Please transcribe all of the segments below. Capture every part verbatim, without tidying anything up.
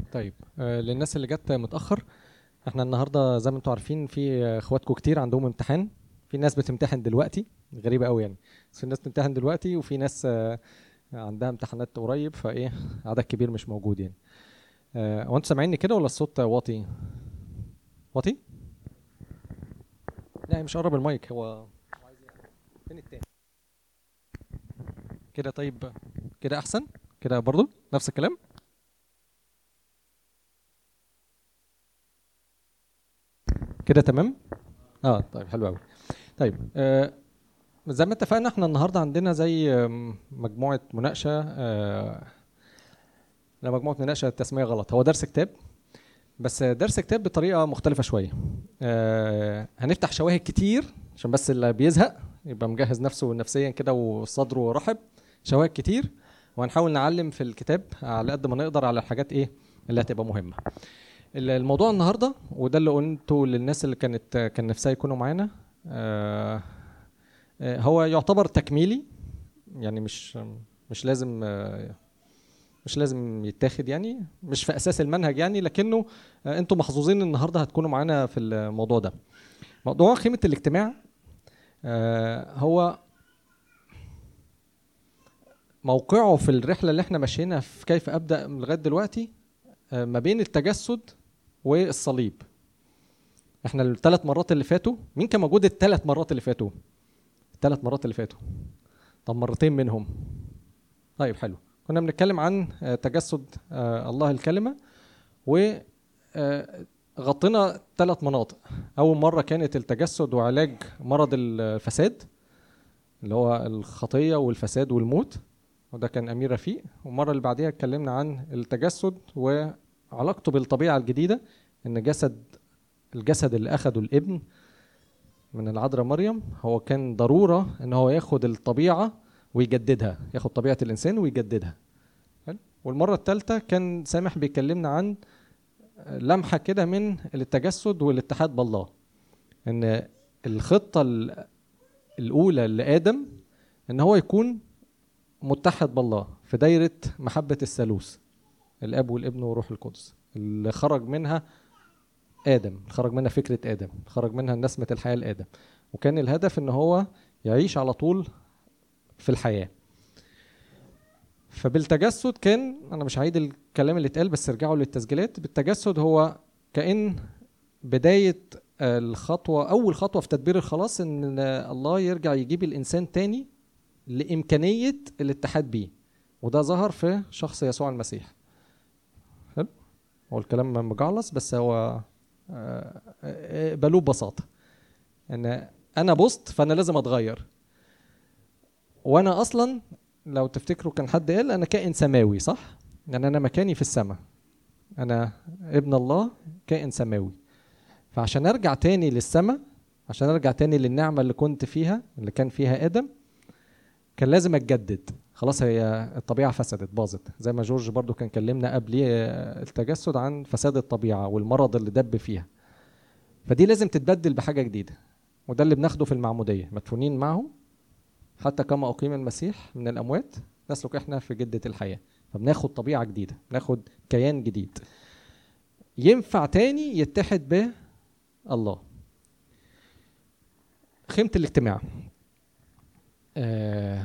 طيب آه للناس اللي جت متأخر، احنا النهارده زي ما انتم عارفين في اخواتكم كتير عندهم امتحان. في ناس بتمتحن دلوقتي، غريبة قوي يعني، بس في ناس بتمتحن دلوقتي وفي ناس آه عندها امتحانات قريب، فايه عدد كبير مش موجود يعني. آه هو انتوا سامعيني كده ولا الصوت واطي؟ واطي؟ لا مش قرب المايك، هو فين التاني؟ كده طيب، كده احسن، كده برضو نفس الكلام. كده تمام. اه طيب حلو قوي. طيب آه زي ما اتفقنا احنا النهارده عندنا زي آم، مجموعه مناقشه. آه لا، مجموعه مناقشه، التسميه غلط، هو درس كتاب، بس درس كتاب بطريقه مختلفه شويه. آه هنفتح شواهد كتير عشان بس اللي بيزهق يبقى مجهز نفسه نفسيا كده وصدره رحب. شواهد كتير، وهنحاول نعلم في الكتاب على قد ما نقدر على الحاجات ايه اللي هتبقى مهمه. الموضوع النهارده وده اللي قلته للناس اللي كانت كان نفسها يكونوا معانا، آه آه، هو يعتبر تكميلي، يعني مش مش لازم آه، مش لازم يتاخد، يعني مش في اساس المنهج يعني، لكنه آه، انتم محظوظين النهارده هتكونوا معانا في الموضوع ده. موضوع قيمة الاجتماع آه، هو موقعه في الرحلة اللي احنا ماشيينها في كيف ابدأ من لغاية دلوقتي، آه، ما بين التجسد والصليب. احنا الثلاث مرات اللي فاتوا، مين كان موجود الثلاث مرات اللي فاتوا؟ الثلاث مرات اللي فاتوا، طب مرتين منهم. طيب حلو. كنا بنتكلم عن آه، تجسد آه، الله الكلمة، وغطينا ثلاث مناطق. أول مرة كانت التجسد وعلاج مرض الفساد، اللي هو الخطية والفساد والموت، وده كان أمير رفيق. والمرة اللي بعديها اتكلمنا عن التجسد وعلاقته بالطبيعة الجديدة، إن جسد الجسد اللي أخده الابن من العذراء مريم هو كان ضرورة إن هو ياخد الطبيعة ويجددها، ياخد طبيعة الإنسان ويجددها. حلو. والمرة الثالثة كان سامح بيكلمنا عن لمحة كده من التجسد والاتحاد بالله، ان الخطة الأولى لآدم ان هو يكون متحد بالله في دايرة محبة الثالوث، الأب والابن والروح القدس، اللي خرج منها آدم، خرج منها فكرة آدم، خرج منها نسمة الحياة لآدم، وكان الهدف ان هو يعيش على طول في الحياة. فبالتجسد كان، انا مش هعيد الكلام اللي اتقال بس ارجعوا للتسجيلات، بالتجسد هو كأن بداية الخطوة، أول خطوة في تدبير الخلاص، إن الله يرجع يجيب الإنسان تاني لإمكانية الاتحاد بيه، وده ظهر في شخص يسوع المسيح. حلو. هو الكلام مجعلص بس هو اقبلوه ببساطة، إن أنا بوست فأنا لازم أتغير. وأنا أصلا لو تفتكروا كان حد قال أنا كائن سماوي، صح؟ يعني أنا مكاني في السماء، أنا ابن الله كائن سماوي. فعشان ارجع تاني للسماء، عشان ارجع تاني للنعمة اللي كنت فيها اللي كان فيها آدم، كان لازم اتجدد. خلاص هي الطبيعة فسدت باظت، زي ما جورج برضو كان كلمنا قبل التجسد عن فساد الطبيعة والمرض اللي دب فيها، فدي لازم تتبدل بحاجة جديدة. وده اللي بناخده في المعمودية، مدفونين معه حتى كما أقيم المسيح من الأموات نسلك احنا في جدة الحياة. فبناخد طبيعة جديدة، بناخد كيان جديد ينفع تاني يتحد به الله. قيمة الاجتماع، آه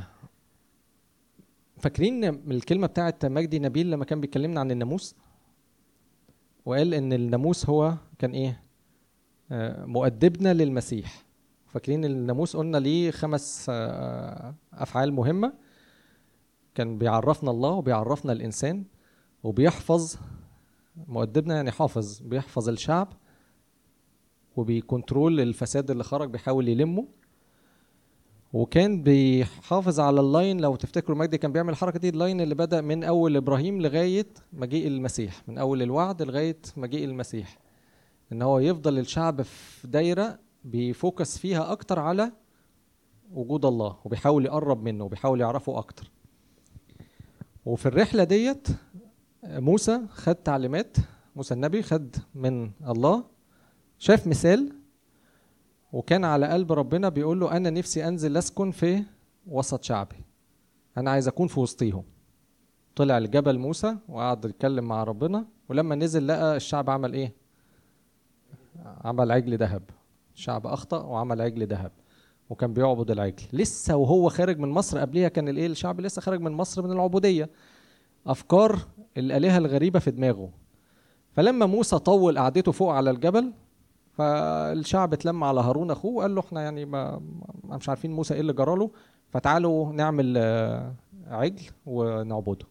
فاكرين من الكلمة بتاعت مجدي نبيل لما كان بيكلمنا عن الناموس، وقال ان الناموس هو كان ايه؟ آه مؤدبنا للمسيح. فاكرين الناموس قلنا ليه خمس آه افعال مهمة، كان بيعرفنا الله وبيعرفنا الانسان وبيحفظ. مؤدبنا يعني حافظ، بيحفظ الشعب وبيكنترول الفساد اللي خرج، بيحاول يلمه. وكان بيحافظ على اللاين، لو تفتكروا مجدي كان بيعمل الحركه دي، اللاين اللي بدأ من اول ابراهيم لغايه مجيء المسيح، من اول الوعد لغايه مجيء المسيح، ان هو يفضل الشعب في دايره بيفوكس فيها اكتر على وجود الله، وبيحاول يقرب منه وبيحاول يعرفه اكتر. وفي الرحله ديت موسى خد تعليمات، موسى النبي خد من الله، شاف مثال وكان على قلب ربنا بيقول له انا نفسي انزل اسكن في وسط شعبي، انا عايز اكون في وسطيهم. طلع لجبل موسى وقعد يتكلم مع ربنا ولما نزل لقى الشعب عمل ايه؟ عمل عجل ذهب. الشعب اخطأ وعمل عجل ذهب وكان بيعبد العجل. لسه وهو خارج من مصر، قبليها كان الايه الشعب لسه خارج من مصر من العبودية، افكار الالهة الغريبة في دماغه. فلما موسى طول قعدته فوق على الجبل، فالشعب اتلم على هارون اخوه وقال له احنا يعني ما مش عارفين موسى ايه اللي جراله، فتعالوا نعمل عجل ونعبده.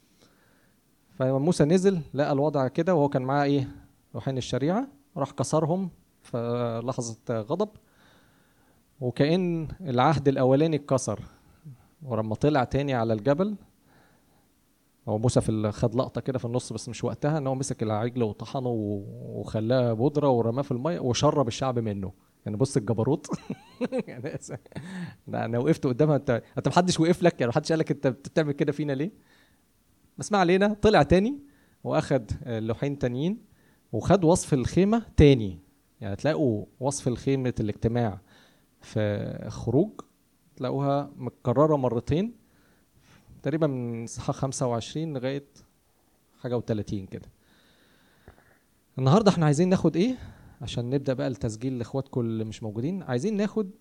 فموسى نزل لقى الوضع كده، وهو كان معاه ايه؟ لوحين الشريعة، راح كسرهم في لحظة غضب، وكأن العهد الأولاني اتكسر. ولما طلع تاني على الجبل، هو موسى في خد لقطة كده في النص بس مش وقتها، ان هو مسك العجل وطحنه وخلاه بودرة ورماه في المية وشرب الشعب منه. يعني بص الجبروت. يعني انا وقفت قدامها، انت انت محدش وقف لك، يعني محدش قال لك انت بتعمل كده فينا ليه؟ بس ما علينا. طلع تاني واخد لوحين تانيين وخد وصف الخيمة تاني. يعني تلاقوا وصف الخيمة الاجتماع في خروج تلاقوها متكررة مرتين تقريبا من صحة خمسة وعشرين لغاية حاجة وثلاثين كده. النهاردة احنا عايزين ناخد ايه عشان نبدأ بقى التسجيل لاخواتكم اللي مش موجودين؟ عايزين ناخد،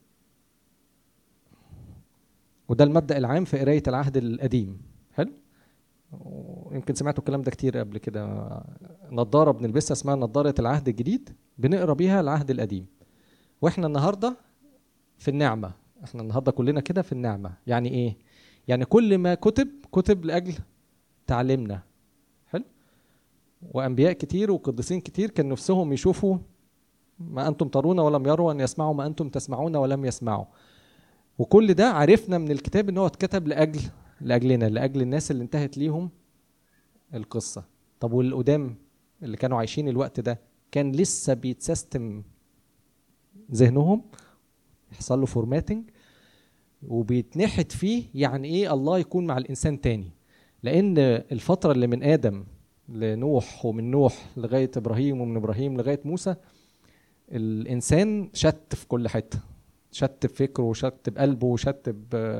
وده المبدأ العام في قراية العهد القديم. حلو؟ يمكن سمعتوا الكلام ده كتير قبل كده. نظارة بنلبسها اسمها نظارة العهد الجديد، بنقرا بيها العهد القديم. واحنا النهاردة في النعمة، احنا النهاردة كلنا كده في النعمة. يعني ايه؟ يعني كل ما كتب كتب لأجل تعليمنا. حلو؟ وأنبياء كتير وقديسين كتير كان نفسهم يشوفوا ما أنتم ترون ولم يروا، أن يسمعوا ما أنتم تسمعون ولم يسمعوا. وكل ده عرفنا من الكتاب أنه اتكتب لأجل لأجلنا، لأجل الناس اللي انتهت ليهم القصة. طب والقدام اللي كانوا عايشين الوقت ده كان لسه بيتسيستم ذهنهم، يحصل له فورماتنج وبيتنحت فيه يعني ايه الله يكون مع الانسان تاني. لان الفترة اللي من آدم لنوح ومن نوح لغاية ابراهيم ومن ابراهيم لغاية موسى، الانسان شت في كل حتة، شت بفكره وشت بقلبه وشت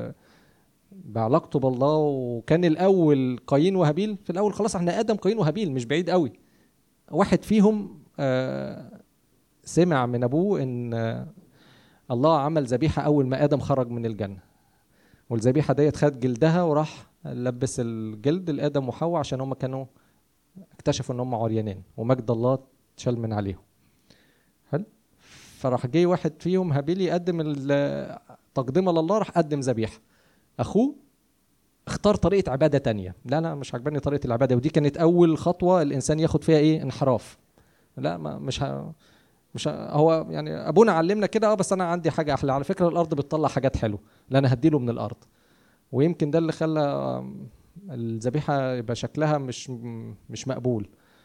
بعلاقته بالله. وكان الاول قايين وهابيل. في الاول خلاص احنا ادم قايين وهابيل مش بعيد قوي. واحد فيهم آه سمع من ابوه ان آه الله عمل ذبيحة اول ما ادم خرج من الجنة، والذبيحة ديت خد جلدها وراح لبس الجلد لآدم وحواء عشان هم كانوا اكتشفوا ان هم عريانين ومجد الله اتشال من عليهم. حلو؟ فراح جه واحد فيهم هابيل يقدم التقدمة لله، راح قدم ذبيحة. اخوه اختار طريقة عبادة تانية. لا لا مش عجباني طريقة العبادة، ودي كانت اول خطوة الانسان ياخد فيها ايه؟ انحراف. لا ما مش ها مش ها هو يعني ابونا علمنا كده اه بس انا عندي حاجة احلى. على فكرة الارض بتطلع حاجات حلوة، لا انا هديله من الارض. ويمكن ده اللي خلى الذبيحة يبقى شكلها مش مش مقبول.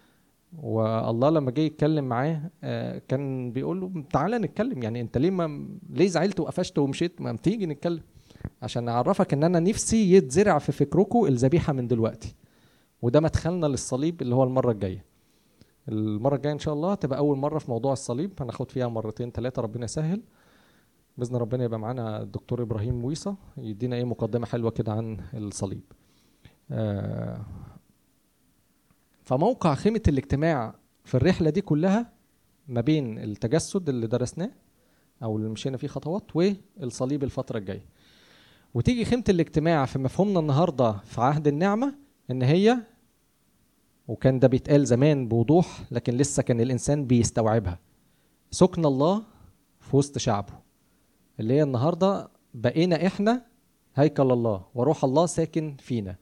والله لما جه يتكلم معاه كان بيقول له تعالى نتكلم، يعني انت ليه ما ليه زعلت وقفشت ومشيت؟ ما تيجي نتكلم عشان نعرفك ان انا نفسي يتزرع في فكركم الذبيحة من دلوقتي. وده مدخلنا للصليب اللي هو المرة الجاية. المرة الجاية ان شاء الله تبقى اول مرة في موضوع الصليب، هناخد فيها مرتين ثلاثة ربنا يسهل بإذن ربنا. يبقى معانا الدكتور إبراهيم ويصة يدينا ايه مقدمة حلوة كده عن الصليب. آه فموقع خيمة الاجتماع في الرحلة دي كلها ما بين التجسد اللي درسناه او اللي مشينا فيه خطوات والصليب الفترة الجاية. وتيجي خيمة الاجتماع في مفهومنا النهاردة في عهد النعمة ان هي، وكان ده بيتقال زمان بوضوح لكن لسه كان الانسان بيستوعبها، سكن الله في وسط شعبه. اللي هي النهاردة بقينا احنا هيكل الله وروح الله ساكن فينا.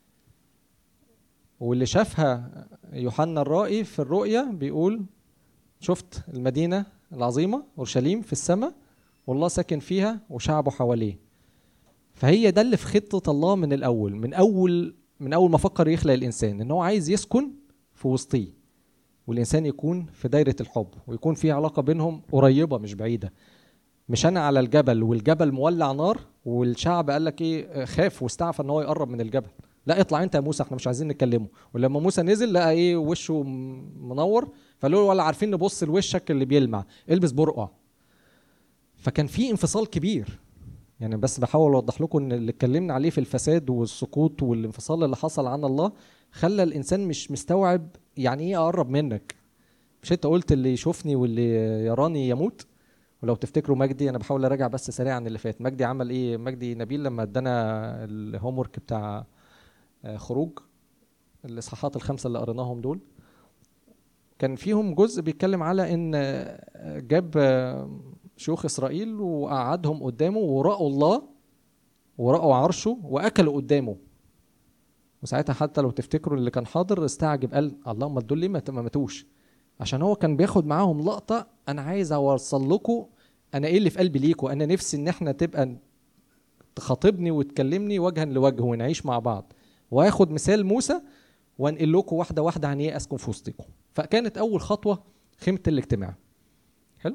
واللي شافها يوحنا الرائي في الرؤية بيقول شفت المدينة العظيمة اورشليم في السماء والله ساكن فيها وشعبه حواليه. فهي ده اللي في خطة الله من الاول، من اول من اول ما فكر يخلق الانسان، ان هو عايز يسكن في وسطيه والانسان يكون في دايرة الحب ويكون في علاقة بينهم قريبة مش بعيدة. مش انا على الجبل والجبل مولع نار والشعب قال لك ايه خاف واستعفى ان هو يقرب من الجبل، لا اطلع انت يا موسى احنا مش عايزين نكلمه. ولما موسى نزل لقى ايه وشه منور، فقالوا له ولا عارفين نبص لوشك اللي بيلمع، البس برقع. فكان في انفصال كبير. يعني بس بحاول اوضح لكم ان اللي اتكلمنا عليه في الفساد والسقوط والانفصال اللي حصل عن الله خلى الانسان مش مستوعب يعني ايه اقرب منك؟ مش انت قلت اللي يشوفني واللي يراني يموت؟ ولو تفتكروا مجدي، انا بحاول اراجع بس سريعا اللي فات، مجدي عمل ايه؟ مجدي نبيل لما ادانا الهوم ورك بتاع خروج الاصحاحات الخمسه اللي قريناهم دول، كان فيهم جزء بيتكلم على ان جاب شيوخ اسرائيل وقعدهم قدامه ورأوا الله ورأوا عرشه واكلوا قدامه. وساعتها حتى لو تفتكروا اللي كان حاضر استعجب، قال اللهم دول ليه ما ماتوش؟ عشان هو كان بياخد معاهم لقطه، انا عايز اوصل لكم انا ايه اللي في قلبي ليكم، انا نفسي ان احنا تبقى تخاطبني وتكلمني وجها لوجه ونعيش مع بعض، واخد مثال موسى وانقل لكم واحده واحده عن ايه اسكن في وسطكم. فكانت اول خطوه خيمه الاجتماع. حلو.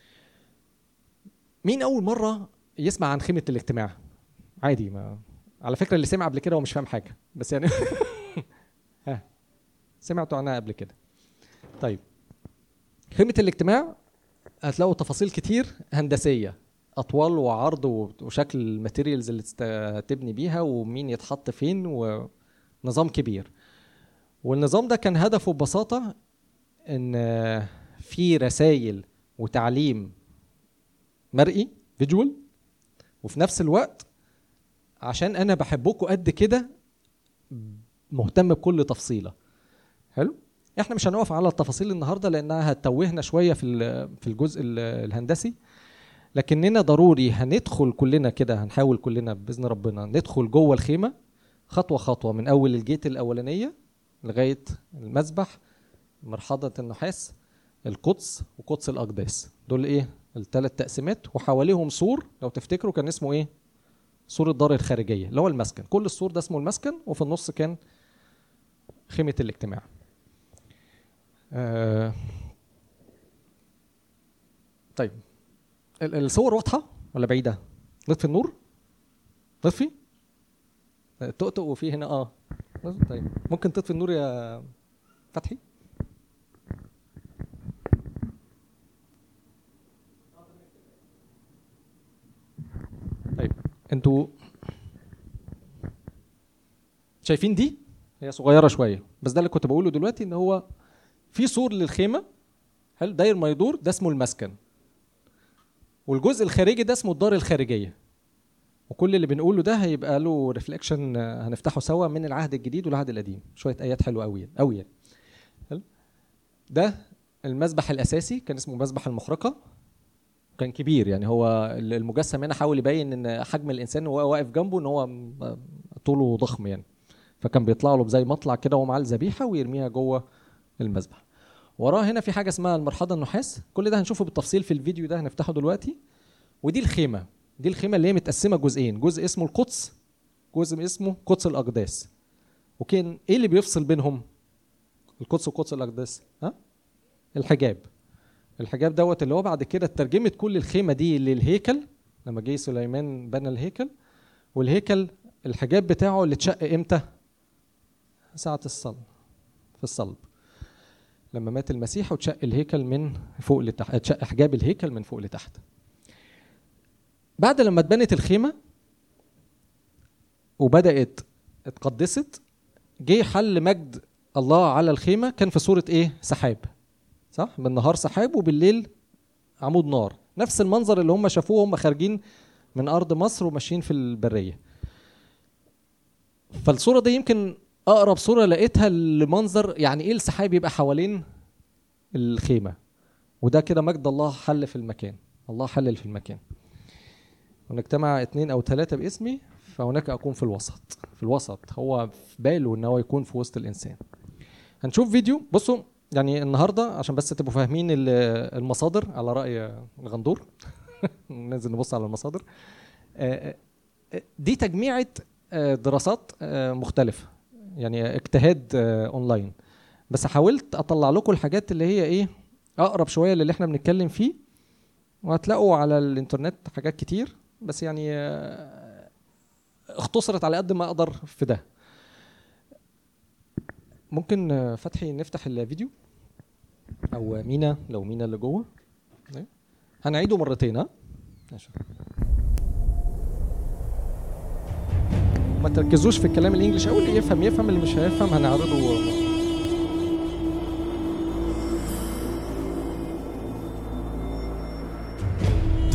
مين اول مره يسمع عن خيمه الاجتماع؟ عادي، ما على فكره اللي سمع قبل كده هو مش فاهم حاجه، بس يعني ها سمعتوا عنها قبل كده؟ طيب، خيمه الاجتماع هتلاقوا تفاصيل كتير هندسيه، اطوال وعرض وشكل الماتيريالز اللي تبني بيها ومين يتحط فين، ونظام كبير. والنظام ده كان هدفه ببساطه ان في رسائل وتعليم مرئي فيجوال، وفي نفس الوقت عشان انا بحبكم قد كده مهتم بكل تفصيله. حلو. احنا مش هنقف على التفاصيل النهارده لانها هتتوهنا شويه في في الجزء الهندسي، لكننا ضروري هندخل كلنا كده، هنحاول كلنا باذن ربنا ندخل جوه الخيمه خطوه خطوه من اول الجيت الاولانيه لغايه المذبح، مرحاضه النحاس، القدس وقدس الاقداس. دول ايه الثلاث تقسيمات، وحواليهم سور لو تفتكروا كان اسمه ايه؟ سور الدار الخارجيه اللي هو المسكن. كل السور ده اسمه المسكن، وفي النص كان خيمه الاجتماع. آه طيب، الصور واضحه ولا بعيده؟ نطفي النور؟ نطفي؟ تقطق وفي هنا اه طيب، ممكن تطفي النور يا فتحي؟ طيب، انتوا شايفين دي؟ هي صغيره شويه، بس ده اللي كنت بقوله دلوقتي، ان هو في سور للخيمه حلو داير ما يدور، ده اسمه المسكن، والجزء الخارجي ده اسمه الدار الخارجيه. وكل اللي بنقوله ده هيبقى له ريفليكشن هنفتحه سوا من العهد الجديد والعهد القديم، شويه ايات حلوه قوي قوي يعني. ده المذبح الاساسي كان اسمه مذبح المحرقه، كان كبير يعني. هو المجسم هنا حاول يبين ان حجم الانسان وهو واقف جنبه ان هو طوله ضخم يعني، فكان بيطلع له زي مطلع كده ومعاه الذبيحه ويرميها جوه المذبح. وراه هنا في حاجه اسمها المرحاضه النحاس، كل ده هنشوفه بالتفصيل في الفيديو ده هنفتحه دلوقتي. ودي الخيمه، دي الخيمه اللي هي متقسمه جزئين، جزء اسمه القدس، جزء اسمه قدس الاقداس. وكان ايه اللي بيفصل بينهم القدس وقدس الاقداس؟ ها؟ الحجاب. الحجاب دوت اللي هو بعد كده ترجمت كل الخيمه دي للهيكل لما جه سليمان بنى الهيكل. والهيكل الحجاب بتاعه اللي اتشق امتى؟ ساعه الصلب، في الصلب لما مات المسيح وتشق الهيكل من فوق لتحت، اتشق حجاب الهيكل من فوق لتحت. بعد لما اتبنت الخيمه وبدات اتقدست، جه حل مجد الله على الخيمه، كان في صوره ايه؟ سحاب، صح؟ بالنهار سحاب وبالليل عمود نار، نفس المنظر اللي هم شافوه هم خارجين من ارض مصر وماشيين في البريه. فالصوره دي يمكن اقرب صوره لقيتها لمنظر يعني ايه السحاب يبقى حوالين الخيمه، وده كده مجد الله حل في المكان، الله حلل في المكان. ونجتمع اثنين او ثلاثه باسمي فهناك اكون في الوسط. في الوسط هو في باله ان هو يكون في وسط الانسان. هنشوف فيديو. بصوا يعني النهارده عشان بس تبقوا فاهمين المصادر على راي الغندور ننزل نبص على المصادر دي، تجميعة دراسات مختلفة يعني، اجتهاد اونلاين، بس حاولت اطلع لكم الحاجات اللي هي ايه اقرب شويه للي احنا بنتكلم فيه. وهتلاقوا على الانترنت حاجات كتير، بس يعني اختصرت على قد ما اقدر في ده. ممكن فتحي نفتح الفيديو او مينا، لو مينا اللي جوه هنعيده مرتين. ها ماشي، ما تركزوش في الكلام الانجليش، او اللي يفهم يفهم، اللي مش هيفهم هنعرضه.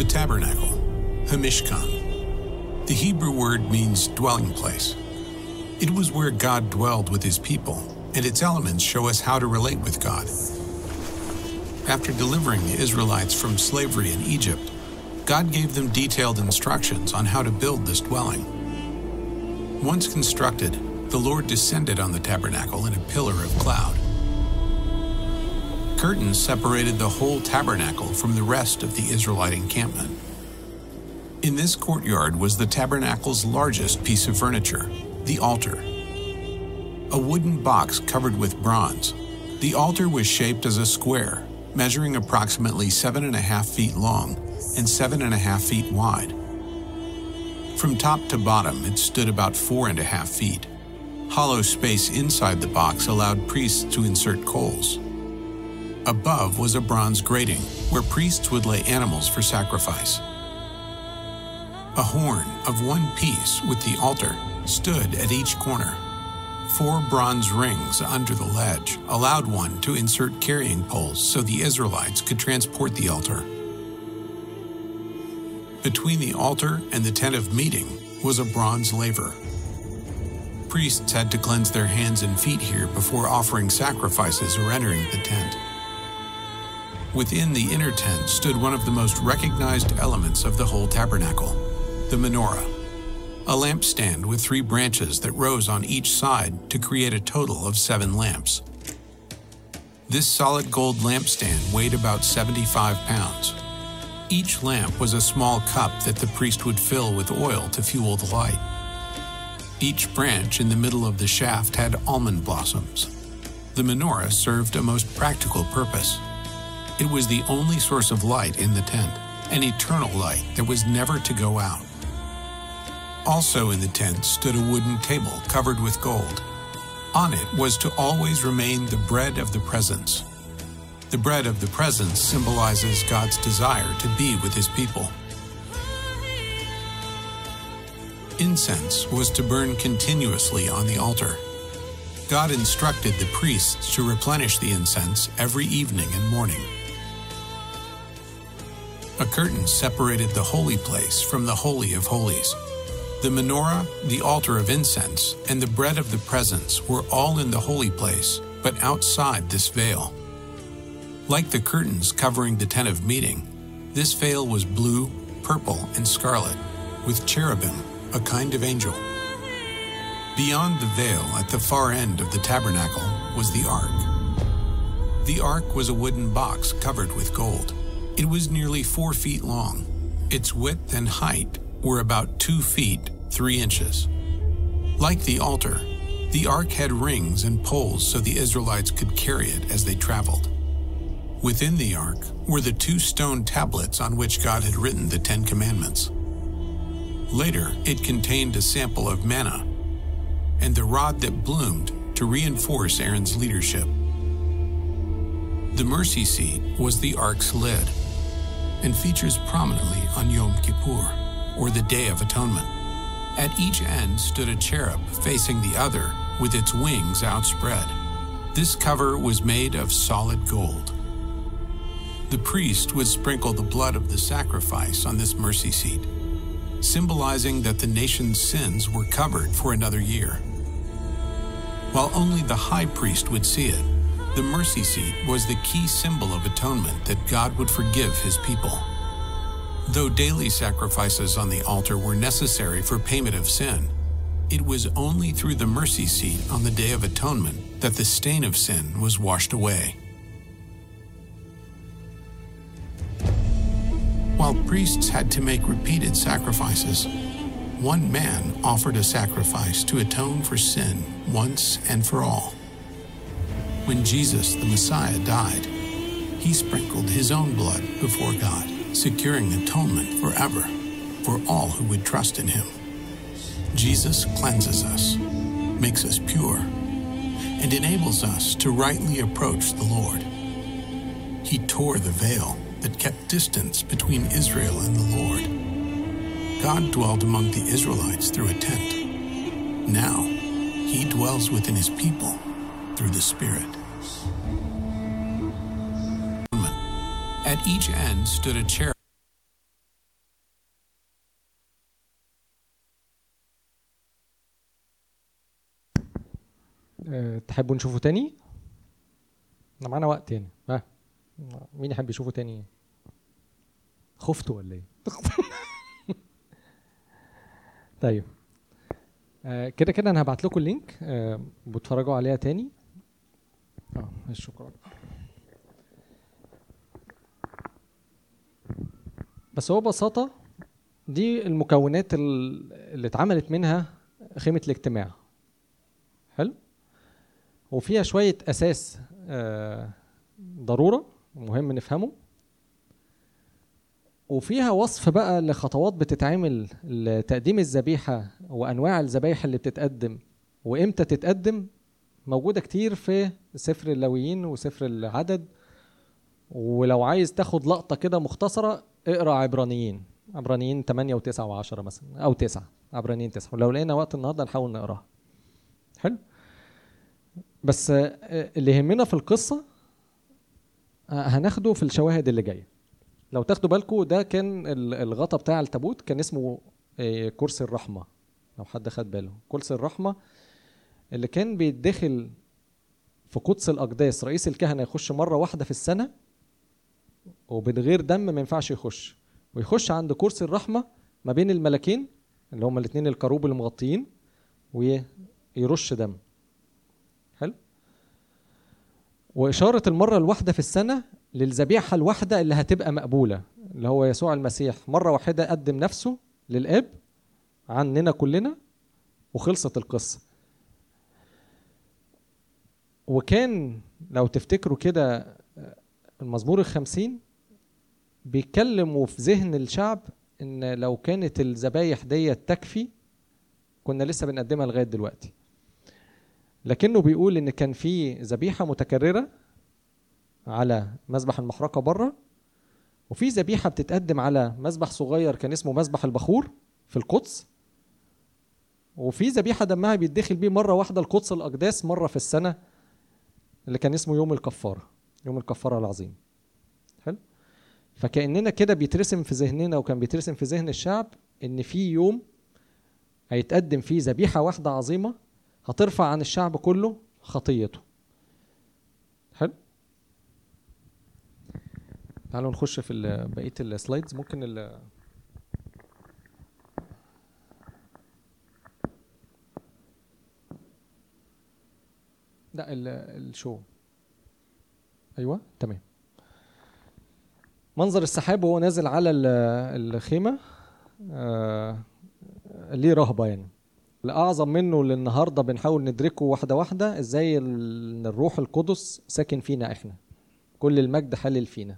The tabernacle, Hamishkan. The Hebrew word means dwelling place. It was where God dwelled with his people, and its elements show us how to relate with God. After delivering the Israelites from slavery in Egypt, God gave them detailed instructions on how to build this dwelling. Once constructed, the Lord descended on the tabernacle in a pillar of cloud. Curtains separated the whole tabernacle from the rest of the Israelite encampment. In this courtyard was the tabernacle's largest piece of furniture, the altar. A wooden box covered with bronze, the altar was shaped as a square, measuring approximately seven and a half feet long and seven and a half feet wide. From top to bottom, it stood about four and a half feet. Hollow space inside the box allowed priests to insert coals. Above was a bronze grating where priests would lay animals for sacrifice. A horn of one piece with the altar stood at each corner. Four bronze rings under the ledge allowed one to insert carrying poles so the Israelites could transport the altar. Between the altar and the tent of meeting was a bronze laver. Priests had to cleanse their hands and feet here before offering sacrifices or entering the tent. Within the inner tent stood one of the most recognized elements of the whole tabernacle, the menorah, a lampstand with three branches that rose on each side to create a total of seven lamps. This solid gold lampstand weighed about seventy-five pounds. Each lamp was a small cup that the priest would fill with oil to fuel the light. Each branch in the middle of the shaft had almond blossoms. The menorah served a most practical purpose. It was the only source of light in the tent, an eternal light that was never to go out. Also in the tent stood a wooden table covered with gold. On it was to always remain the bread of the presence. The bread of the presence symbolizes God's desire to be with his people. Incense was to burn continuously on the altar. God instructed the priests to replenish the incense every evening and morning. A curtain separated the holy place from the Holy of Holies. The menorah, the altar of incense, and the bread of the presence were all in the holy place, but outside this veil. Like the curtains covering the tent of meeting, this veil was blue, purple, and scarlet, with cherubim, a kind of angel. Beyond the veil, at the far end of the tabernacle, was the ark. The ark was a wooden box covered with gold. It was nearly four feet long. Its width and height were about two feet, three inches. Like the altar, the ark had rings and poles so the Israelites could carry it as they traveled. Within the ark were the two stone tablets on which God had written the Ten Commandments. Later, it contained a sample of manna and the rod that bloomed to reinforce Aaron's leadership. The mercy seat was the ark's lid and features prominently on Yom Kippur, or the Day of Atonement. At each end stood a cherub facing the other with its wings outspread. This cover was made of solid gold. The priest would sprinkle the blood of the sacrifice on this mercy seat, symbolizing that the nation's sins were covered for another year. While only the high priest would see it, the mercy seat was the key symbol of atonement that God would forgive his people. Though daily sacrifices on the altar were necessary for payment of sin, it was only through the mercy seat on the Day of Atonement that the stain of sin was washed away. While priests had to make repeated sacrifices, one man offered a sacrifice to atone for sin once and for all. When Jesus, the Messiah, died, he sprinkled his own blood before God, securing atonement forever for all who would trust in him. Jesus cleanses us, makes us pure, and enables us to rightly approach the Lord. He tore the veil that kept distance between Israel and the Lord. God dwelled among the Israelites through a tent. Now, he dwells within his people through the Spirit. At each end stood a cherub. تحبوا نشوفه تاني؟ احنا معانا وقت يعني. ها مين يحب يشوفه تاني؟ خفتوا ولا ايه؟ طيب آه كده كده انا هبعت لكم اللينك آه بتفرجوا عليها تاني. اه شكرا. بس هو ببساطة دي المكونات اللي اتعملت منها خيمة الاجتماع. حلو. وفيها شوية أساس آه ضرورة مهم نفهمه، وفيها وصف بقى لخطوات بتتعمل لتقديم الذبيحة وأنواع الذبايح اللي بتتقدم وإمتى تتقدم، موجودة كتير في سفر اللاويين وسفر العدد. ولو عايز تاخد لقطة كده مختصرة اقرأ عبرانيين عبرانيين ثمانية وتسعة وعشرة مثلا، أو تسعة، عبرانيين تسعة، ولو لقينا وقت النهاردة نحاول نقراها. حلو. بس اللي يهمنا في القصة هناخده في الشواهد اللي جاية. لو تاخدوا بالكم ده كان الغطا بتاع التابوت كان اسمه كرسي الرحمة. لو حد خد باله كرسي الرحمة اللي كان بيتدخل في قدس الأقداس، رئيس الكهنة يخش مرة واحدة في السنة ومن غير دم ما ينفعش يخش، ويخش عند كرسي الرحمة ما بين الملكين اللي هما الاثنين الكروب المغطيين ويرش دم. حلو. وإشارة المرة الواحدة في السنة للذبيحة الواحدة اللي هتبقى مقبولة، اللي هو يسوع المسيح مرة واحدة قدم نفسه للآب عننا كلنا وخلصت القصة. وكان لو تفتكروا كده المزمور الخمسين بيتكلموا في ذهن الشعب ان لو كانت الذبايح دي تكفي كنا لسه بنقدمها لغاية دلوقتي، لكنه بيقول ان كان في ذبيحة متكررة على مذبح المحرقة بره، وفي ذبيحة بتتقدم على مذبح صغير كان اسمه مذبح البخور في القدس، وفي ذبيحة دمها بيتدخل بيه مرة واحدة القدس الأقداس مرة في السنة اللي كان اسمه يوم الكفارة، يوم الكفارة العظيم. حلو. فكأننا كده بيترسم في ذهننا وكان بيترسم في ذهن الشعب ان في يوم هيتقدم فيه ذبيحة واحدة عظيمة هترفع عن الشعب كله خطيته. حلو. تعالوا نخش في بقية السلايدز. ممكن ال لا الشو. ايوه تمام. منظر السحاب وهو نازل على الخيمة آه ليه رهبة يعني. الأعظم منه اللي النهاردة بنحاول ندركه واحدة واحدة ازاي ان الروح القدس ساكن فينا احنا، كل المجد حلل فينا.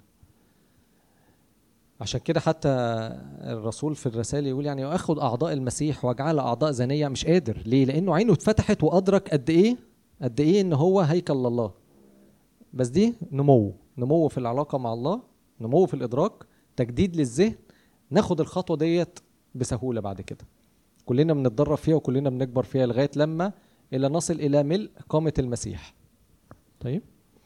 عشان كده حتى الرسول في الرسائل يقول يعني اخذ اعضاء المسيح واجعل اعضاء زانية. مش قادر ليه؟ لانه عينه اتفتحت وادرك قد ايه قد ايه ان هو هيكل الله. بس دي نمو نمو في العلاقة مع الله، نمو في الادراك، تجديد للذهن. ناخد الخطوة ديت بسهولة بعد كده، كلنا بنتدرب فيها وكلنا بنكبر فيها لغاية لما الى نصل الى ملء قامة المسيح. طيب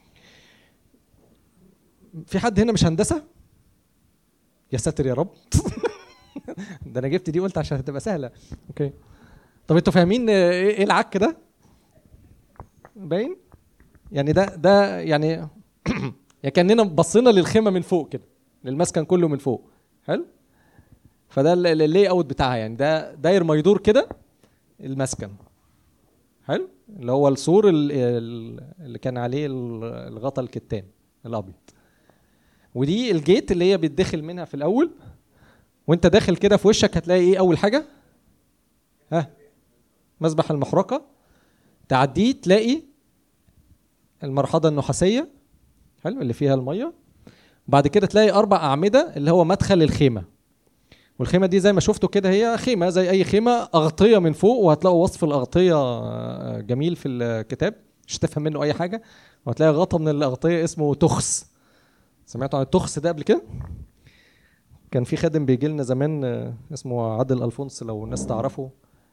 في حد هنا مش هندسة؟ يا ساتر يا رب. ده انا جبت دي قلت عشان هتبقى سهلة. اوكي طب انتوا فاهمين ايه العك ده؟ باين يعني ده ده يعني يعني كأننا بصينا للخيمة من فوق كده، للمسكن كله من فوق. حلو. فده اللي اوت بتاعها يعني ده داير ما يدور كده المسكن. حلو. اللي هو السور اللي كان عليه الغطا الكتان الابيض، ودي الجيت اللي هي بيتدخل منها في الاول. وانت داخل كده في وشك هتلاقي ايه اول حاجه؟ ها مذبح المحرقه. تعديه تلاقي المرحاضه النحاسيه حلو اللي فيها الميه. بعد كده تلاقي اربع اعمده اللي هو مدخل الخيمه. والخيمه دي زي ما شفتوا كده هي خيمه زي اي خيمه، اغطيه من فوق، وهتلاقوا وصف الاغطيه جميل في الكتاب مش تفهم منه اي حاجه. وهتلاقي غطا من الاغطيه اسمه تخس. سمعتوا عن التخس ده قبل كده؟ كان في خادم بيجي لنا زمان اسمه عادل الفونس لو الناس تعرفه.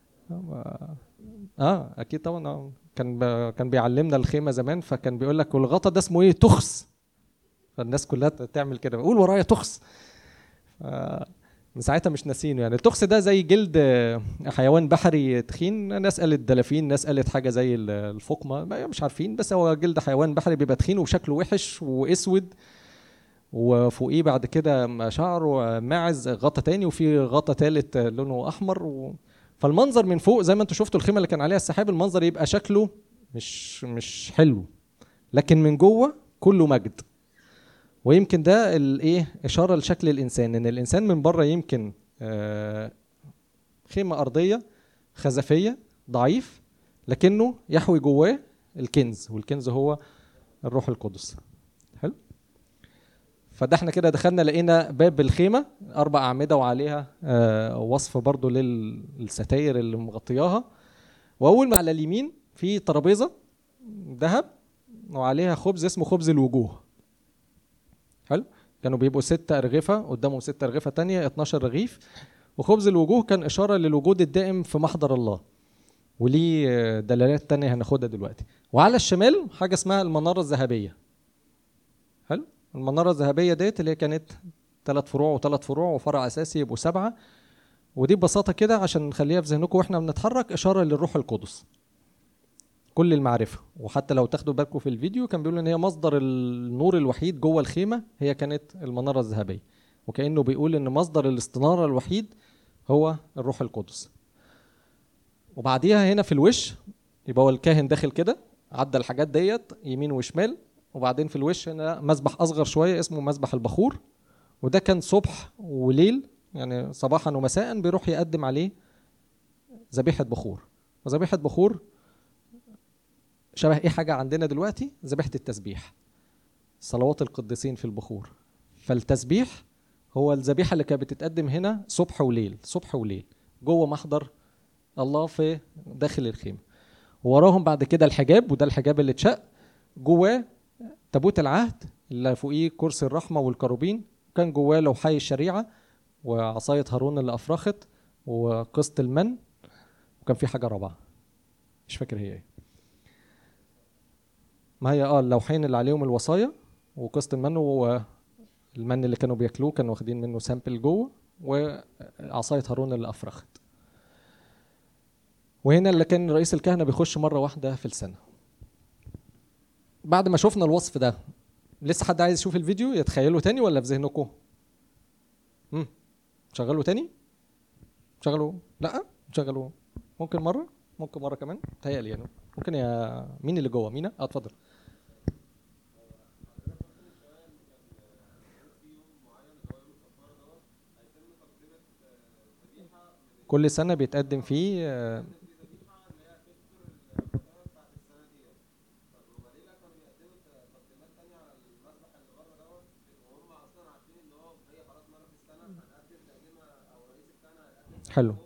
اه اكيد طبعا. كان كان بيعلمنا الخيمه زمان، فكان بيقول لك والغطا ده اسمه ايه؟ تخس. فالناس كلها تعمل كده، قول ورايا تخس. من ساعتها مش ناسينه. يعني التخس ده زي جلد حيوان بحري تخين، ناس قالت دلافين، ناس قالت حاجه زي الفقمه، مش عارفين، بس هو جلد حيوان بحري بيبقى تخين وشكله وحش واسود، وفوقيه بعد كده شعره ماعز غطا تاني، وفي غطا تالت لونه احمر و... فالمنظر من فوق زي ما انتوا شفتوا الخيمه اللي كان عليها السحاب، المنظر يبقى شكله مش مش حلو، لكن من جوه كله مجد. ويمكن ده الايه اشاره لشكل الانسان، ان الانسان من بره يمكن آه خيمه ارضيه خزفيه ضعيف، لكنه يحوي جواه الكنز، والكنز هو الروح القدس. حلو. فده احنا كده دخلنا لقينا باب الخيمه اربع اعمده وعليها آه وصف برضو للستاير اللي مغطياها. واول ما على اليمين في ترابيزه ذهب وعليها خبز اسمه خبز الوجوه. حلو. كانوا بيبقوا ستة أرغفة، قدامهم ستة أرغفة تانية اتناشر رغيف. وخبز الوجوه كان إشارة للوجود الدائم في محضر الله، وليه دلالات تانية هناخدها دلوقتي. وعلى الشمال حاجة اسمها المنارة الذهبية. حلو. المنارة الذهبية ديت اللي كانت ثلاث فروع وثلاث فروع وفرع أساسي يبقوا سبعة. ودي ببساطة كده عشان نخليها في ذهنكم واحنا بنتحرك إشارة للروح القدس، كل المعرفة. وحتى لو تاخدوا بالكم في الفيديو كان بيقول ان هي مصدر النور الوحيد جوه الخيمة هي كانت المنارة الذهبية، وكأنه بيقول ان مصدر الاستنارة الوحيد هو الروح القدس. وبعديها هنا في الوش يبقى هو الكاهن داخل كده عدى الحاجات ديت يمين وشمال، وبعدين في الوش هنا مسبح اصغر شوية اسمه مسبح البخور، وده كان صبح وليل، يعني صباحا ومساء بيروح يقدم عليه ذبيحة بخور. وذبيحة بخور شبه ايه حاجة عندنا دلوقتي؟ ذبيحة التسبيح، صلوات القديسين في البخور. فالتسبيح هو الذبيحة اللي كانت بتتقدم هنا صبح وليل صبح وليل جوه محضر الله في داخل الخيمة. ووراهم بعد كده الحجاب، وده الحجاب اللي اتشق جواه تابوت العهد اللي فوقيه كرسي الرحمة والكروبين، كان جواه لوحي الشريعة وعصاية هارون اللي أفرخت وقسط المن، وكان في حاجة رابعة مش فاكر هي ايه. ما هي اه اللوحين اللي عليهم الوصايا وقسط المن، والمن اللي كانوا بياكلوه كانوا واخدين منه سامبل جوه، وعصاية هارون اللي أفرخت. وهنا اللي كان رئيس الكهنة بيخش مرة واحدة في السنة. بعد ما شفنا الوصف ده لسه حد عايز يشوف الفيديو يتخيله تاني ولا في ذهنكم؟ امم شغلوا تاني؟ شغلوا؟ لا شغلوا ممكن مرة ممكن مرة كمان تهيألي يعني ممكن. يا مين اللي جوه؟ مينا؟ اه اتفضل. كل سنة بيتقدم فيه حلو.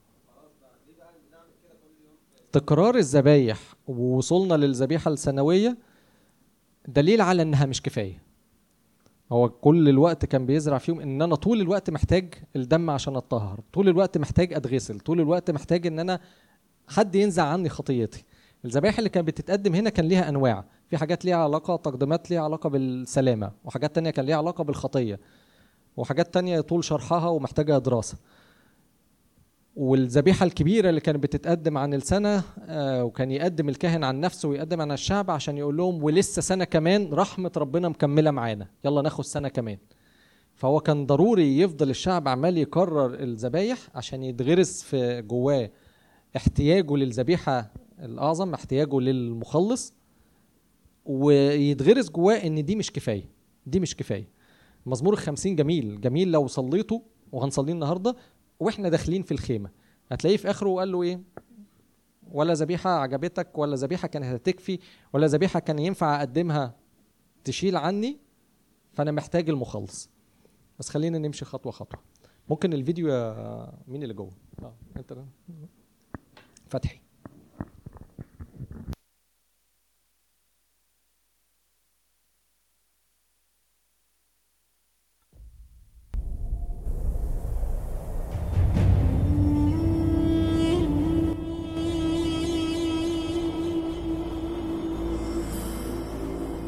تكرار الذبايح ووصولنا للذبيحة السنوية دليل على انها مش كفاية. هو كل الوقت كان بيزرع فيهم ان انا طول الوقت محتاج الدم عشان اتطهر، طول الوقت محتاج اتغسل، طول الوقت محتاج ان انا حد ينزع عني خطيتي. الذبائح اللي كانت بتتقدم هنا كان ليها انواع، في حاجات ليها علاقة تقديمات ليها علاقة بالسلامة، وحاجات تانية كان ليها علاقة بالخطية، وحاجات تانية طول شرحها ومحتاجة دراسة. والذبيحة الكبيرة اللي كانت بتتقدم عن السنة آه وكان يقدم الكاهن عن نفسه ويقدم عن الشعب عشان يقول لهم ولسه سنة كمان رحمة ربنا مكملة معانا، يلا ناخد سنة كمان. فهو كان ضروري يفضل الشعب عمال يكرر الذبايح عشان يتغرس في جواه احتياجه للذبيحة الأعظم، احتياجه للمخلص، ويتغرس جواه ان دي مش كفاية، دي مش كفاية. مزمور الخمسين جميل جميل لو صليته، وهنصليه النهاردة واحنا داخلين في الخيمة، هتلاقيه في اخره وقال له ايه؟ ولا ذبيحة عجبتك، ولا ذبيحة كانت هتكفي، ولا ذبيحة كان ينفع اقدمها تشيل عني، فانا محتاج المخلص. بس خلينا نمشي خطوة خطوة. ممكن الفيديو يا مين اللي جوه؟ اه انت فتحي.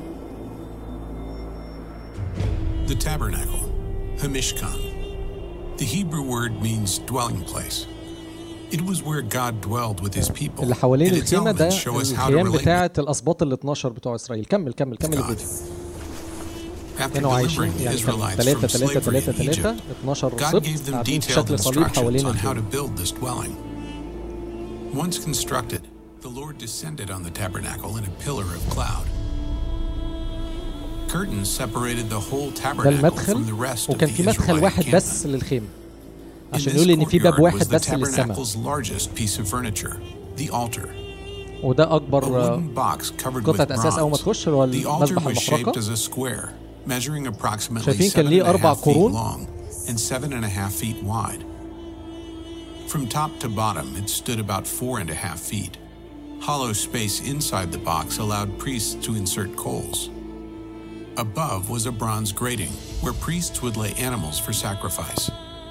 The Tabernacle, Hamishkan. The Hebrew word means dwelling place. It was where God dwelled with his people. اللي حوالين And its الخيمة ده elements show us how to الخيام relate. بتاعة الأسباط ال اتناشر بتوع إسرائيل. كمل كمل كمل الفيديو. After كانوا عايشين delivering the يعني Israelites ثلاثة from ثلاثة slavery ثلاثة in ثلاثة Egypt, اتناشر God سبط gave them قاعدين detailed بشكل صليب instructions حوالين on how to الخيمة. build this dwelling. Once constructed, the Lord descended on the tabernacle in a pillar of cloud. Curtains separated the whole ده tabernacle from المدخل the rest of وكان the في مدخل Israelite واحد encampment. بس للخيمة In عشان this يقول إن في باب courtyard was واحد the بس للسماء. tabernacle's largest piece of furniture, the altar. وده A أكبر wooden box covered with قطعة أساس أول ما bronze. تخش هو The altar المذبح was shaped المحرقة. as a square, measuring approximately شايفين كان seven ليه and a أربع half feet قرون. long and seven and a half feet wide. From top to bottom, it stood about four and a half feet. Hollow space inside the box allowed priests to insert coals. Above was a bronze grating where priests would lay animals for sacrifice.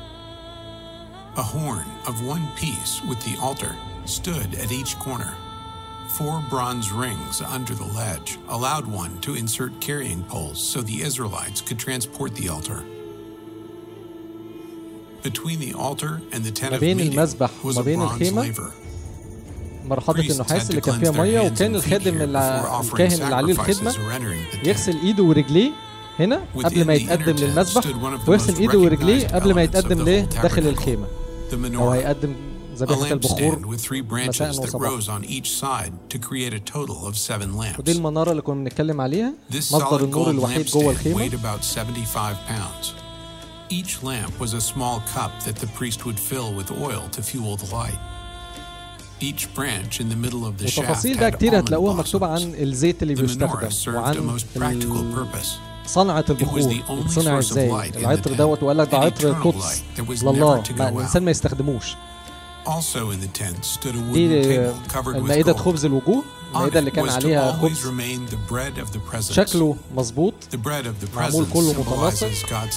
A horn of one piece with the altar stood at each corner. Four bronze rings under the ledge allowed one to insert carrying poles so the Israelites could transport the altar. Between the altar and the tent of meeting was a bronze laver. مرحبة النحاس اللي كان فيها مية وكان الخادم الكاهن اللي عليه الخدمة يغسل ايده ورجليه هنا قبل ما يتقدم للمذبح ويغسل ايده ورجليه قبل ما يتقدم لداخل الخيمة أو هيقدم ذبيحة البخور مساء وصباحا. ودي المنارة اللي كنا بنتكلم عليها مصدر النور الوحيد جوه الخيمة. Each lamp was a small cup that the priest would fill with oil to fuel the light. Each branch in the middle of the shaft وتفاصيل ده had كتير almond هتلاقوها مكتوبة عن blossoms. الزيت اللي The menorah بيستخدم served a وعن most practical purpose. صنعة البخور بتصنع ازاي. العطر دوت وقال لك ده عطر القدس لله ما الإنسان ما يستخدموش. Also in the tent stood a دي wooden table covered with المائدة gold. خبز الوجوه المائدة اللي كان عليها خبز شكله مظبوط معمول كله متناسق.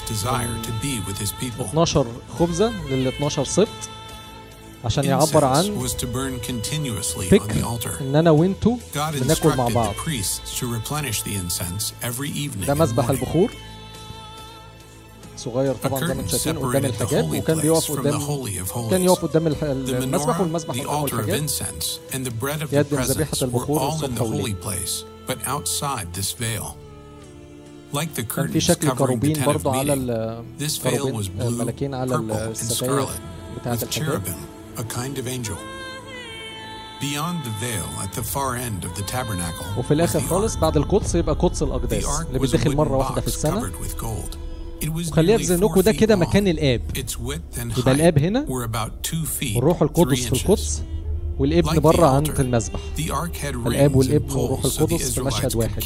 اتناشر خبزة لل اتناشر سبط عشان يعبر عن فكر ان انا وانتو بناكل مع بعض. ده مذبح البخور صغير طبعا زي ما انتم شايفين قدام الحاجات وكان بيقف قدام كان يقف قدام المذبح والمذبح قدام الحاجات يقدم ذبيحة البخور والصبح والليل. كان في شكل كروبين برضو على الكروبين الملكين على الستاير بتاعة الحاجات. A kind of angel. Beyond the veil at the far end of the tabernacle. وفي الآخر خالص بعد القدس يبقى قدس الأقداس اللي بيدخل مرة واحدة في السنة. وخليها في ذهنكم ده كده مكان الآب. يبقى الآب هنا والروح القدس في القدس والابن بره عند المذبح. الآب والابن والروح القدس في مشهد واحد.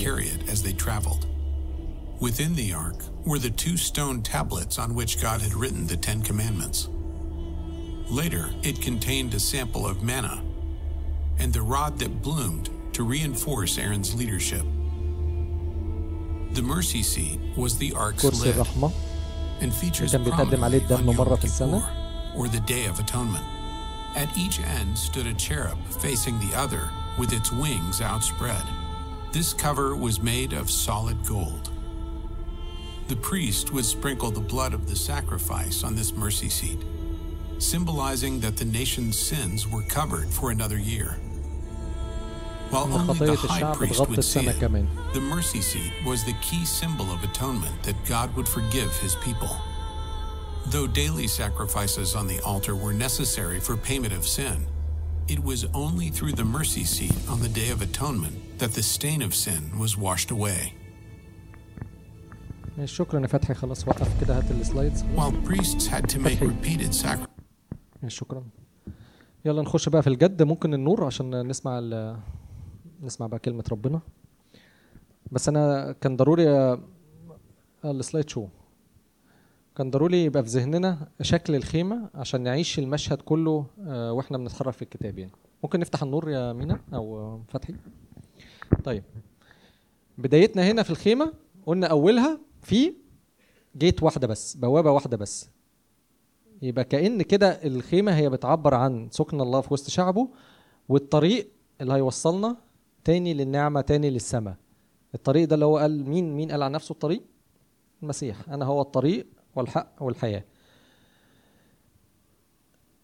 Within the ark were the two stone tablets on which God had written the Ten Commandments. Later, it contained a sample of manna and the rod that bloomed to reinforce Aaron's leadership. The mercy seat was the ark's lid and features prominently on Yom Kippur, or the Day of Atonement. At each end stood a cherub facing the other with its wings outspread. This cover was made of solid gold. The priest would sprinkle the blood of the sacrifice on this mercy seat, symbolizing that the nation's sins were covered for another year. While only the high priest would see it, the mercy seat was the key symbol of atonement that God would forgive his people. Though daily sacrifices on the altar were necessary for payment of sin, it was only through the mercy seat on the Day of Atonement that the stain of sin was washed away. شكرا يا فتحي. خلاص وقف كده هات السلايدز. While priests had to make repeated sacrifices. شكرا. يلا نخش بقى في الجد. ممكن النور عشان نسمع نسمع بقى كلمة ربنا. بس أنا كان ضروري السلايد شو كان ضروري يبقى في ذهننا شكل الخيمة عشان نعيش المشهد كله واحنا بنتحرك في الكتاب. يعني ممكن نفتح النور يا مينا أو فتحي. طيب بدايتنا هنا في الخيمة قلنا أولها في جيت واحدة بس، بوابة واحدة بس. يبقى كأن كده الخيمة هي بتعبر عن سكن الله في وسط شعبه والطريق اللي هيوصلنا تاني للنعمة تاني للسماء. الطريق ده اللي هو قال مين مين قال عن نفسه الطريق؟ المسيح. أنا هو الطريق والحق والحياة.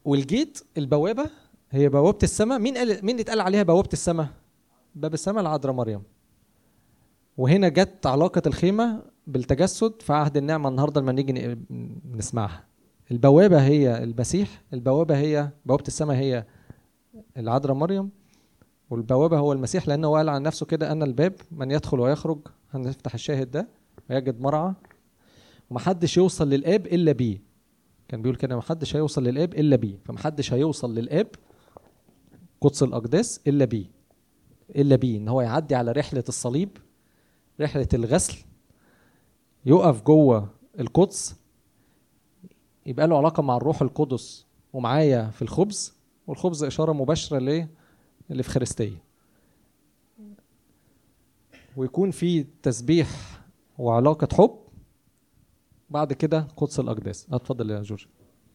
والجيت البوابه هي بوابه السماء. مين قال مين اللي اتقال عليها بوابه السماء؟ باب السماء العذراء مريم. وهنا جت علاقه الخيمه بالتجسد في عهد النعمه النهارده لما نيجي نسمعها. البوابه هي المسيح، البوابه هي بوابه السماء هي العذراء مريم، والبوابه هو المسيح، لانه قال عن نفسه كده انا الباب، من يدخل ويخرج. هنفتح الشاهد ده ويجد مرعى، ومحدش يوصل للاب الا بيه. كان بيقول كده محدش هيوصل للاب الا بيه، فمحدش هيوصل للاب قدس الاقداس الا بيه، الا بيه ان هو يعدي على رحله الصليب، رحله الغسل، يقف جوه القدس، يبقى له علاقه مع الروح القدس ومعايا في الخبز، والخبز اشاره مباشره ليه؟ الافخارستيه، ويكون في تسبيح وعلاقه حب. بعد كده قدس الاقداس. اتفضل يا جورج.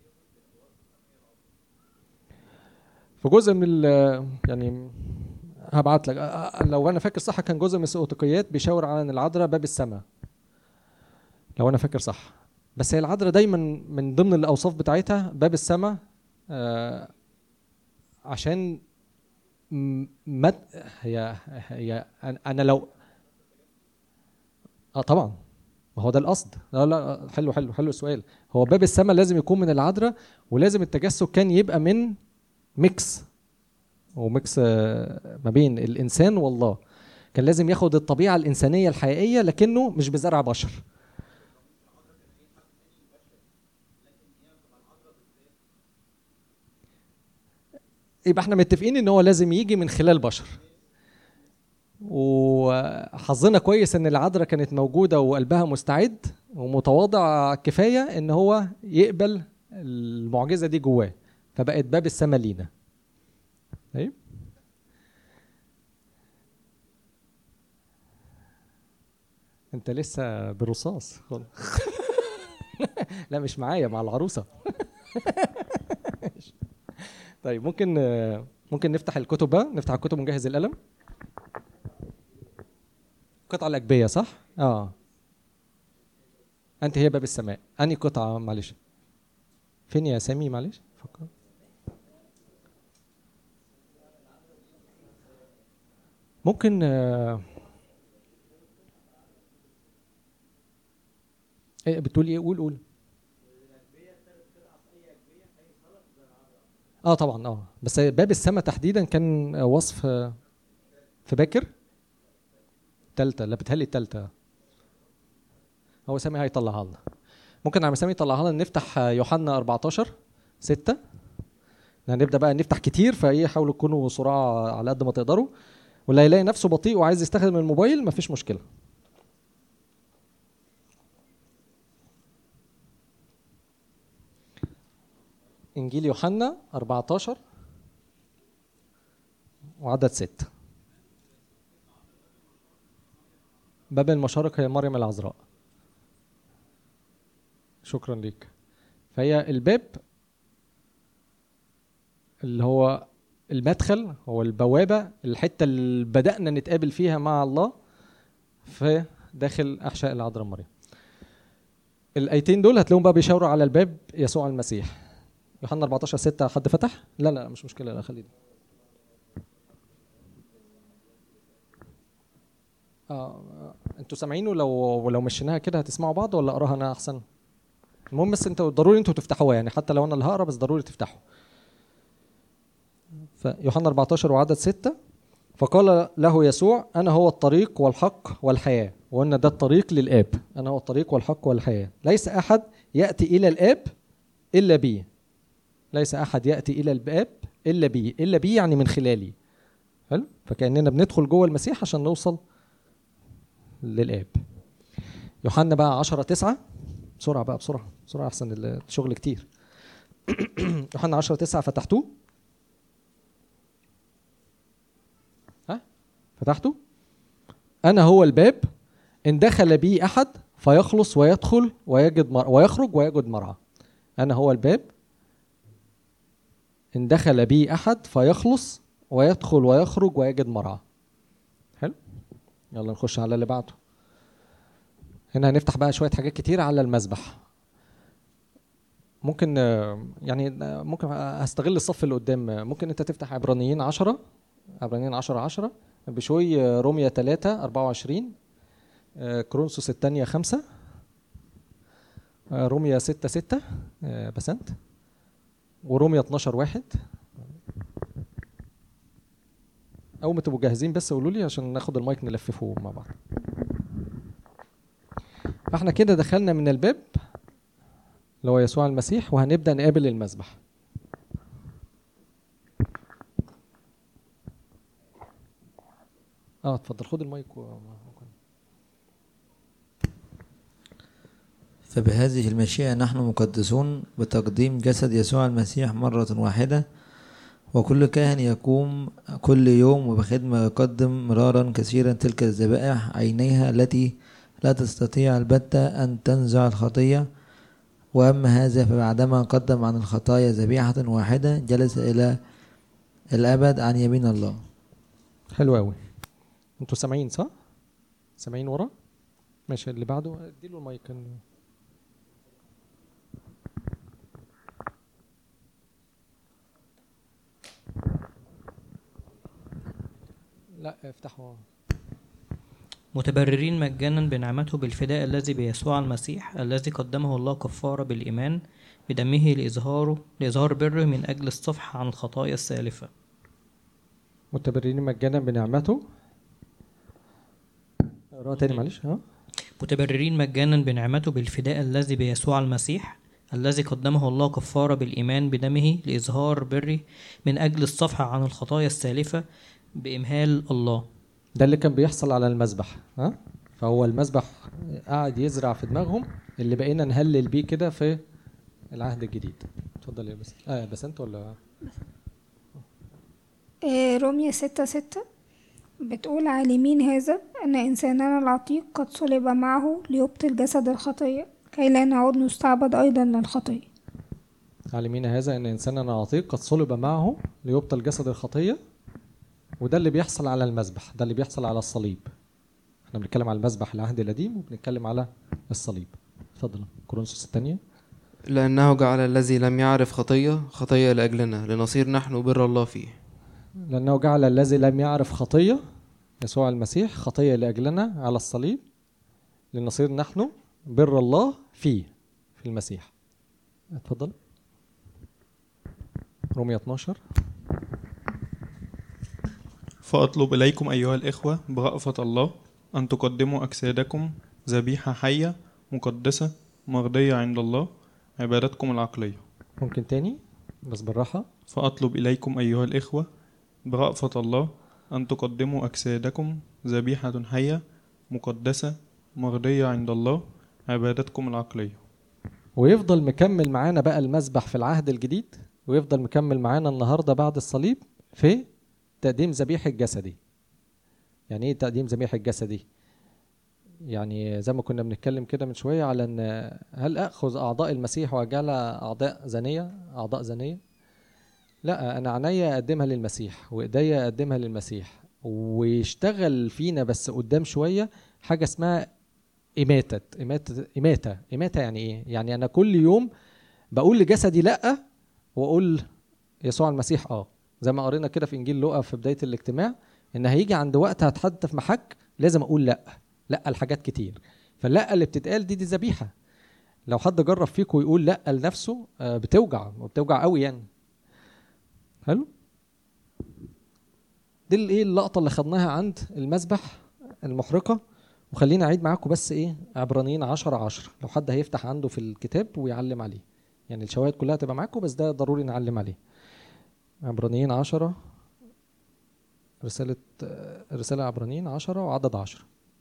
في جزء من يعني هبعت لك لو انا فاكر صح، كان جزء من السؤتقيات بيشاور على ان العذراء باب السماء لو انا فاكر صح. بس هي العذراء دايما من ضمن الاوصاف بتاعتها باب السماء، آه عشان ما هي هي انا لو اه طبعا ما هو ده القصد. لا لا حلو حلو حلو السؤال. هو باب السماء لازم يكون من العذراء، ولازم التجسد كان يبقى من ميكس، وميكس ما بين الانسان والله. كان لازم ياخد الطبيعه الانسانيه الحقيقيه لكنه مش بزرع بشر. يبقى احنا متفقين ان هو لازم يجي من خلال بشر. وحظنا كويس ان العذراء كانت موجوده وقلبها مستعد ومتواضع كفايه ان هو يقبل المعجزه دي جواه، فبقت باب السماء لينا. طيب انت لسه بالرصاص. لا مش معايا، مع العروسه. طيب ممكن ممكن نفتح الكتب بقى، نفتح الكتب ونجهز القلم. قطعة الأجبية صح؟ اه أنت هي باب السماء. أنهي قطعة معلش؟ فين يا سامي معلش؟ فكر. ممكن آه ايه بتقول ايه؟ قول قول. اه طبعا اه بس باب السماء تحديدا كان وصف في باكر تالتة. لا بتهلي التالتة. هو سامي هيطلعها لنا. ممكن عم سامي يطلعها لنا. نفتح يوحنا أربعتاشر ستة. هنبدا بقى نفتح كتير، فايه حاولوا تكونوا سرعة على قد ما تقدروا، واللي هيلاقي نفسه بطيء وعايز يستخدم الموبايل مفيش مشكلة. إنجيل يوحنا أربعتاشر وعدد ستة. باب المشارق هي مريم العذراء. شكرا لك. فهي الباب اللي هو المدخل، هو البوابة، الحتة اللي بدأنا نتقابل فيها مع الله في داخل أحشاء العذراء مريم. الآيتين دول هتلاقيهم بقى بيشاوروا على الباب يسوع المسيح. يوحنا أربعتاشر ستة. حد فتح؟ لا لا مش مشكلة، لا خلينا. اه انتوا سامعينه؟ لو لو مشيناها كده هتسمعوا بعض ولا اقراها انا احسن؟ المهم بس انتوا ضروري انتوا تفتحوها، يعني حتى لو انا اللي هقرا بس ضروري تفتحوا. فيوحنا أربعتاشر وعدد ستة. فقال له يسوع انا هو الطريق والحق والحياه. وان ده الطريق للاب. انا هو الطريق والحق والحياه، ليس احد ياتي الى الاب الا بي. ليس احد ياتي الى الاب الا بي. الا بي يعني من خلالي. حلو. فكاننا بندخل جوه المسيح عشان نوصل للاب. يوحنا بقى عشرة تسعة. بسرعه بقى بسرعه بسرعه احسن الشغل كتير. يوحنا عشرة تسعة. فتحتوه؟ ها فتحته؟ انا هو الباب، ان دخل بي احد فيخلص ويدخل ويجد مر... ويخرج ويجد مرعى. انا هو الباب، ان دخل بي احد فيخلص ويدخل ويخرج ويجد مرعى. حلو. يلا نخش على اللي بعده. هنا هنفتح بقى شويه حاجات كتير على المذبح. ممكن يعني ممكن هستغل الصف اللي قدام. ممكن انت تفتح عبرانيين عشرة، عبرانيين عشرة عشرة بشوي، رومية ثلاثة أربعة وعشرين، كورنثوس الثانية خمسة، رومية ستة ستة بسنت، ورومية اتناشر واحد. أول ما تبقوا جاهزين بس قولوا لي عشان ناخد المايك نلففه مع بعض. فاحنا كده دخلنا من الباب اللي هو يسوع المسيح، وهنبدأ نقابل المذبح. اه اتفضل خد المايك و... فبهذه المشيئة نحن مقدسون بتقديم جسد يسوع المسيح مرة واحدة، وكل كاهن يقوم كل يوم وبخدمة يقدم مرارا كثيرا تلك الذبائح عينيها التي لا تستطيع البتة أن تنزع الخطية. وأما هذا فبعدما قدم عن الخطايا ذبيحة واحدة جلس إلى الأبد عن يمين الله. حلو أوي. انتوا سامعين صح؟ سامعين ورا؟ ماشي. اللي بعده اديله المايك. لا افتحوا. متبررين مجانا بنعمته بالفداء الذي بيسوع المسيح الذي قدمه الله كفارة بالإيمان بدمه لإظهاره لإظهار بره من أجل الصفح عن الخطايا السالفة. متبررين مجانا بنعمته. اقرأ تاني معلش. ها متبررين مجانا بنعمته بالفداء الذي بيسوع المسيح الذي قدمه الله كفارة بالإيمان بدمه لإظهار بره من أجل الصفح عن الخطايا السالفة بإمهال الله. ده اللي كان بيحصل على المذبح. ها فهو المذبح قاعد يزرع في دماغهم اللي بقينا نهلل بيه كده في العهد الجديد. اتفضل يا بس اه بس انت ولا آه رومية ستة ستة بتقول عالمين هذا أن إنساننا العتيق قد صلب معه ليبطل جسد الخطية كي لا نعود نستعبد أيضا للخطية. عالمين هذا أن إنساننا العتيق قد صلب معه ليبطل جسد الخطية. وده اللي بيحصل على المذبح، ده اللي بيحصل على الصليب. احنا بنتكلم على المذبح العهد القديم وبنتكلم على الصليب. اتفضل. كورنثوس الثانية. لأنه جعل الذي لم يعرف خطية خطية لأجلنا لنصير نحن بر الله فيه. لأنه جعل الذي لم يعرف خطية يسوع المسيح خطية لأجلنا على الصليب لنصير نحن بر الله فيه في المسيح. اتفضل. رومية اتناشر. فأطلب إليكم أيها الإخوة برأفة الله أن تقدموا أجسادكم ذبيحة حية مقدسة مرضية عند الله عبادتكم العقلية. ممكن تاني بس بالراحة. فأطلب إليكم أيها الإخوة برأفة الله أن تقدموا أجسادكم ذبيحة حية مقدسة مرضية عند الله عبادتكم العقلية. ويفضل مكمل معانا بقى المذبح في العهد الجديد، ويفضل مكمل معانا النهاردة بعد الصليب في تقديم ذبيحة الجسدي. يعني ايه تقديم ذبيحة الجسدي؟ يعني زي ما كنا بنتكلم كده من شوية على ان هل اخذ اعضاء المسيح واجعلها اعضاء زنية اعضاء زنية؟ لا، انا عينيا اقدمها للمسيح وايديا اقدمها للمسيح، ويشتغل فينا بس قدام شوية حاجة اسمها إماتة. إماتة إماتة إماتة يعني ايه؟ يعني انا كل يوم بقول لجسدي لا، واقول يسوع المسيح اه. زي ما قرينا كده في انجيل لوقا في بدايه الاجتماع ان هيجي عند وقت هتحدث في محك لازم اقول لا لا الحاجات كتير. فاللا اللي بتتقال دي دي ذبيحه. لو حد جرب فيكم يقول لا لنفسه بتوجع وبتوجع قوي يعني. حلو. دي الايه اللقطه اللي خدناها عند المذبح المحرقه. وخلينا اعيد معاكم بس ايه عبرانيين عشرة عشرة لو حد هيفتح عنده في الكتاب ويعلم عليه. يعني الشواهد كلها تبقى معاكم بس ده ضروري نعلم عليه. عبرانيين عشرة، رسالة رسالة عبرانيين عشرة وعدد عشرة،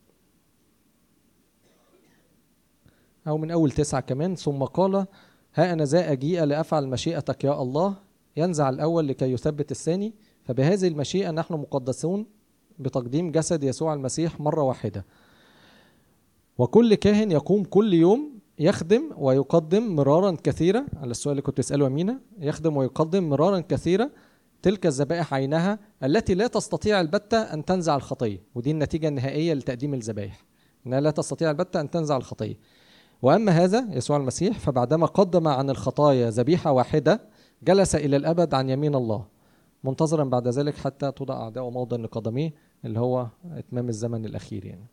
أو من أول تسعة كمان. ثم قال ها أنا ذا أجيء لأفعل مشيئتك يا الله، ينزع الأول لكي يثبت الثاني. فبهذه المشيئة نحن مقدسون بتقديم جسد يسوع المسيح مرة واحدة. وكل كاهن يقوم كل يوم يخدم ويقدم مرارا كثيرة. على السؤال اللي كنت تسأله أمينة، يخدم ويقدم مرارا كثيرة تلك الذبائح عينها التي لا تستطيع البتة أن تنزع الخطية. ودي النتيجة النهائية لتقديم الذبائح، أنها لا تستطيع البتة أن تنزع الخطية. وأما هذا يسوع المسيح فبعدما قدم عن الخطايا ذبيحة واحدة جلس إلى الأبد عن يمين الله منتظرا بعد ذلك حتى توضع أعداءه موضع لقدميه، اللي هو إتمام الزمن الأخير يعني.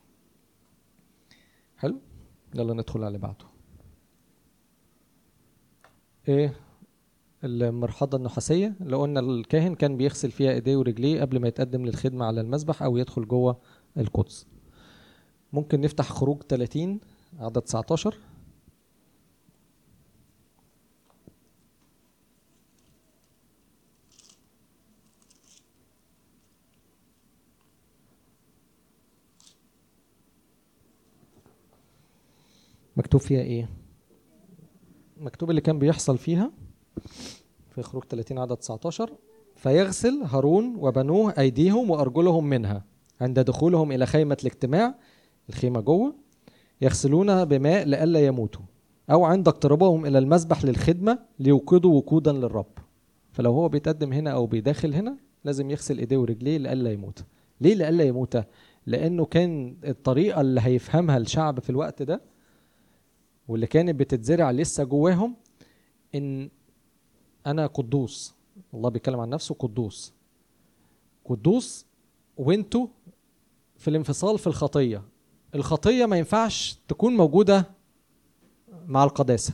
حلو، يلا ندخل على اللي بعده. ايه المرحاضة النحاسية اللي قلنا الكاهن كان بيغسل فيها ايديه ورجليه قبل ما يتقدم للخدمة على المذبح او يدخل جوه القدس. ممكن نفتح خروج ثلاثين عدد تسعتاشر. مكتوب فيها ايه؟ مكتوب اللي كان بيحصل فيها في خروج ثلاثين عدد تسعتاشر: فيغسل هارون وبنوه أيديهم وأرجلهم منها عند دخولهم إلى خيمة الاجتماع، الخيمة جوه، يغسلونها بماء لئلا يموتوا، أو عند اقترابهم إلى المذبح للخدمة ليوقدوا وقودا للرب. فلو هو بيتقدم هنا أو بيداخل هنا لازم يغسل إيديه ورجليه لئلا يموت. ليه لئلا يموت؟ لأنه كان الطريقة اللي هيفهمها الشعب في الوقت ده واللي كانت بتتزرع لسه جواهم إن أنا قدوس. الله بيتكلم عن نفسه قدوس قدوس، وانتوا في الانفصال في الخطية. الخطية ما ينفعش تكون موجودة مع القداسة،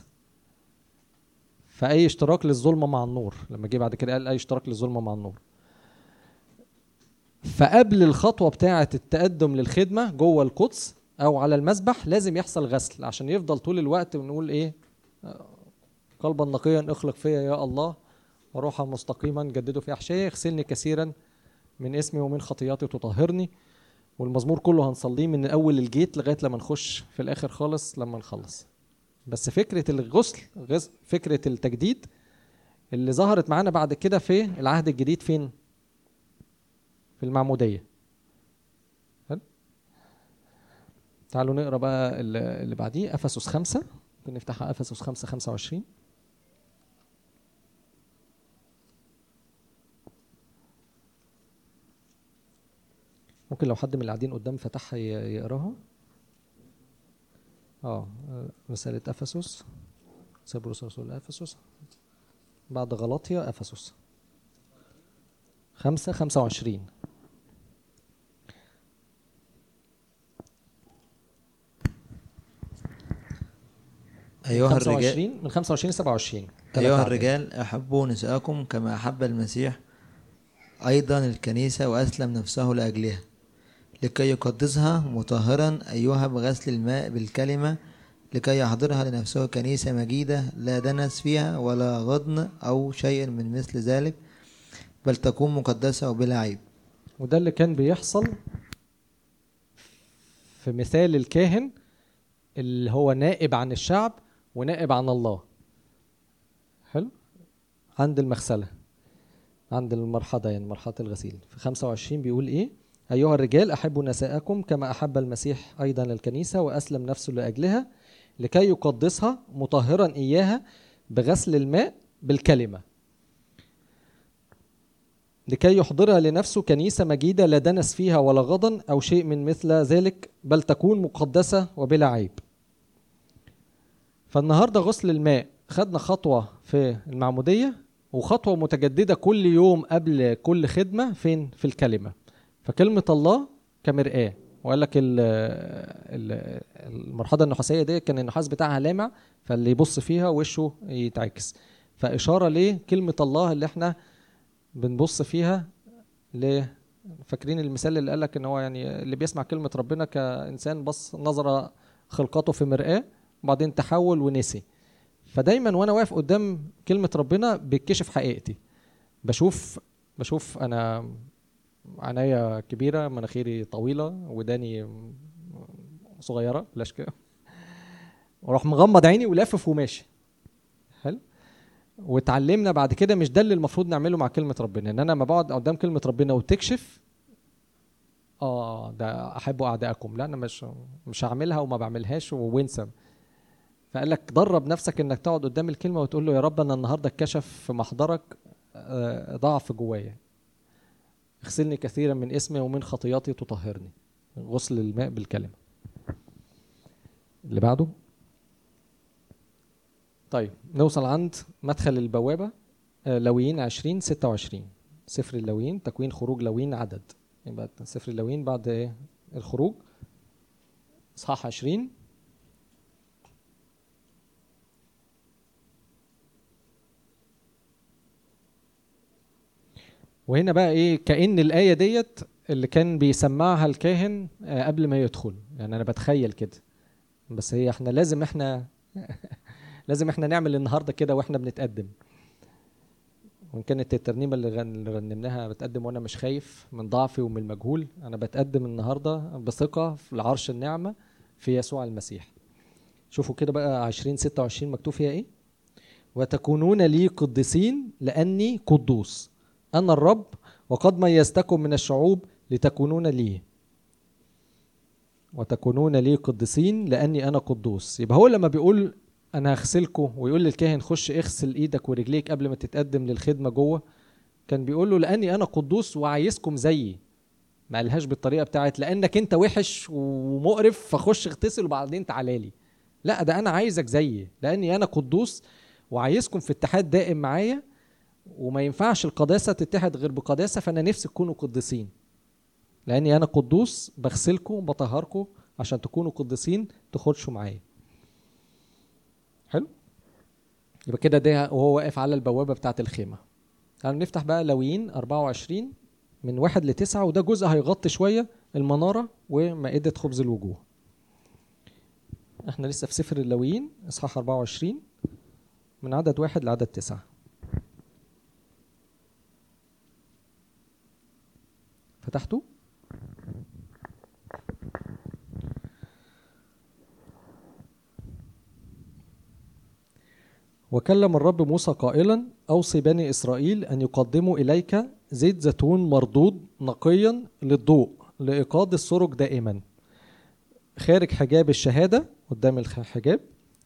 فأي اشتراك للظلمة مع النور. لما جه بعد كده قال أي اشتراك للظلمة مع النور. فقبل الخطوة بتاعة التقدم للخدمة جوه القدس أو على المذبح لازم يحصل غسل عشان يفضل طول الوقت ونقول إيه؟ قلبا نقيا اخلق فيا يا الله وروحا مستقيما جدده في أحشائي، اغسلني كثيرا من اسمي ومن خطياتي تطهرني. والمزمور كله هنصليه من أول الجيت لغاية لما نخش في الآخر خالص لما نخلص. بس فكرة الغسل، فكرة التجديد اللي ظهرت معانا بعد كده في العهد الجديد فين؟ في المعمودية. تعالوا نقرأ بقى اللي بعديه أفسس خمسة. ممكن نفتحها أفسس خمسة خمسة وعشرين. ممكن لو حد من اللي قاعدين قدام فتحها يقراها. اه رسالة أفسس، سبروس رسول أفسس بعد غلاطيا، أفسس خمسة خمسة وعشرين. أيها الرجال من خمسة وعشرين ل سبعة وعشرين. أيها الرجال أحبوا نساءكم كما أحب المسيح أيضا الكنيسة وأسلم نفسه لأجلها لكي يقدسها مطهرا أيها بغسل الماء بالكلمة لكي يحضرها لنفسه كنيسة مجيدة لا دنس فيها ولا غضن أو شيء من مثل ذلك، بل تكون مقدسة وبلا عيب. وده اللي كان بيحصل في مثال الكاهن اللي هو نائب عن الشعب ونائب عن الله. حلو. عند المغسلة، عند المرحضة يعني مرحضة الغسيل. في خمسة وعشرين بيقول ايه؟ أيها الرجال أحبوا نساءكم كما أحب المسيح أيضا الكنيسة وأسلم نفسه لأجلها لكي يقدسها مطهرا إياها بغسل الماء بالكلمة لكي يحضرها لنفسه كنيسة مجيدة لا دنس فيها ولا غضن أو شيء من مثل ذلك، بل تكون مقدسة وبلا عيب. فالنهاردة غسل الماء خدنا خطوة في المعمودية وخطوة متجددة كل يوم قبل كل خدمة فين؟ في الكلمة. فكلمة الله كمرآة، وقال لك المرحاضة النحاسية دي كان النحاس بتاعها لامع، فاللي يبص فيها وشه يتعكس. فإشارة ليه كلمة الله اللي احنا بنبص فيها. ليه؟ فاكرين المثال اللي قال لك ان هو يعني اللي بيسمع كلمة ربنا كإنسان بص نظر خلقته في مرآة وبعدين تحول ونسي. فدايما وانا واقف قدام كلمة ربنا بيتكشف حقيقتي. بشوف بشوف انا عينيا كبيرة، مناخيري طويلة، وداني صغيرة بلاش كده، واروح مغمض عيني ولافف وماشي. حلو. واتعلمنا بعد كده مش ده اللي المفروض نعمله مع كلمة ربنا، ان انا لما بقعد قدام كلمة ربنا وتكشف اه ده احبوا اعدائكم، لا انا مش مش هعملها وما بعملهاش وانسى. فقال لك درب نفسك انك تقعد قدام الكلمة وتقول له يا رب انا النهارده اتكشف في محضرك ضعف جوايا، اغسلني كثيرا من اسمي ومن خطياتي تطهرني. غسل الماء بالكلمة. اللي بعده طيب نوصل عند مدخل البوابة. آه، لويين عشرين ستة وعشرين، سفر اللويين، تكوين خروج لويين عدد، يبقى سفر اللويين بعد إيه؟ الخروج، اصحاح عشرين. وهنا بقى ايه، كأن الآية ديت اللي كان بيسمعها الكاهن آه، قبل ما يدخل، يعني انا بتخيل كده، بس هي احنا لازم احنا لازم احنا نعمل النهارده كده واحنا بنتقدم. وان كانت الترنيمه اللي غن- اللي رنمناها بتقدم وانا مش خايف من ضعفي ومن المجهول، انا بتقدم النهارده بثقه في العرش النعمه في يسوع المسيح. شوفوا كده بقى عشرين ستة وعشرين مكتوب فيها ايه: وتكونون لي قديسين لاني قدوس انا الرب، وقد ميزتكم من الشعوب لتكونون لي. وتكونون لي قديسين لاني انا قدوس. يبقى هو لما بيقول انا هغسلكم ويقول للكاهن خش اغسل ايدك ورجليك قبل ما تتقدم للخدمه جوه، كان بيقول له لاني انا قدوس وعايزكم زيي. ما قالهاش بالطريقه بتاعت لانك انت وحش ومقرف فخش اغتسل وبعدين تعالى لي. لا، ده انا عايزك زيي لاني انا قدوس وعايزكم في اتحاد دائم معايا، وما ينفعش القداسه تتحد غير بقداسه، فانا نفسي تكونوا قديسين لاني انا قدوس، بغسلكم وبطهركم عشان تكونوا قديسين تخشوا معايا. حلو. يبقى كده ده وهو واقف على البوابه بتاعه الخيمه. تعالوا نفتح بقى لويين أربعة وعشرين من واحد لتسعة، وده جزء هيغطي شويه المناره ومائده خبز الوجوه. احنا لسه في سفر اللويين اصحاح أربعة وعشرين من عدد واحد لعدد تسعة. فتحتوا؟ وكلم الرب موسى قائلا: أوصي بني إسرائيل أن يقدموا إليك زيت زيتون مردود نقيا للضوء لإيقاد السرج دائما خارج حجاب الشهادة، قدام الحجاب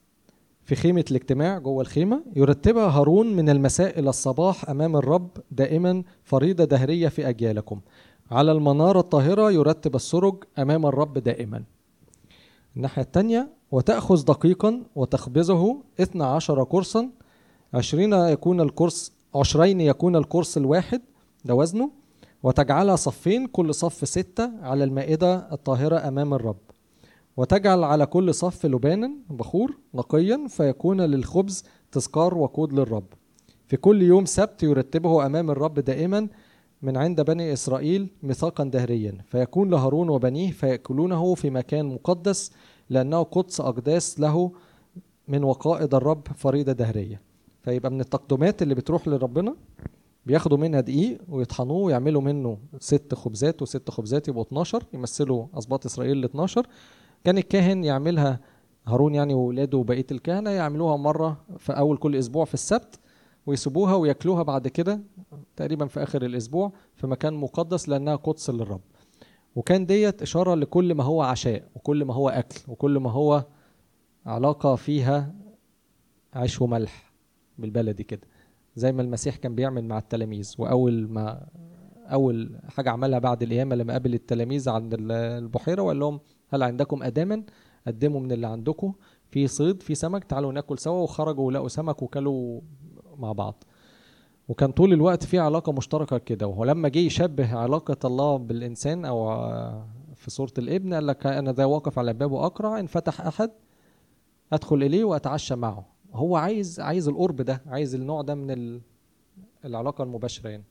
في خيمة الاجتماع جوه الخيمة، يرتبها هارون من المساء إلى الصباح أمام الرب دائما فريضة دهرية في أجيالكم. على المنارة الطاهرة يرتب السرج أمام الرب دائما. الناحية الثانية: وتأخذ دقيقا وتخبزه اثنا عشر قرصا، عشرين يكون القرص عشرين يكون القرص الواحد، ده وزنه، وتجعلها صفين كل صف ستة على المائدة الطاهرة أمام الرب. وتجعل على كل صف لبانا بخور نقيا فيكون للخبز تذكار وقود للرب. في كل يوم سبت يرتبه أمام الرب دائما من عند بني إسرائيل ميثاقا دهريا، فيكون لهارون وبنيه فيأكلونه في مكان مقدس لأنه قدس أقداس له من وقائد الرب فريضة دهرية. فيبقى من التقدمات اللي بتروح لربنا بياخدوا منها دقيق ويطحنوه ويعملوا منه ست خبزات، وست خبزات يبقوا اتناشر يمثلوا أسباط إسرائيل ال اتناشر. كان الكاهن يعملها، هارون يعني وولاده وبقية الكهنة يعملوها مرة في أول كل أسبوع في السبت، ويسيبوها ويأكلوها بعد كده تقريبا في آخر الأسبوع في مكان مقدس لأنها قدس للرب. وكان ديت إشارة لكل ما هو عشاء وكل ما هو أكل وكل ما هو علاقة فيها عيش وملح بالبلدي كده، زي ما المسيح كان بيعمل مع التلاميذ. وأول ما أول حاجة عملها بعد القيامة لما قابل التلاميذ عند البحيرة وقال لهم: هل عندكم أداما؟ قدموا من اللي عندكم، في صيد في سمك، تعالوا ناكل سوا. وخرجوا ولقوا سمك وكلوا مع بعض. وكان طول الوقت في علاقة مشتركة كده. وهو لما جه يشبه علاقة الله بالإنسان أو في صورة الابن قال لك: أنا ذا واقف على الباب وأقرع، إن فتح أحد أدخل إليه وأتعشى معه. هو عايز عايز القرب ده، عايز النوع ده من العلاقة المباشرة يعني.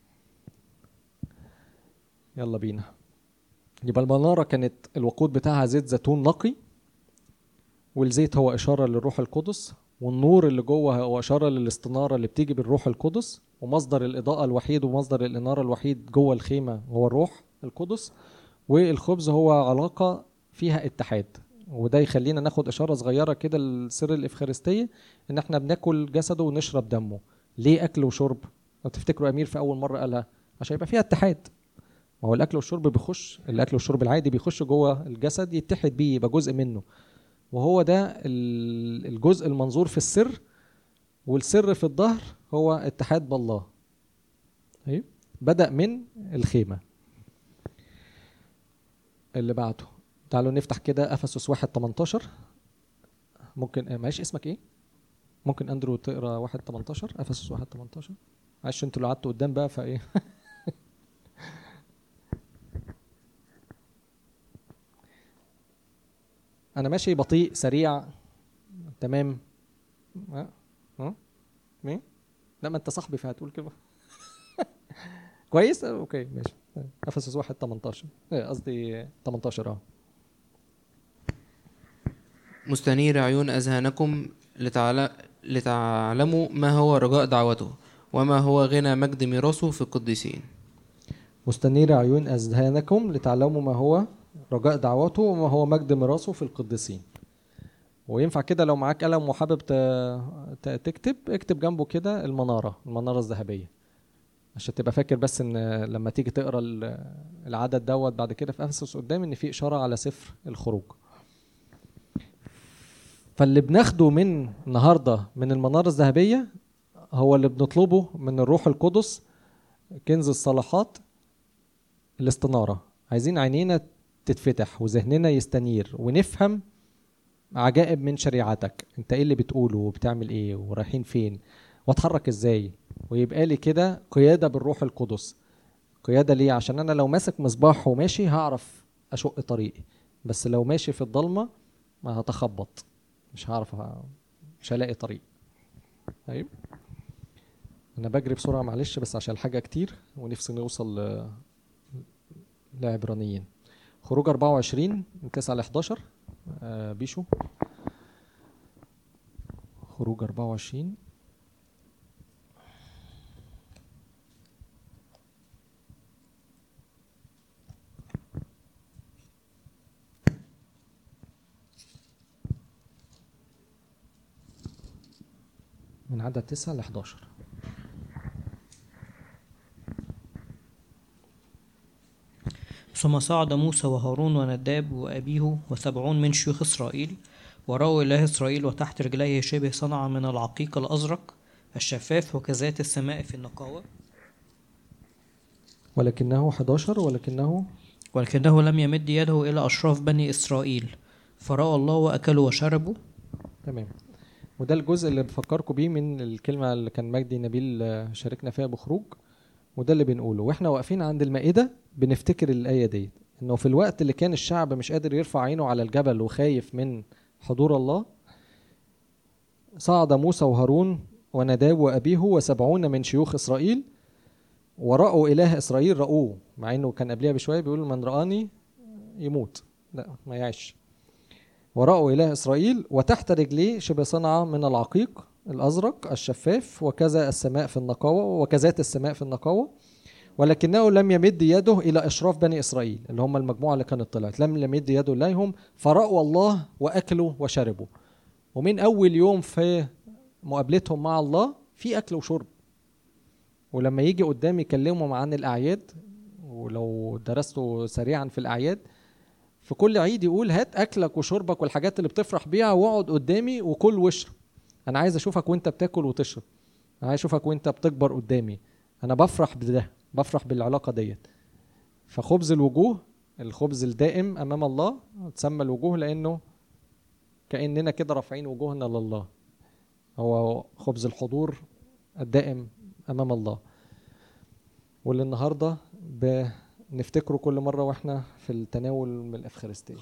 يلا بينا. يبقى المنارة كانت الوقود بتاعها زيت زيتون نقي، والزيت هو إشارة للروح القدس، والنور اللي جوه هو إشارة للاستنارة اللي بتيجي بالروح القدس، ومصدر الإضاءة الوحيد ومصدر الإنارة الوحيد جوه الخيمة هو الروح القدس. والخبز هو علاقة فيها اتحاد. وده يخلينا ناخد إشارة صغيرة كده لسر الإفخارستية، إن احنا بناكل جسده ونشرب دمه. ليه أكل وشرب؟ لو تفتكروا أمير في أول مرة قالها عشان يبقى فيها اتحاد. ما هو الأكل والشرب بيخش، الأكل والشرب العادي بيخش جوه الجسد يتحد بيه يبقى جزء منه، وهو ده الجزء المنظور في السر. والسر في الظهر هو اتحاد بالله. أيوه، بدأ من الخيمة. اللي بعده تعالوا نفتح كده أفسس واحد تمنتاشر. ممكن معيش اسمك ايه؟ ممكن اندرو تقرا واحد تمنتاشر، افسس واحد تمنتاشر. معلش انتوا اللي قعدتوا قدام بقى فايه. انا ماشي بطيء سريع تمام. ها ها مين؟ لا ما انت صاحبي فهتقول كده. كويس اوكي ماشي. افسس واحد تمنتاشر قصدي تمنتاشر. اه مستنير عيون أذهانكم لتعل... لتعلموا ما هو رجاء دعوته وما هو غنى مجد ميراثه في القديسين. مستنير عيون أذهانكم لتعلموا ما هو رجاء دعوته وما هو مجد ميراثه في القديسين. وينفع كده لو معاك قلم وحابب تكتب اكتب جنبه كده المنارة المنارة الذهبية، عشان تبقى فاكر بس ان لما تيجي تقرا العدد دوت بعد كده في افسس قدام ان في اشاره على سفر الخروج. فاللي بناخده من النهارده من المنارة الذهبية هو اللي بنطلبه من الروح القدس، كنز الصلاحات، الاستنارة. عايزين عينينا تتفتح وذهننا يستنير ونفهم عجائب من شريعتك، انت ايه اللي بتقوله وبتعمل ايه ورايحين فين واتحرك ازاي، ويبقى لي كده قيادة بالروح القدس. قيادة ليه؟ عشان انا لو ماسك مصباح وماشي هعرف اشق طريقي، بس لو ماشي في الضلمة ما هتخبط، مش هعرف، مش هلاقي طريق. طيب انا بجري بسرعة معلش بس عشان الحاجة كتير ونفسي نوصل ل... لعبرانيين. خروج أربعة وعشرين من تسعة ل حداشر. آه بيشو خروج أربعة وعشرين. من عدد تسعة ل حداشر. ثم صعد موسى وهارون ونداب وأبيه وسبعون من شيوخ إسرائيل ورأوا إله إسرائيل، وتحت رجليه شبه صنعة من العقيق الأزرق الشفاف وكذات السماء في النقاوة. ولكنه حداشر ولكنه ولكنه لم يمد يده إلى أشراف بني إسرائيل، فرأوا الله وأكلوا وشربوا. تمام. وده الجزء اللي بفكركم بيه من الكلمة اللي كان مجدي نبيل شاركنا فيها بخروج، وده اللي بنقوله واحنا واقفين عند المائدة. بنفتكر الآية دي انه في الوقت اللي كان الشعب مش قادر يرفع عينه على الجبل وخايف من حضور الله، صعد موسى وهارون ونداب وأبيه وسبعون من شيوخ إسرائيل ورأوا إله إسرائيل. رأوه، مع انه كان قبلها بشوية بيقول من رآني يموت، لا ما يعيش. ورأوا إله إسرائيل وتحت رجليه شبه صنعة من العقيق الأزرق الشفاف وكذا السماء في النقاوة وكذات السماء في النقاوة، ولكنه لم يمد يده إلى إشراف بني إسرائيل اللي هم المجموعة اللي كانت طلعت، لم يمد يده إليهم، فرأوا الله وأكلوا وشربوا. ومن أول يوم في مقابلتهم مع الله في أكل وشرب. ولما يجي قدام يكلمهم عن الأعياد، ولو درستوا سريعا في الأعياد، في كل عيد يقول هات أكلك وشربك والحاجات اللي بتفرح بيها واقعد قدامي وكل واشرب. أنا عايز أشوفك وانت بتاكل وتشرب، أنا عايز أشوفك وانت بتكبر قدامي، أنا بفرح بده، بفرح بالعلاقة ديت. فخبز الوجوه، الخبز الدائم أمام الله، تسمى الوجوه لأنه كأننا كده رافعين وجوهنا لله، هو خبز الحضور الدائم أمام الله. واللي النهاردة بنفتكره كل مرة وإحنا في التناول من الأفخارستية.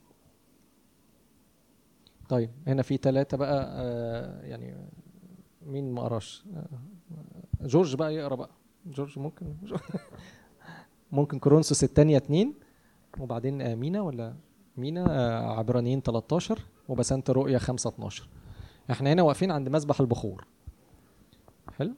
طيب هنا في ثلاثة بقى، آه يعني مين ما قراش؟ آه جورج بقى يقرأ بقى. جورج ممكن ممكن كورنثوس الثانية اتنين، وبعدين آه مينا ولا مينا آه عبرانيين تلتاشر، وبسنت رؤيا خمسة اتناشر. احنا هنا واقفين عند مسبح البخور. حلو.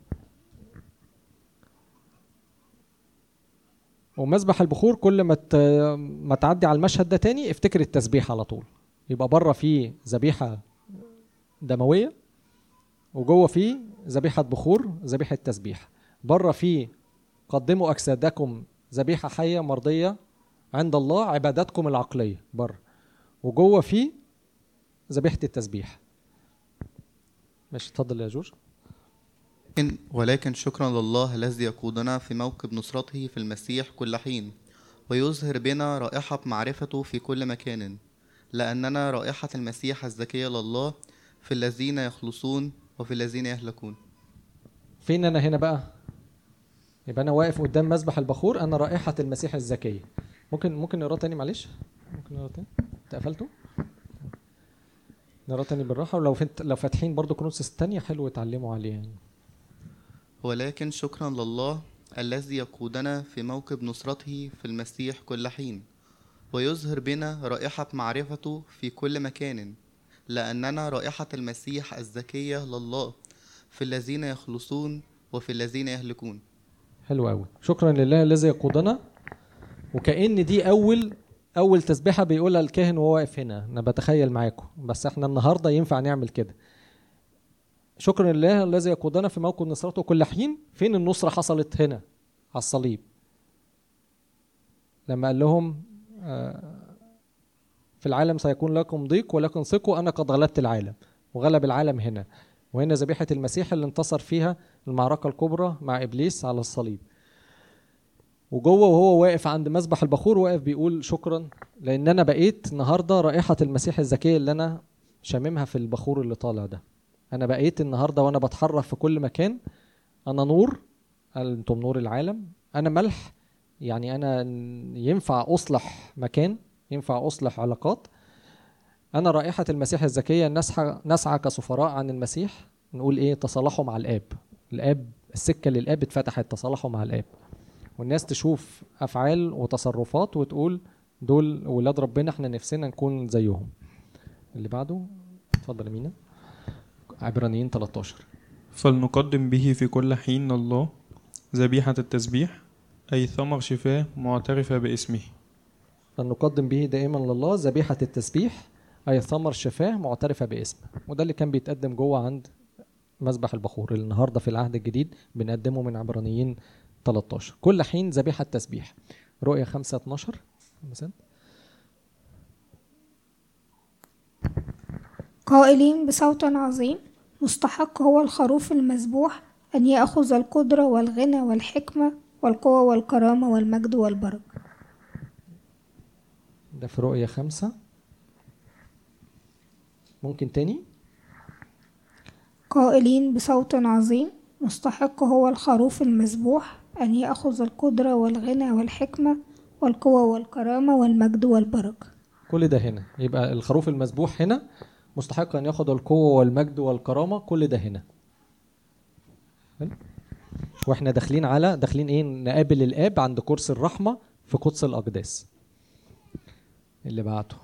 ومسبح البخور كل ما ما تعدي على المشهد ده تاني افتكر التسبيح على طول. يبقى بره فيه ذبيحة دموية، وجوه فيه ذبيحة بخور، ذبيحة تسبيح. بره فيه قدموا أجسادكم ذبيحة حية مرضية عند الله عبادتكم العقلية بره، وجوه فيه ذبيحة التسبيح. ماشي اتفضل يا جورج. ولكن شكرا لله الذي يقودنا في موكب نصرته في المسيح كل حين، ويظهر بنا رائحة معرفته في كل مكان، لأننا رائحة المسيح الزكية لله في الذين يخلصون وفي الذين يهلكون. فين انا هنا بقى؟ يبقى انا واقف قدام مذبح البخور، انا رائحة المسيح الزكية. ممكن ممكن نقراه تاني معلش؟ ممكن نقراه تاني؟ انت قفلته؟ نقراه تاني بالراحة، ولو فت... لو فاتحين برضو كورنثوس الثانية حلو يتعلموا عليه يعني. ولكن شكرا لله الذي يقودنا في موكب نصرته في المسيح كل حين، ويظهر بنا رائحة معرفته في كل مكان، لأننا رائحة المسيح الزكية لله في الذين يخلصون وفي الذين يهلكون. حلو قوي. شكرا لله الذي يقودنا، وكأن دي أول أول تسبيحة بيقولها الكاهن وهو واقف هنا. أنا بتخيل معاكم، بس احنا النهاردة ينفع نعمل كده. شكرا لله الذي يقودنا في موكب نصرته كل حين. فين النصرة حصلت؟ هنا على الصليب، لما قال لهم في العالم سيكون لكم ضيق ولكن ثقوا أنا قد غلبت العالم، وغلب العالم هنا. وهنا ذبيحة المسيح اللي انتصر فيها المعركة الكبرى مع إبليس على الصليب. وجوه وهو واقف عند مذبح البخور واقف بيقول شكرا لأن أنا بقيت النهاردة رائحة المسيح الزكية اللي أنا شاممها في البخور اللي طالع ده. أنا بقيت النهاردة وأنا بتحرك في كل مكان أنا نور، أنتم نور العالم. أنا ملح، يعني أنا ينفع أصلح مكان، ينفع أصلح علاقات. أنا رائحة المسيح الزكية. نسعى نسعى كسفراء عن المسيح، نقول إيه؟ تصالحوا مع الآب. الآب، السكة للآب اتفتحت، تصالحوا مع الآب. والناس تشوف أفعال وتصرفات وتقول دول ولاد ربنا، احنا نفسنا نكون زيهم. اللي بعده اتفضل مينا. عبرانيين ثلاثة عشر. فلنقدم به في كل حين الله ذبيحة التسبيح، أي ثمر شفاه معترفة باسمه. فلنقدم به دائما لله ذبيحة التسبيح، أي ثمر شفاه معترفة باسمه. وده اللي كان بيتقدم جوه عند مذبح البخور. النهارده في العهد الجديد بنقدمه من عبرانيين ثلاثة عشر. كل حين ذبيحة تسبيح. رؤية خمسة اتناشر مثلا. قائلين بصوت عظيم مستحق هو الخروف المذبوح أن يأخذ القدرة والغنى والحكمة والقوة والكرامة والمجد والبركة. ده في رؤية خمسة. ممكن تاني. قائلين بصوت عظيم مستحق هو الخروف المذبوح أن يأخذ القدرة والغنى والحكمة والقوة والكرامة والمجد والبركة. كل ده هنا. يبقى الخروف المذبوح هنا مستحق أن يأخذ القوة والمجد والكرامة. كل ده هنا. واحنا داخلين على داخلين ايه؟ نقابل الآب عند كرسي الرحمة في قدس الأقداس. اللي بعده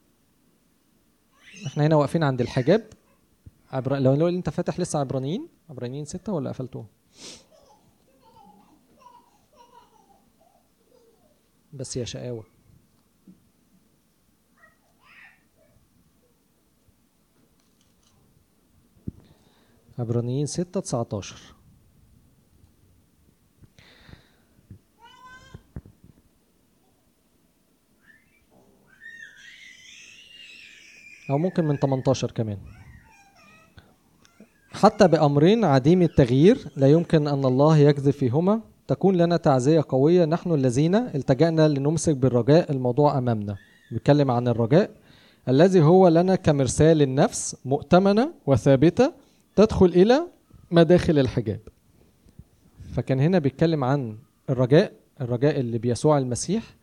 احنا هنا واقفين عند الحجاب. عبر... لو لو انت فاتح لسه عبرانيين عبرانيين ستة ولا قفلتوه؟ بس يا شقاوة. عبرانيين ستة تسعتاشر. أو ممكن من تمنتاشر كمان. حتى بأمرين عديم التغيير لا يمكن أن الله يكذب فيهما تكون لنا تعزية قوية نحن الذين التجأنا لنمسك بالرجاء الموضوع أمامنا. بيتكلم عن الرجاء الذي هو لنا كمرسال النفس مؤتمنة وثابتة تدخل إلى مداخل الحجاب. فكان هنا بيتكلم عن الرجاء الرجاء اللي بيسوع المسيح.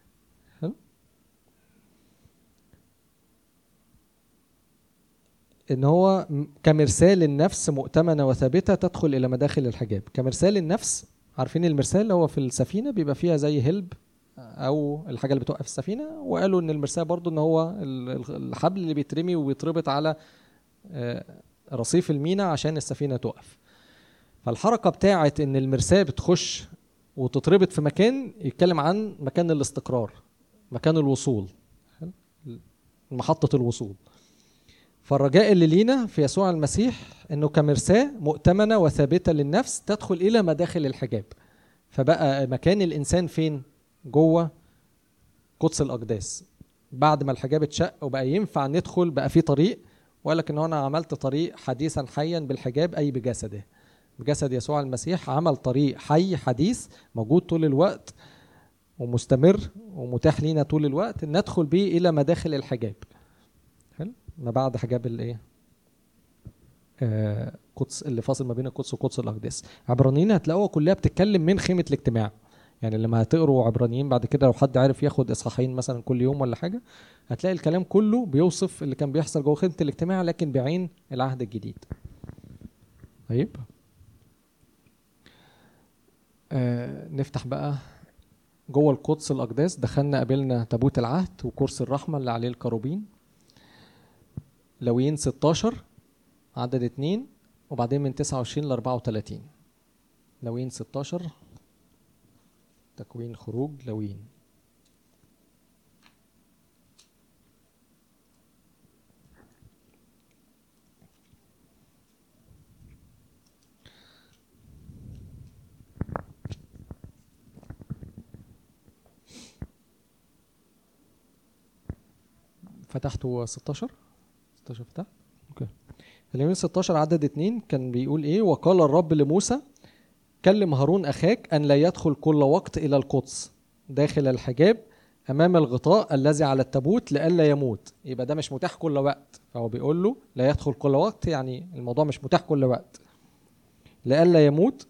ان هو كمرسال النفس مؤتمنة وثابتة تدخل الى مداخل الحجاب. كمرسال النفس، عارفين المرسال هو في السفينة بيبقى فيها زي هلب او الحاجة اللي بتوقف السفينة، وقالوا ان المرسال برضو ان هو الحبل اللي بيترمي وبيتربط على رصيف المينا عشان السفينة تقف. فالحركة بتاعت ان المرسال بتخش وتتربط في مكان يتكلم عن مكان الاستقرار، مكان الوصول، محطة الوصول. فالرجاء اللي لينا في يسوع المسيح انه كمرساة مؤتمنة وثابتة للنفس تدخل الى مداخل الحجاب. فبقى مكان الانسان فين؟ جوه قدس الاقداس. بعد ما الحجاب اتشق وبقى ينفع ندخل، بقى في طريق. ولكن انا عملت طريق حديثا حيا بالحجاب، اي بجسده، بجسد يسوع المسيح. عمل طريق حي حديث موجود طول الوقت ومستمر ومتاح لينا طول الوقت ندخل به الى مداخل الحجاب. حلو. ما بعد حجاب الايه؟ آه قدس اللي فاصل ما بين القدس وقدس الاقداس. عبرانيين هتلاقوها كلها بتتكلم من خيمه الاجتماع. يعني لما هتقروا عبرانيين بعد كده، لو حد عارف ياخد اصحاحين مثلا كل يوم ولا حاجه، هتلاقي الكلام كله بيوصف اللي كان بيحصل جوه خيمه الاجتماع لكن بعين العهد الجديد. طيب آه نفتح بقى جوه القدس الاقداس. دخلنا قابلنا تابوت العهد وكرسي الرحمه اللي عليه الكروبين. لويين ستاشر عدد اتنين، وبعدين من تسعة وعشرين ل أربعة وثلاثين. لويين ستاشر، تكوين، خروج، لويين. فتحته ستاشر ستاشر فتح اوكي. اليومين ستاشر عدد اتنين كان بيقول ايه؟ وقال الرب لموسى كلم هارون اخاك ان لا يدخل كل وقت الى القدس داخل الحجاب امام الغطاء الذي على التابوت لئلا يموت. يبقى ده مش متاح كل وقت، فهو بيقول له لا يدخل كل وقت، يعني الموضوع مش متاح كل وقت. لئلا يموت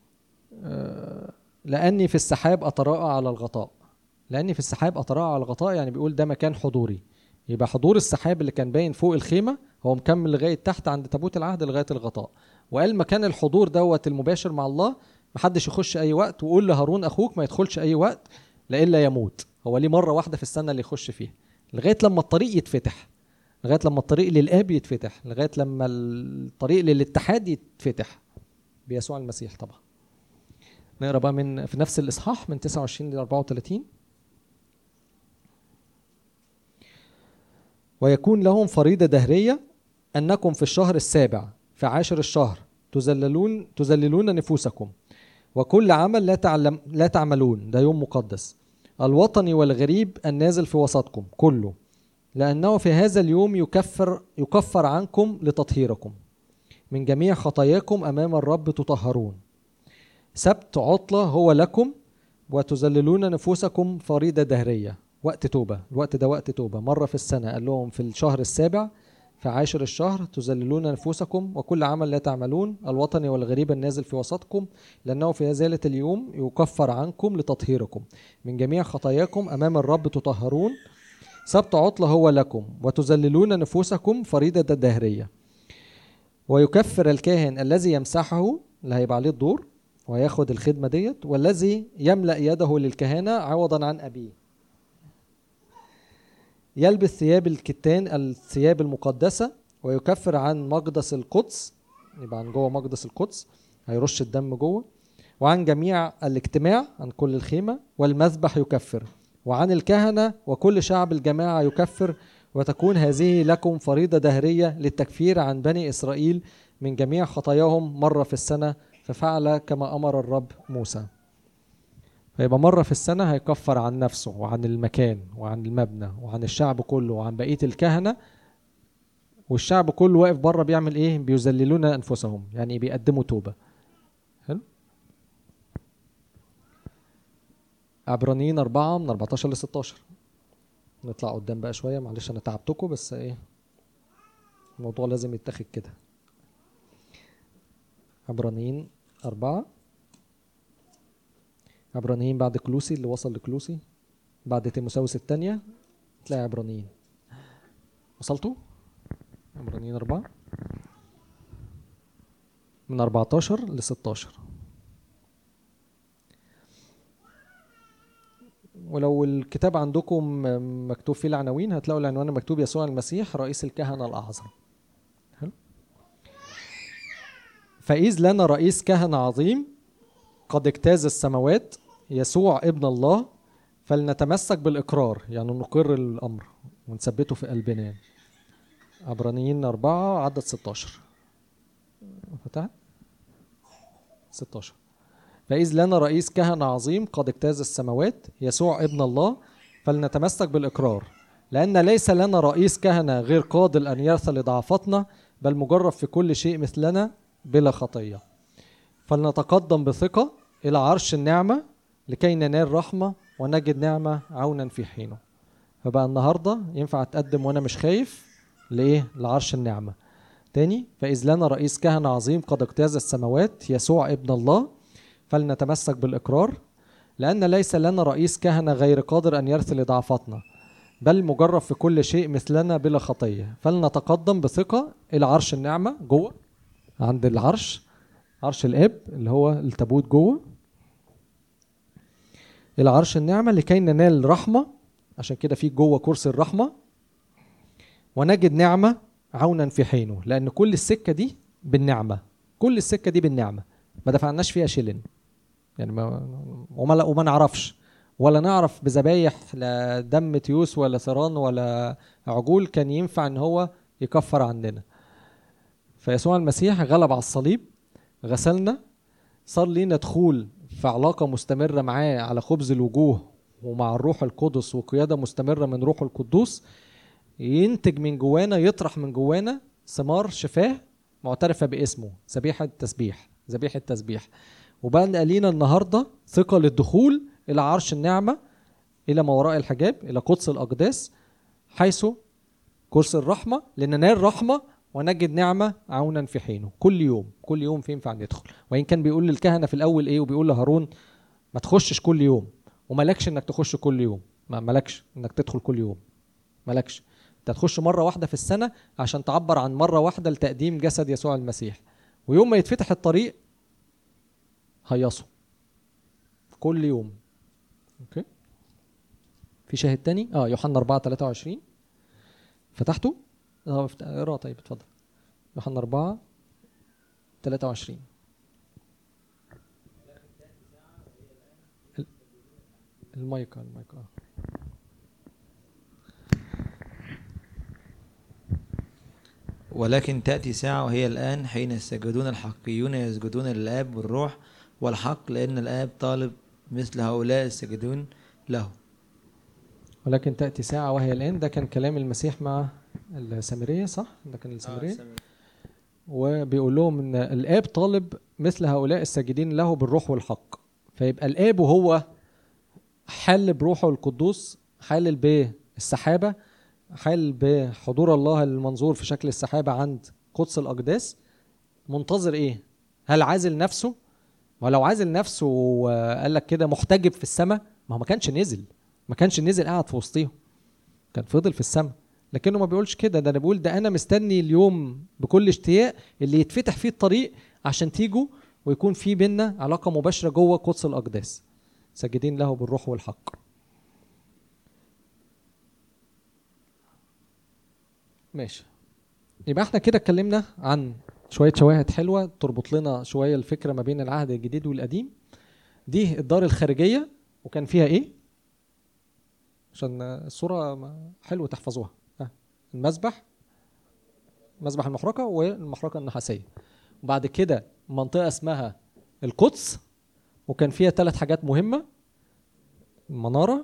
لاني في السحاب اتراءى على الغطاء. لاني في السحاب اتراءى على الغطاء يعني بيقول ده مكان حضوري. يبقى حضور السحاب اللي كان باين فوق الخيمه هو مكمل لغايه تحت عند تابوت العهد لغايه الغطاء. وقال مكان الحضور دوت المباشر مع الله محدش يخش اي وقت، وقول لهارون اخوك ما يدخلش اي وقت لئلا يموت. هو ليه مره واحده في السنه اللي يخش فيها لغايه لما الطريق يتفتح، لغايه لما الطريق للاب يتفتح، لغايه لما الطريق للاتحاد يتفتح بيسوع المسيح. طبعا نقرا بقى من في نفس الاصحاح من تسعة وعشرين ل أربعة وثلاثين. ويكون لهم فريضة دهرية أنكم في الشهر السابع في عاشر الشهر تذللون تذللون نفوسكم، وكل عمل لا تعلم لا تعملون، ده يوم مقدس، الوطني والغريب النازل في وسطكم كله، لأنه في هذا اليوم يكفر يكفر عنكم لتطهيركم، من جميع خطاياكم أمام الرب تطهرون. سبت عطلة هو لكم، وتذللون نفوسكم فريضة دهرية، وقت توبة. الوقت ده وقت توبة مرة في السنة. قال لهم في الشهر السابع في عاشر الشهر تذللون نفوسكم، وكل عمل لا تعملون، الوطني والغريب النازل في وسطكم، لأنه في ذلك اليوم يكفر عنكم لتطهيركم، من جميع خطاياكم أمام الرب تطهرون. سبت عطلة هو لكم، وتذللون نفوسكم فريضة دهرية. ويكفر الكاهن الذي يمسحه، اللي هيبقى عليه الدور وياخد الخدمة ديت، والذي يملأ يده للكهنة عوضا عن أبيه، يلبس ثياب الكتان الثياب المقدسة، ويكفر عن مقدس القدس، يبقى عن جوه مقدس القدس هيرش الدم جوه، وعن جميع الاجتماع عن كل الخيمة، والمذبح يكفر، وعن الكهنة وكل شعب الجماعة يكفر. وتكون هذه لكم فريضة دهرية للتكفير عن بني إسرائيل من جميع خطاياهم مرة في السنة، ففعل كما أمر الرب موسى. فيبقى مرة في السنة هيكفر عن نفسه وعن المكان وعن المبنى وعن الشعب كله وعن بقية الكهنة، والشعب كله واقف بره بيعمل ايه؟ بيذللون أنفسهم، يعني بيقدموا توبة. حلو. عبرانيين أربعة من أربعتاشر ل ستاشر. نطلع قدام بقى شوية، معلش أنا تعبتكم بس ايه الموضوع لازم يتاخد كده. عبرانيين أربعة، عبرانيين بعد كلوسي اللي وصل لكلوسي، بعد تيموساوس الثانية تلاقي عبرانيين. وصلتوا؟ عبرانيين أربعة من أربعتاشر ل ستاشر. ولو الكتاب عندكم مكتوب فيه العناوين هتلاقوا العنوان مكتوب يسوع المسيح رئيس الكهنة الأعظم. حلو. فإذ لنا رئيس كهنة عظيم قد اجتاز السماوات، يسوع ابن الله، فلنتمسك بالإقرار، يعني نقر الأمر ونثبته في قلبنا. عبرانيين أربعة عدد ستاشر. فتحت ستاشر. فإذ لنا رئيس كهنة عظيم قد اجتاز السماوات، يسوع ابن الله، فلنتمسك بالإقرار، لأن ليس لنا رئيس كهنة غير قادر أن يرثى لضعفتنا، بل مجرب في كل شيء مثلنا بلا خطية. فلنتقدم بثقة إلى عرش النعمة لكي ننال رحمة ونجد نعمة عونا في حينه. فبقى النهاردة ينفع أتقدم وأنا مش خايف لإيه؟ لعرش النعمة. تاني، فإذ لنا رئيس كهنة عظيم قد اجتاز السماوات يسوع ابن الله فلنتمسك بالإقرار، لأن ليس لنا رئيس كهنة غير قادر أن يرثي لضعفاتنا، بل مجرب في كل شيء مثلنا بلا خطية، فلنتقدم بثقة إلى عرش النعمة جوه عند العرش، عرش الآب اللي هو التابوت جوه، إلى عرش النعمة لكي ننال رحمة، عشان كده في جوه كرسي الرحمة، ونجد نعمة عونا في حينه، لأن كل السكة دي بالنعمة، كل السكة دي بالنعمة، ما دفعناش فيها شيلن يعني، ما وما, وما نعرفش ولا نعرف بذبايح لا دم تيوس ولا ثيران ولا عجول كان ينفع ان هو يكفر عننا. فيسوع المسيح غلب على الصليب، غسلنا، صار لينا دخول في علاقة مستمرة معاه على خبز الوجوه ومع الروح القدس، وقيادة مستمرة من روح القدوس، ينتج من جوانا، يطرح من جوانا ثمار شفاه معترفة باسمه، ذبيحة تسبيح، ذبيحة تسبيح. وبقى لينا النهاردة ثقة للدخول إلى عرش النعمة، إلى ما وراء الحجاب، إلى قدس الأقداس، حيث كرسي الرحمة، لننال رحمة ونجد نعمة عونا في حينه. كل يوم كل يوم في ينفع ندخل، وإن كان بيقول للكهنة في الأول إيه، وبيقول لهارون ما تخشش كل يوم، وملكش إنك تخش كل يوم، ما ملكش إنك تدخل كل يوم، ملكش، أنت تخش مرة واحدة في السنة عشان تعبر عن مرة واحدة لتقديم جسد يسوع المسيح، ويوم ما يتفتح الطريق هيصوا كل يوم. اوكي، في شاهد تاني اه يوحنا أربعة ثلاثة وعشرين، فتحته اه اقرا طيب اتفضل. يوحنا أربعة ثلاثة وعشرين. المايك المايك اه ولكن تأتي ساعة وهي الآن حين الساجدون الحقيون يسجدون للآب والروح والحق، لأن الآب طالب مثل هؤلاء الساجدون له. ولكن تأتي ساعة وهي الآن، ده كان كلام المسيح مع السامرية، صح؟ ده كان السامرية. آه وبيقول لهم ان الآب طالب مثل هؤلاء الساجدين له بالروح والحق. فيبقى الآب وهو حل بروحه القدوس، حل بالسحابة، حل بحضور الله المنظور في شكل السحابة عند قدس الأقداس، منتظر ايه؟ هل عازل نفسه؟ ما لو عازل نفسه وقال لك كده محتجب في السماء، ما هو ما كانش نزل، ما كانش نزل قاعد في وسطهم، كان فضل في السماء. لكنه ما بيقولش كده، ده انا بقول ده انا مستني اليوم بكل اشتياق اللي يتفتح فيه الطريق عشان تيجوا ويكون في بيننا علاقة مباشرة جوه قدس الأقداس، ساجدين له بالروح والحق. ماشي، يبقى احنا كده اتكلمنا عن شوية شواهد حلوة تربط لنا شوية الفكرة ما بين العهد الجديد والقديم. دي الدار الخارجية، وكان فيها ايه عشان الصورة حلوة تحفظوها، المذبح، مذبح المحرقة والمحرقة النحاسية. وبعد كده منطقة اسمها القدس، وكان فيها ثلاث حاجات مهمة، المنارة،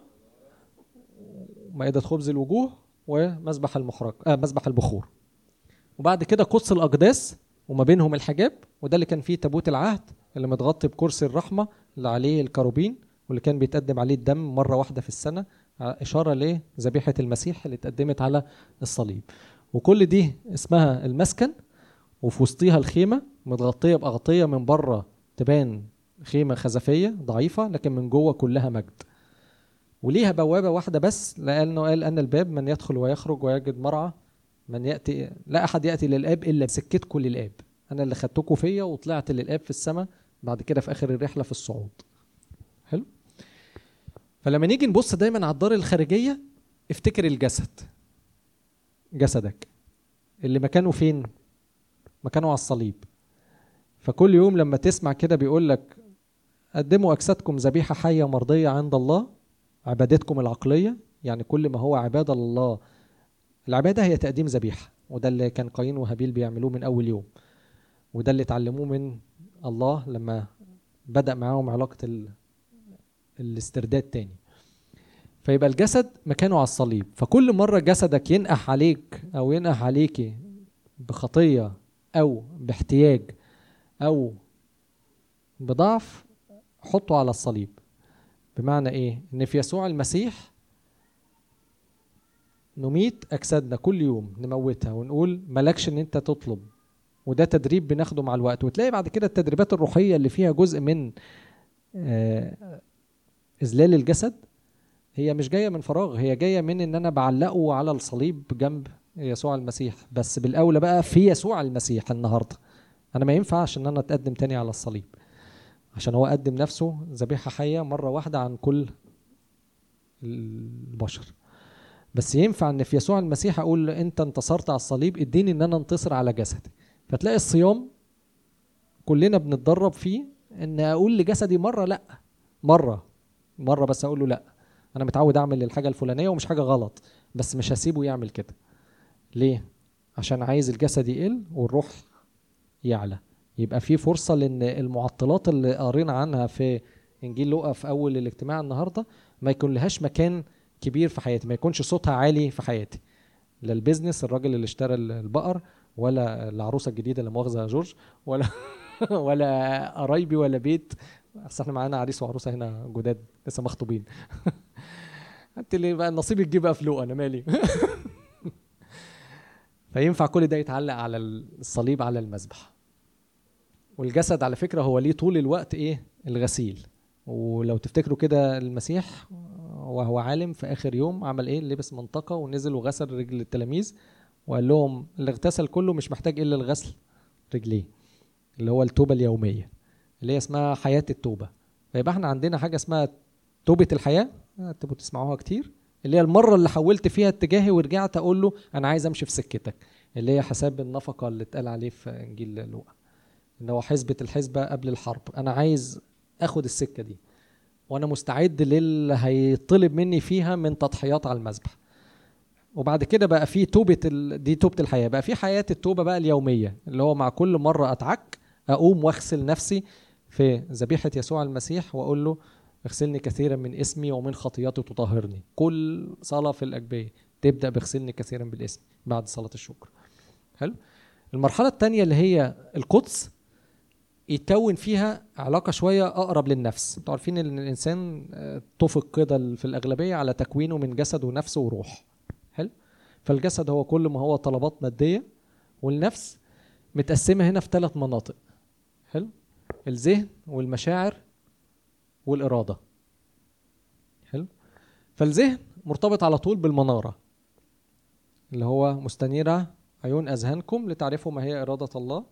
مائدة خبز الوجوه، ومذبح المحرقة آه مذبح البخور. وبعد كده قدس الأقداس وما بينهم الحجاب، وده اللي كان فيه تابوت العهد اللي متغطي بكرسي الرحمة اللي عليه الكروبين، واللي كان بيتقدم عليه الدم مرة واحدة في السنة، إشارة لذبيحة المسيح اللي اتقدمت على الصليب. وكل دي اسمها المسكن، وفي وسطيها الخيمة متغطية بأغطية من بره تبان خيمة خزفية ضعيفة، لكن من جوه كلها مجد. وليها بوابة واحدة بس، لأنه قال أن الباب من يدخل ويخرج ويجد مرعى، من يأتي لا أحد يأتي للآب إلا بسكتكم للآب. أنا اللي خدتكم فيا وطلعت للآب في السماء بعد كده في آخر الرحلة في الصعود. حلو. فلما نيجي نبص دايما على الدار الخارجية، افتكر الجسد، جسدك اللي مكانه فين؟ مكانه على الصليب. فكل يوم لما تسمع كده بيقول لك قدموا أجسادكم ذبيحة حية مرضية عند الله، عبادتكم العقلية، يعني كل ما هو عبادة لله. العبادة هي تقديم ذبيحة، وده اللي كان قايين وهابيل بيعملوه من أول يوم، وده اللي اتعلموه من الله لما بدأ معاهم علاقة ال... الاسترداد تاني. فيبقى الجسد مكانه على الصليب. فكل مرة جسدك ينقح عليك أو ينقح عليكي بخطية أو باحتياج أو بضعف، حطه على الصليب. بمعنى إيه؟ إن في يسوع المسيح نميت أجسادنا كل يوم، نموتها ونقول ملكش إن أنت تطلب وده تدريب بناخده مع الوقت. وتلاقي بعد كده التدريبات الروحية اللي فيها جزء من آه إذلال الجسد هي مش جاية من فراغ، هي جاية من ان انا بعلقه على الصليب جنب يسوع المسيح، بس بالاولى بقى في يسوع المسيح النهاردة. انا ما ينفعش ان انا اتقدم تاني على الصليب، عشان هو قدم نفسه ذبيحة حية مرة واحدة عن كل البشر. بس ينفع ان في يسوع المسيح اقول انت انتصرت على الصليب، اديني ان انا انتصر على جسدي. فتلاقي الصيام كلنا بنتدرب فيه ان اقول لجسدي مرة لا، مرة مرة بس اقول له لا، انا متعود اعمل الحاجة الفلانية ومش حاجة غلط، بس مش هسيبه يعمل كده. ليه؟ عشان عايز الجسد يقل والروح يعلى. يبقى في فرصة لان المعطلات اللي قارين عنها في انجيل لوقا في اول الاجتماع النهاردة ما يكون لهاش مكان كبير في حياتي، ما يكونش صوتها عالي في حياتي. لا البيزنس، الراجل اللي اشترى البقر، ولا العروسة الجديدة اللي مؤاخذة يا جورج، ولا ولا قرايبي، ولا بيت. اصل احنا معانا عريس وعروسة هنا جداد لسه مخطوبين. انت اللي بقى النصيب تجيب بقى فلوق، انا مالي. فينفع كل ده يتعلق على الصليب على المذبح. والجسد على فكرة هو ليه طول الوقت ايه؟ الغسيل. ولو تفتكروا كده المسيح وهو عالم في آخر يوم عمل ايه؟ لبس منطقة ونزل وغسل رجل التلاميذ، وقال لهم اللي اغتسل كله مش محتاج إلا الغسل رجليه، اللي هو التوبة اليومية اللي هي اسمها حياة التوبة. فيبقى احنا عندنا حاجة اسمها توبة الحياة، تبقوا تسمعوها كتير، اللي هي المرة اللي حولت فيها اتجاهي ورجعت أقول له أنا عايز أمشي في سكتك، اللي هي حساب النفقة اللي اتقال عليه في إنجيل لوقا، إن هو حسبة الحسبة قبل الحرب. أنا عايز أخد السكة دي وانا مستعد للي هيطلب مني فيها من تضحيات على المذبح. وبعد كده بقى في توبة ال... دي توبة الحياة. بقى في حياة التوبة بقى اليومية، اللي هو مع كل مرة اتعك اقوم واغسل نفسي في ذبيحة يسوع المسيح واقول له اغسلني كثيرا من اسمي ومن خطياتي تطهرني. كل صلاة في الأجبية تبدأ باغسلني كثيرا بالاسم بعد صلاة الشكر. حلو. المرحلة الثانية اللي هي القدس، يتكون فيها علاقة شوية أقرب للنفس. انتوا عارفين ان الإنسان اتفق كده في الأغلبية على تكوينه من جسد ونفس وروح. حلو. فالجسد هو كل ما هو طلبات مادية، والنفس متقسمة هنا في ثلاث مناطق. حلو. الذهن والمشاعر والإرادة. حلو. فالذهن مرتبط على طول بالمنارة، اللي هو مستنيرة عيون أذهانكم لتعرفوا ما هي إرادة الله.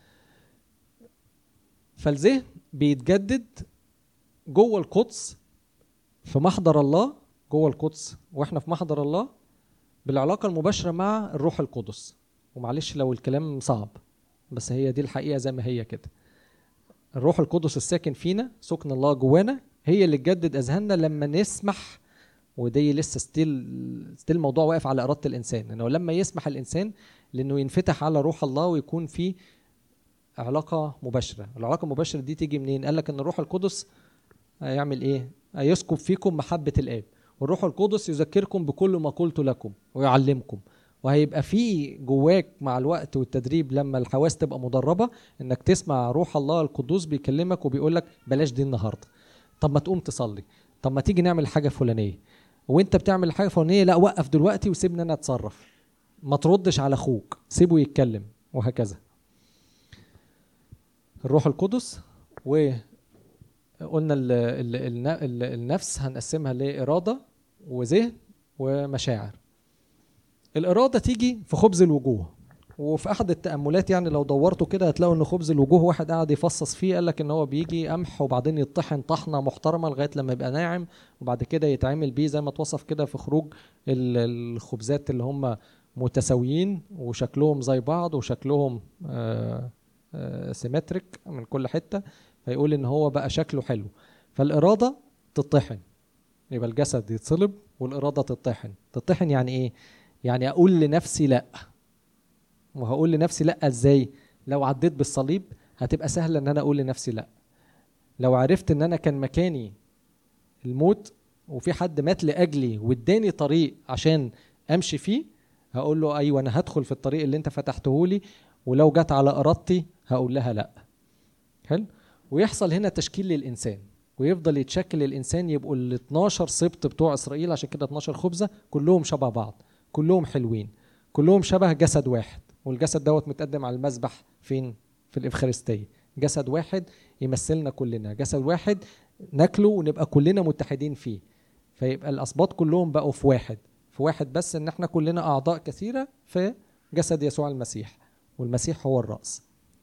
فالذهن بيتجدد جوه القدس في محضر الله، جوه القدس واحنا في محضر الله بالعلاقة المباشرة مع الروح القدس. ومعلش لو الكلام صعب، بس هي دي الحقيقة زي ما هي كده. الروح القدس الساكن فينا، سكن الله جوانا، هي اللي تجدد أذهاننا لما نسمح. ودي لسه ستيل ستيل موضوع واقف على إرادة الإنسان، إنه لما يسمح الإنسان لأنه ينفتح على روح الله ويكون فيه علاقة مباشرة. العلاقة المباشرة دي تيجي منين؟ قال لك ان الروح القدس هيعمل ايه؟ هيسكب فيكم محبة الآب، والروح القدس يذكركم بكل ما قلت لكم ويعلمكم. وهيبقى في جواك مع الوقت والتدريب لما الحواس تبقى مدربة انك تسمع روح الله القدوس بيكلمك وبيقول لك بلاش دي النهاردة، طب ما تقوم تصلي، طب ما تيجي نعمل حاجة فلانية. وانت بتعمل حاجة فلانية لا وقف دلوقتي وسيبني انا اتصرف، ما تردش على اخوك، سيبه يتكلم، وهكذا. الروح القدس. وقلنا ال ال ال النفس هنقسمها لإرادة وذهن ومشاعر. الإرادة تيجي في خبز الوجوه، وفي أحد التأملات يعني لو دورتوا كده هتلاقوا إن خبز الوجوه واحد قاعد يفصص فيه، قال لك إن هو بيجي قمح وبعدين يطحن طحنة محترمة لغاية لما يبقى ناعم، وبعد كده يتعمل بيه زي ما توصف كده في خروج الخبزات اللي هم متساويين وشكلهم زي بعض وشكلهم آه سيمتريك من كل حتة، فيقول ان هو بقى شكله حلو. فالإرادة تطحن، يبقى الجسد يتصلب والإرادة تطحن. تطحن يعني ايه؟ يعني اقول لنفسي لا. وهقول لنفسي لا ازاي؟ لو عديت بالصليب هتبقى سهلة ان انا اقول لنفسي لا. لو عرفت ان انا كان مكاني الموت وفي حد مات لأجلي واداني طريق عشان امشي فيه، هقول له ايوه انا هدخل في الطريق اللي انت فتحته لي، ولو جت على إرادتي هقول لها لا. حلو. ويحصل هنا تشكيل للإنسان، ويفضل يتشكل الإنسان، يبقوا ال اتناشر سبط بتوع إسرائيل، عشان كده اتناشر خبزة كلهم شبه بعض، كلهم حلوين، كلهم شبه جسد واحد. والجسد دوت متقدم على المذبح فين؟ في الإفخارستية. جسد واحد يمثلنا كلنا، جسد واحد ناكله ونبقى كلنا متحدين فيه، فيبقى الأسباط كلهم بقوا في واحد في واحد بس، إن احنا كلنا أعضاء كثيرة في جسد يسوع المسيح، والمسيح هو الرأس.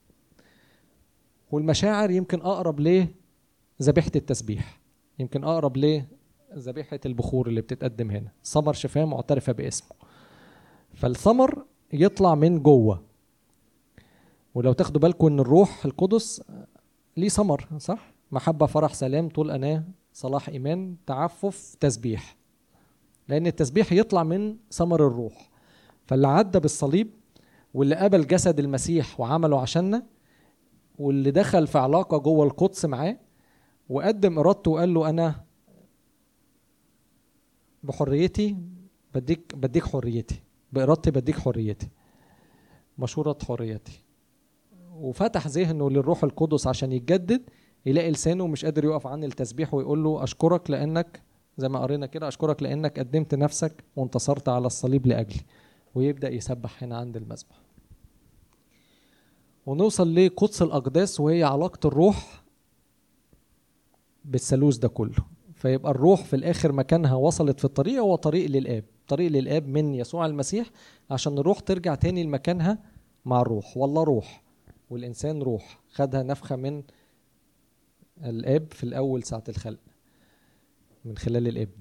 والمشاعر يمكن أقرب ليه ذبيحة التسبيح، يمكن أقرب ليه ذبيحة البخور اللي بتتقدم هنا، ثمر شفاه معترفة باسمه. فالثمر يطلع من جوه. ولو تاخدوا بالكم ان الروح القدس ليه ثمر، صح؟ محبة، فرح، سلام، طول أناة، صلاح، إيمان، تعفف، تسبيح. لأن التسبيح يطلع من ثمر الروح. فاللي عدى بالصليب واللي قبل جسد المسيح وعمله عشاننا، واللي دخل في علاقة جوه القدس معاه وقدم إرادته وقال له أنا بحريتي بديك بديك حريتي، بإرادتي بديك حريتي، مشورة حريتي، وفتح ذهنه للروح القدس عشان يتجدد، يلاقي لسانه مش قادر يقف عن التسبيح ويقول له أشكرك لأنك زي ما قرينا كده، أشكرك لأنك قدمت نفسك وانتصرت على الصليب لأجلي، ويبدأ يسبح هنا عند المذبح. ونوصل لقدس الأقداس، وهي علاقة الروح بالثالوث ده كله. فيبقى الروح في الآخر مكانها وصلت في الطريق، هو طريق للآب، طريق للآب من يسوع المسيح، عشان الروح ترجع تاني لمكانها مع الروح. والله روح والإنسان روح، خدها نفخة من الآب في الأول ساعة الخلق من خلال الابن.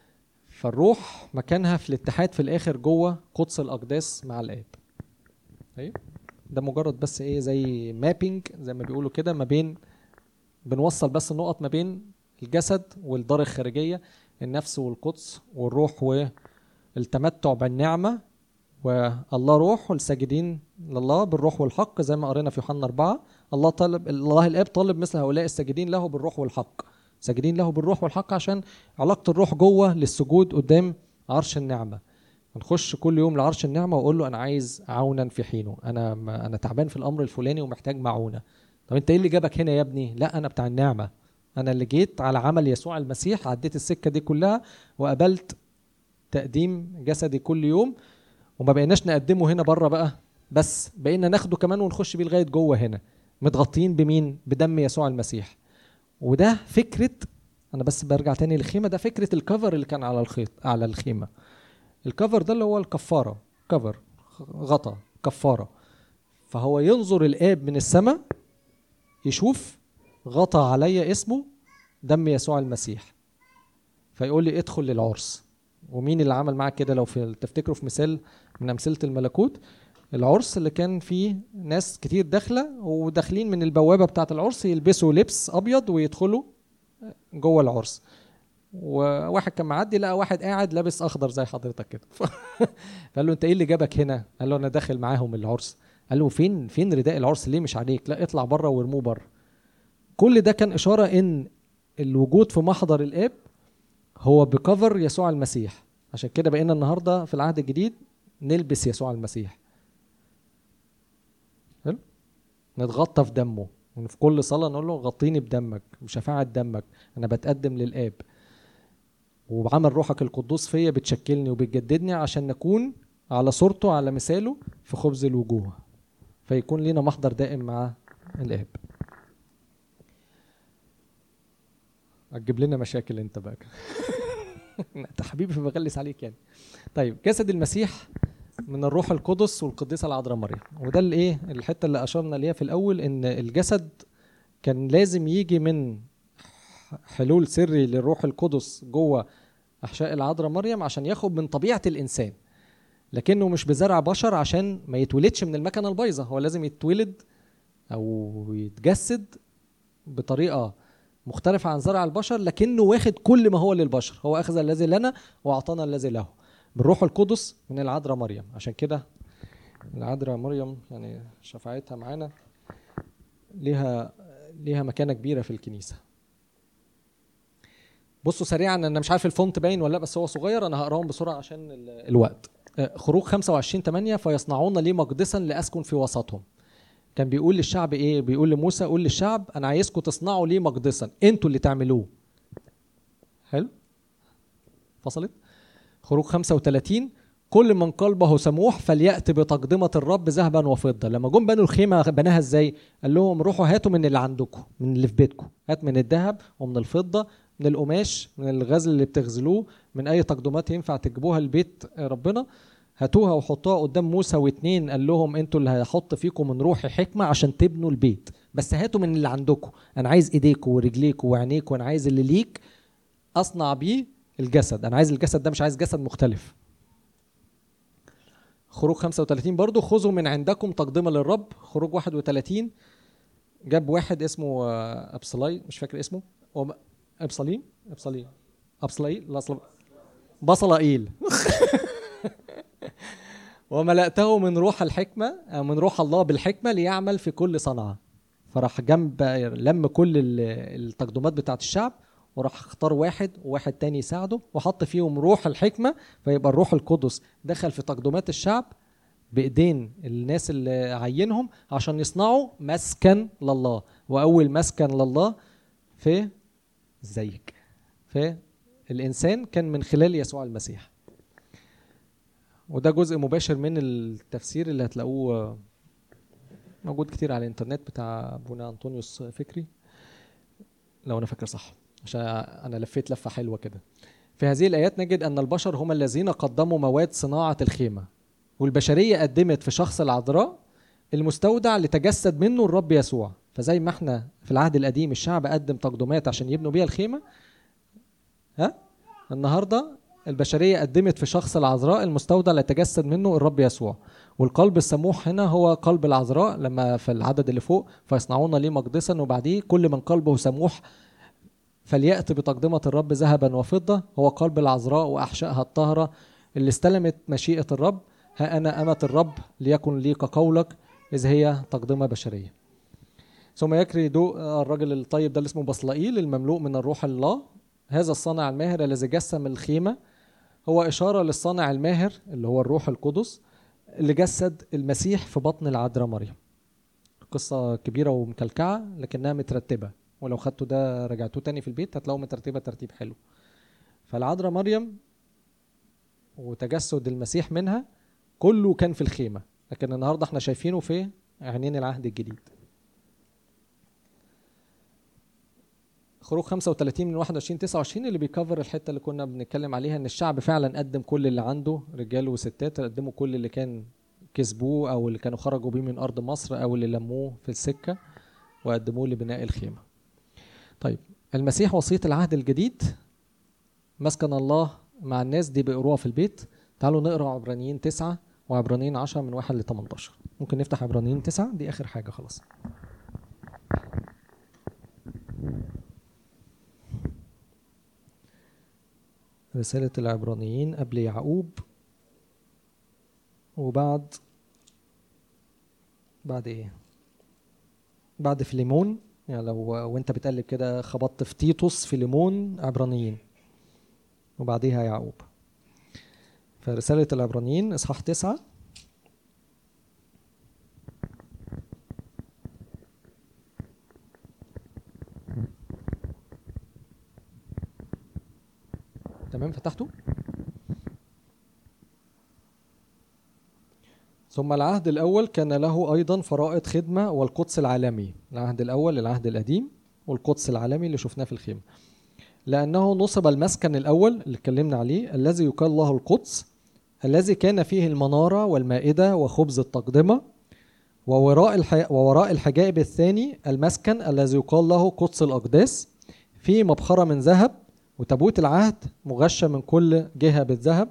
فالروح مكانها في الاتحاد في الآخر جوه قدس الأقداس مع الآب. أيوة، ده مجرد بس إيه زي مابينج زي ما بيقولوا كده، ما بين بنوصل بس النقط ما بين الجسد والدار الخارجية، النفس والقدس والروح والتمتع بالنعمة، والله روح والساجدين لله بالروح والحق، زي ما قرينا في يوحنا أربعة. الله طالب، الله الآب طالب مثل هؤلاء الساجدين له بالروح والحق، ساجدين له بالروح والحق، عشان علاقة الروح جوه للسجود قدام عرش النعمة. نخش كل يوم لعرش النعمة وأقول له أنا عايز عونا في حينه، أنا أنا تعبان في الأمر الفلاني ومحتاج معونة. طب أنت إيه اللي جابك هنا يا ابني؟ لا، أنا بتاع النعمة، أنا اللي جيت على عمل يسوع المسيح، عديت السكة دي كلها وقبلت تقديم جسدي كل يوم، وما بقيناش نقدمه هنا بره بقى، بس بقينا ناخده كمان ونخش بيه لغاية جوه هنا، متغطين بمين؟ بدم يسوع المسيح. وده فكرة، أنا بس برجع تاني للخيمة، ده فكرة الكفر اللي كان على الخيط على الخيمة. الكفر ده اللي هو الكفارة، كفر غطا كفارة. فهو ينظر الآب من السماء يشوف غطى عليا اسمه دم يسوع المسيح، فيقول لي ادخل للعرس. ومين اللي عمل معك كده؟ لو في تفتكروا في مثال من أمثلة الملكوت، العرس اللي كان فيه ناس كتير داخلة وداخلين من البوابة بتاعة العرس يلبسوا لبس أبيض ويدخلوا جوه العرس، وواحد كان معدي لقى واحد قاعد لابس أخضر زي حضرتك كده فقال له أنت إيه اللي جابك هنا؟ قال له أنا داخل معاهم العرس. قال له فين فين رداء العرس؟ ليه مش عليك؟ لا، اطلع بره وارموه بره. كل ده كان إشارة إن الوجود في محضر الآب هو بكفر يسوع المسيح. عشان كده بقينا النهاردة في العهد الجديد نلبس يسوع المسيح، حلو، نتغطى في دمه، وفي كل صلاة نقول له غطيني بدمك بشفاعة دمك، أنا بتقدم للآب، وبعمل روحك القدوس فيا بتشكلني وبتجددني عشان نكون على صورته على مثاله في خبز الوجوه، فيكون لنا محضر دائم مع الآب. هتجيب لنا مشاكل انت بقى انت حبيبي فبغلس عليك يعني. طيب، جسد المسيح من الروح القدس والقديسة العذراء مريم، وده اللي ايه الحتة اللي اشرنا ليها في الاول، ان الجسد كان لازم يجي من حلول سري للروح القدس جوه احشاء العذراء مريم عشان ياخد من طبيعة الانسان، لكنه مش بزرع بشر عشان ما يتولدش من المكنة البايظة، هو لازم يتولد او يتجسد بطريقة مختلفة عن زرع البشر، لكنه واخد كل ما هو للبشر، هو أخذ الذي لنا وأعطانا الذي له بالروح القدس من العذراء مريم. عشان كده العذراء مريم يعني شفاعتها معانا ليها ليها مكانة كبيرة في الكنيسة. بصوا سريعا، أنا مش عارف الفونت باين ولا لا، بس هو صغير، أنا هقراهم بسرعة عشان الوقت. خروج خمسة وعشرين ثمانية فيصنعون لي مقدسا لأسكن في وسطهم. كان بيقول للشعب ايه؟ بيقول لموسى قول للشعب انا عايزكم تصنعوا لي مقدسا، انتوا اللي تعملوه. حلو، فصلت. خروج خمسة وثلاثين كل من قلبه سموح فليأتي بتقدمة الرب ذهبا وفضة. لما جم بنوا الخيمة بناها ازاي؟ قال لهم روحوا هاتوا من اللي عندكم، من اللي في بيتكم، هات من الذهب ومن الفضة، من القماش، من الغزل اللي بتغزلوه، من اي تقدمات ينفع تجيبوها لبيت ربنا، هاتوها وحطوها قدام موسى واتنين قال لهم انتوا اللي هيحط فيكم من روحي حكمة عشان تبنوا البيت، بس هاتوا من اللي عندكم، انا عايز ايديكم ورجليكم وعينيكم، وانا عايز اللي ليك اصنع بيه الجسد، انا عايز الجسد ده، مش عايز جسد مختلف. خروج خمسة وثلاثين برضو خذوا من عندكم تقدمة للرب. خروج واحد وثلاثين جاب واحد اسمه أبصلاي، مش فاكر اسمه، أبصليم أبصليم أبصلاي لا أصلا بصلائيل وملأته من روح الحكمة، من روح الله بالحكمة ليعمل في كل صنعة. فراح جنب لم كل التقدمات بتاعت الشعب وراح اختار واحد وواحد تاني يساعده وحط فيهم روح الحكمة، فيبقى الروح القدس دخل في تقدمات الشعب بإيدين الناس اللي عينهم عشان يصنعوا مسكن لله. وأول مسكن لله في زيك في الإنسان كان من خلال يسوع المسيح. وده جزء مباشر من التفسير اللي هتلاقوه موجود كتير على الانترنت بتاع ابونا أنطونيوس فكري لو أنا فاكر صح، عشان أنا لفيت لفة حلوة كده. في هذه الآيات نجد أن البشر هم الذين قدموا مواد صناعة الخيمة، والبشرية قدمت في شخص العذراء المستودع لتجسد منه الرب يسوع. فزي ما احنا في العهد القديم الشعب قدم تقدمات عشان يبنوا بيها الخيمة، ها النهاردة البشرية قدمت في شخص العذراء المستودع لتجسد منه الرب يسوع. والقلب السموح هنا هو قلب العذراء، لما في العدد اللي فوق فيصنعون لي مقدسا، وبعديه كل من قلبه سموح فليأتي بتقدمة الرب ذهبا وفضة، هو قلب العذراء وأحشائها الطاهرة اللي استلمت مشيئة الرب. ها أنا أمة الرب ليكن لي كقولك، إذ هي تقدمة بشرية. ثم يكري دو الرجل الطيب ده اللي اسمه بصلائيل المملوء من الروح الله، هذا الصانع الماهر الذي جسم الخيمة، هو إشارة للصانع الماهر اللي هو الروح القدس اللي جسد المسيح في بطن العذراء مريم. قصة كبيرة ومكلكعة لكنها مترتبة، ولو خدتوا ده رجعتوه تاني في البيت هتلاقوا مترتبة ترتيب حلو. فالعذراء مريم وتجسد المسيح منها كله كان في الخيمة، لكن النهاردة احنا شايفينه في عينين العهد الجديد. خروج خمسة وثلاثين من واحد وعشرين تسعة وعشرين اللي بيكفر الحتة اللي كنا بنتكلم عليها، ان الشعب فعلا قدم كل اللي عنده، رجال وستات قدموا كل اللي كان كسبوه او اللي كانوا خرجوا بيه من ارض مصر او اللي لموه في السكة وقدموه لبناء الخيمة. طيب المسيح وصية العهد الجديد مسكن الله مع الناس دي بيقروها في البيت. تعالوا نقرأ عبرانيين تسعة وعبرانيين عشرة من واحد لتمنتاشر. ممكن نفتح عبرانيين تسعة، دي آخر حاجة خلاص. رسالة العبرانيين قبل يعقوب وبعد بعد ايه بعد فيليمون، يعني لو وانت بتقلب كده خبطت في تيتوس فيليمون عبرانيين وبعديها يعقوب. فرسالة العبرانيين اصحاح تسعة تمام فتحته. ثم العهد الأول كان له أيضا فرائض خدمة والقدس العالمي. العهد الأول العهد القديم والقدس العالمي اللي شفناه في الخيمة، لأنه نصب المسكن الأول اللي اتكلمنا عليه الذي يقال له القدس، الذي كان فيه المنارة والمائدة وخبز التقدمة، ووراء الح... ووراء الحجائب الثاني المسكن الذي يقال له قدس الأقداس، فيه مبخرة من ذهب وتابوت العهد مغشى من كل جهة بالذهب،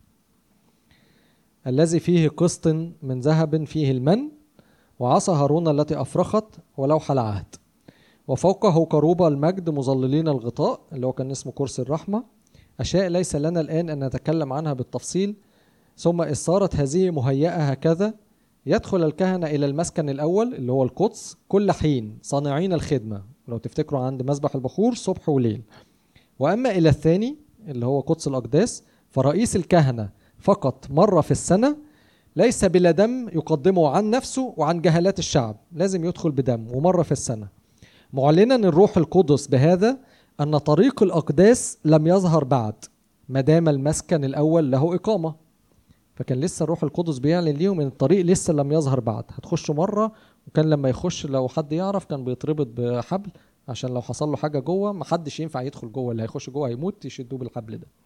الذي فيه قسط من ذهب فيه المن، وعصا هارون التي أفرخت ولوح العهد، وفوقه كروبة المجد مظللين الغطاء اللي هو كان اسمه كرسي الرحمة، أشياء ليس لنا الآن أن نتكلم عنها بالتفصيل. ثم إذ صارت هذه مهيئة هكذا يدخل الكهنة إلى المسكن الأول اللي هو القدس كل حين صانعين الخدمة، لو تفتكروا عند مسبح البخور صبح وليل. وأما إلى الثاني اللي هو قدس الأقداس فرئيس الكهنة فقط مرة في السنة، ليس بلا دم يقدمه عن نفسه وعن جهالات الشعب، لازم يدخل بدم ومرة في السنة، معلنا الروح القدس بهذا أن طريق الأقداس لم يظهر بعد ما دام المسكن الأول له إقامة. فكان لسه الروح القدس بيعلن ليهم ان الطريق لسه لم يظهر بعد، هتخشوا مره. وكان لما يخش لو حد يعرف كان بيتربط بحبل عشان لو حصل له حاجه جوه محدش ينفع يدخل جوه، اللي هيخش جوه هيموت، يشدوه بالحبل ده.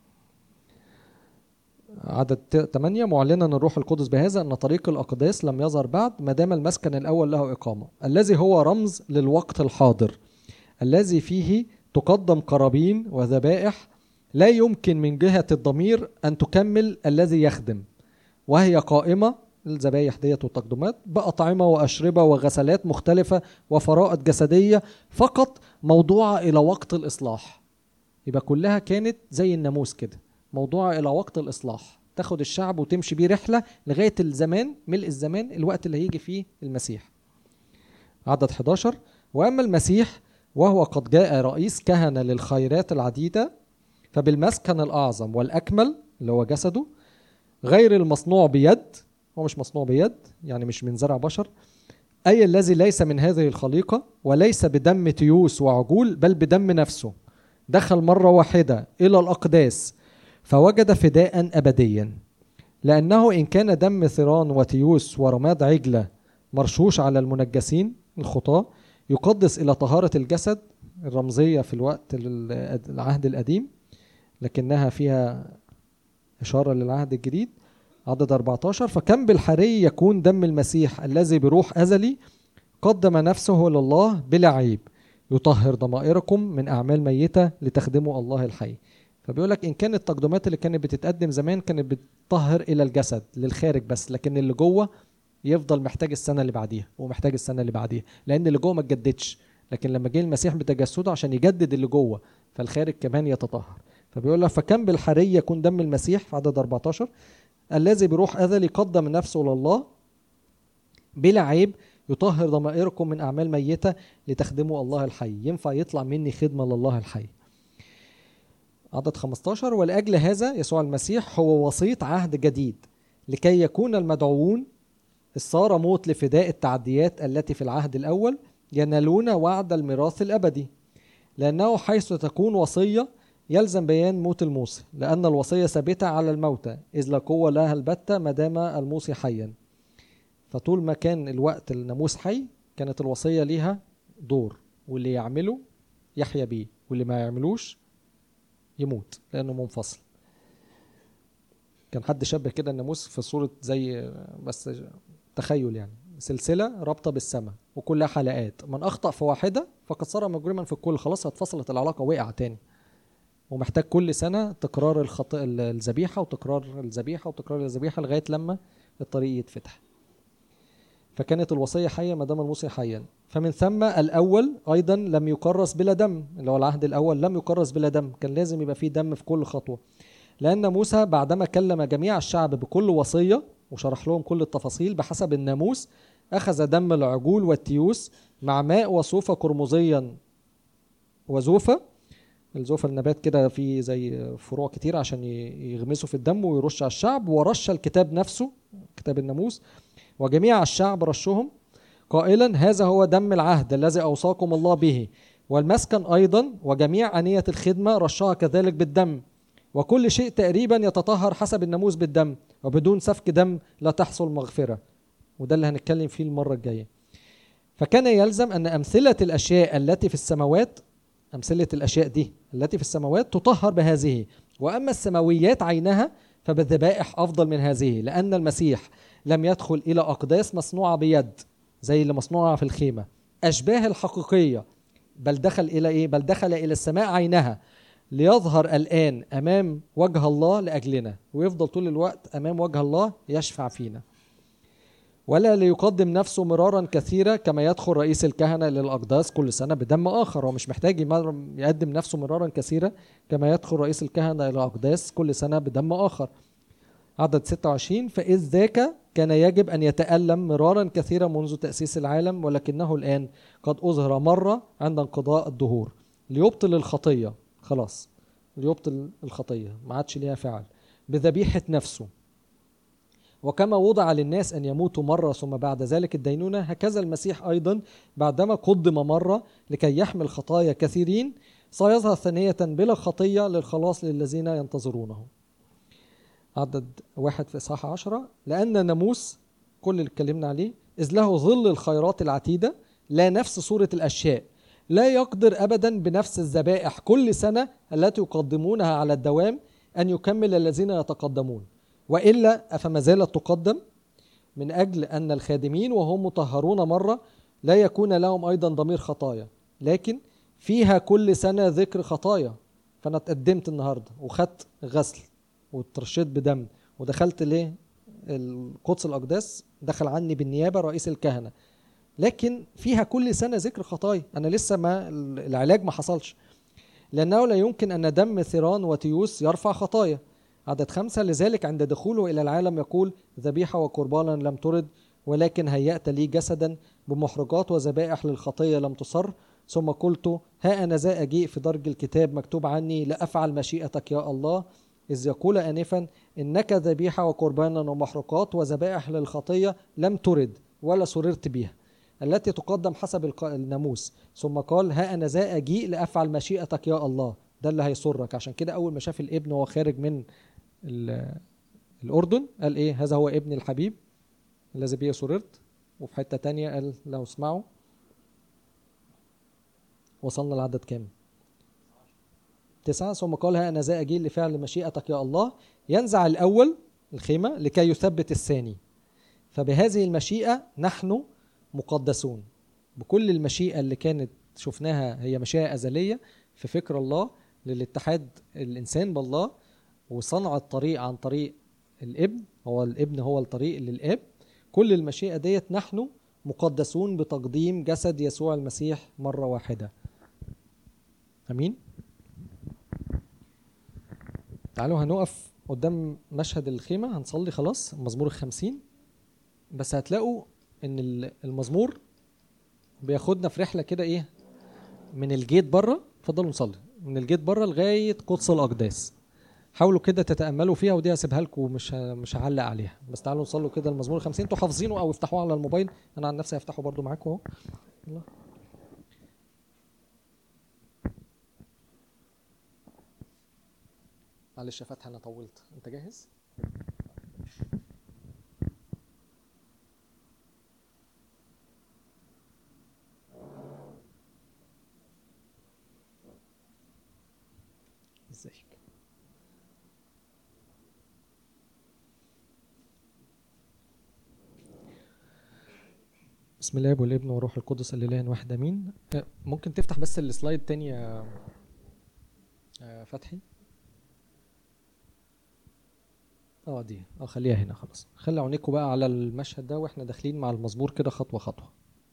عدد ثمانية معلنا الروح القدس بهذا ان طريق الاقداس لم يظهر بعد ما دام المسكن الاول له اقامه، الذي هو رمز للوقت الحاضر الذي فيه تقدم قرابين وذبائح لا يمكن من جهه الضمير ان تكمل الذي يخدم، وهي قائمه الذبايح ديت والتقدمات بأطعمة وأشربة وغسلات مختلفة وفرائض جسدية فقط موضوعة إلى وقت الإصلاح. يبقى كلها كانت زي الناموس كده موضوعة إلى وقت الإصلاح، تاخد الشعب وتمشي بيه رحلة لغاية الزمان، ملء الزمان، الوقت اللي هيجي فيه المسيح. عدد إحدى عشر وأما المسيح وهو قد جاء رئيس كهنة للخيرات العديدة فبالمسكن الأعظم والأكمل اللي هو جسده غير المصنوع بيد، هو مش مصنوع بيد يعني مش من زرع بشر، أي الذي ليس من هذه الخليقة وليس بدم تيوس وعجول بل بدم نفسه، دخل مرة واحدة إلى الأقداس فوجد فداء أبديا، لأنه إن كان دم ثيران وتيوس ورماد عجلة مرشوش على المنجسين الخطاة يقدس إلى طهارة الجسد الرمزية في الوقت العهد القديم لكنها فيها إشارة للعهد الجديد. عدد أربعة عشر فكم بالحري يكون دم المسيح الذي بروح أزلي قدم نفسه لله بلا عيب يطهر ضمائركم من أعمال ميتة لتخدموا الله الحي. فبيقولك إن كانت التقدمات اللي كانت بتتقدم زمان كانت بتطهر إلى الجسد للخارج بس، لكن اللي جوه يفضل محتاج السنة اللي بعديها ومحتاج السنة اللي بعديها لأن اللي جوه ما تجددش، لكن لما جه المسيح بتجسده عشان يجدد اللي جوه فالخارج كمان يتطهر. فبيقول لك فكم بالحري يكون دم المسيح في عدد أربعة عشر الذي بروح أزلي قدم نفسه لله بلا عيب يطهر ضمائركم من أعمال ميتة لتخدموا الله الحي. ينفع يطلع مني خدمة لله الحي. عدد خمسة عشر ولأجل هذا يسوع المسيح هو وسيط عهد جديد لكي يكون المدعوون الصار موت لفداء التعديات التي في العهد الأول ينالون وعد الميراث الأبدي، لأنه حيث تكون وصية يلزم بيان موت الموصي، لأن الوصية ثابتة على الموتى إذ لا قوة لها البتة ما دام الموصي حيا. فطول ما كان الوقت الناموس حي كانت الوصية ليها دور، واللي يعمله يحيا بيه واللي ما يعملوش يموت لأنه منفصل. كان حد شبه كده الناموس في صورة زي بس تخيل يعني سلسلة رابطة بالسماء وكلها حلقات، من أخطأ في واحدة فقد صار مجرما في الكل، خلاص اتفصلت العلاقة وقع تاني، ومحتاج كل سنة تكرار الخط... الذبيحة وتكرار الذبيحة وتكرار الذبيحة لغاية لما الطريق يتفتح. فكانت الوصية حية ما دام الموصي حيا. فمن ثم الأول أيضا لم يكرس بلا دم، اللي هو العهد الأول لم يكرس بلا دم، كان لازم يبقى فيه دم في كل خطوة، لأن موسى بعدما كلم جميع الشعب بكل وصية وشرح لهم كل التفاصيل بحسب الناموس أخذ دم العجول والتيوس مع ماء وصوفة قرمزيا وزوفة. الزوفة النبات كده فيه زي فروع كتير عشان يغمسوا في الدم ويرش على الشعب، ورش الكتاب نفسه كتاب الناموس وجميع الشعب رشهم قائلا هذا هو دم العهد الذي أوصاكم الله به، والمسكن أيضا وجميع آنية الخدمة رشها كذلك بالدم، وكل شيء تقريبا يتطهر حسب الناموس بالدم، وبدون سفك دم لا تحصل مغفرة. وده اللي هنتكلم فيه المرة الجاية. فكان يلزم أن أمثلة الأشياء التي في السماوات أمثلة الأشياء دي التي في السماوات تطهر بهذه، وأما السماويات عينها فبالذبائح أفضل من هذه، لأن المسيح لم يدخل إلى أقداس مصنوعة بيد زي اللي مصنوعة في الخيمة أشباه الحقيقية، بل دخل إلى إيه؟ بل دخل إلى السماء عينها ليظهر الآن أمام وجه الله لأجلنا، ويفضل طول الوقت أمام وجه الله يشفع فينا. ولا ليقدم نفسه مرارا كثيرا كما يدخل رئيس الكهنة للأقداس كل سنة بدم آخر. هو مش محتاج يقدم نفسه مرارا كثيرا كما يدخل رئيس الكهنة للأقداس كل سنة بدم آخر. عدد ستة وعشرين فإذ ذاك كان يجب أن يتألم مرارا كثيرا منذ تأسيس العالم، ولكنه الآن قد أظهر مرة عند انقضاء الدهور ليبطل الخطية، خلاص ليبطل الخطية ما عادش ليها فعل بذبيحة نفسه. وكما وضع للناس أن يموتوا مرة ثم بعد ذلك الدينونة، هكذا المسيح أيضا بعدما قدم مرة لكي يحمل خطايا كثيرين سيظهر ثانية بلا خطية للخلاص للذين ينتظرونه. عدد واحد في إصحاح عشرة، لأن ناموس كل اللي اتكلمنا عليه إذ له ظل الخيرات العتيدة لا نفس صورة الأشياء، لا يقدر أبدا بنفس الذبائح كل سنة التي يقدمونها على الدوام أن يكمل الذين يتقدمون، وإلا أفما زالت تقدم من أجل أن الخادمين وهم مطهرون مرة لا يكون لهم أيضا ضمير خطايا، لكن فيها كل سنة ذكر خطايا. فأنا اتقدمت النهاردة وخدت غسل وترشيت بدم ودخلت ليه القدس الأقداس، دخل عني بالنيابة رئيس الكهنة، لكن فيها كل سنة ذكر خطايا. أنا لسه ما العلاج ما حصلش، لأنه لا يمكن أن دم ثيران وتيوس يرفع خطايا. عدد خمسة، لذلك عند دخوله إلى العالم يقول ذبيحة وقربانا لم ترد، ولكن هيأت لي جسدا بمحرقات وذبائح للخطية لم تصر. ثم قلت ها أنا ذا أجيء في درج الكتاب مكتوب عني لأفعل مشيئتك يا الله، إذ يقول آنفا إنك ذبيحة وقربانا ومحرقات وذبائح للخطية لم ترد ولا سررت بها، التي تقدم حسب الناموس. ثم قال ها أنا ذا أجيء لأفعل مشيئتك يا الله. ده اللي هيسرك. عشان كده أول ما شاف الابن وهو خارج من الأردن قال إيه؟ هذا هو ابن الحبيب الذي به سررت. وفي حتة تانية قال لو اسمعوا. وصلنا لعدد كام؟ تسعة. ثم قال ها أنا ذا أجيء لفعل مشيئتك يا الله. ينزع الأول الخيمة لكي يثبت الثاني. فبهذه المشيئة نحن مقدسون. بكل المشيئة اللي كانت شفناها هي مشيئة أزلية في فكر الله للاتحاد الإنسان بالله وصنع الطريق عن طريق الابن، هو الابن هو الطريق للاب. كل المشيئة ديت نحن مقدسون بتقديم جسد يسوع المسيح مرة واحدة. أمين. تعالوا هنقف قدام مشهد الخيمة، هنصلي خلاص المزمور الخمسين. بس هتلاقوا ان المزمور بياخدنا في رحلة كده ايه من الجيت بره. اتفضلوا نصلي من الجيت بره لغاية قدس الأقداس. حاولوا كده تتأملوا فيها، ودي هسيبها لكم مش مش هعلق عليها. بس تعالوا نصلوا كده المزمور الخمسين. انتوا حافظينه او افتحوه على الموبايل، انا عن نفسي هفتحه برضو معاكم اهو. يلا معلش يا فتحي انا طولت. انت جاهز؟ ازيك؟ بسم الله والابن والروح القدس الاله واحد امين. ممكن تفتح بس السلايد تاني يا فتحي؟ اه دي اه خليها هنا خلاص. خلي عينيكم بقى على المشهد ده واحنا داخلين مع المزمور كده خطوه خطوه.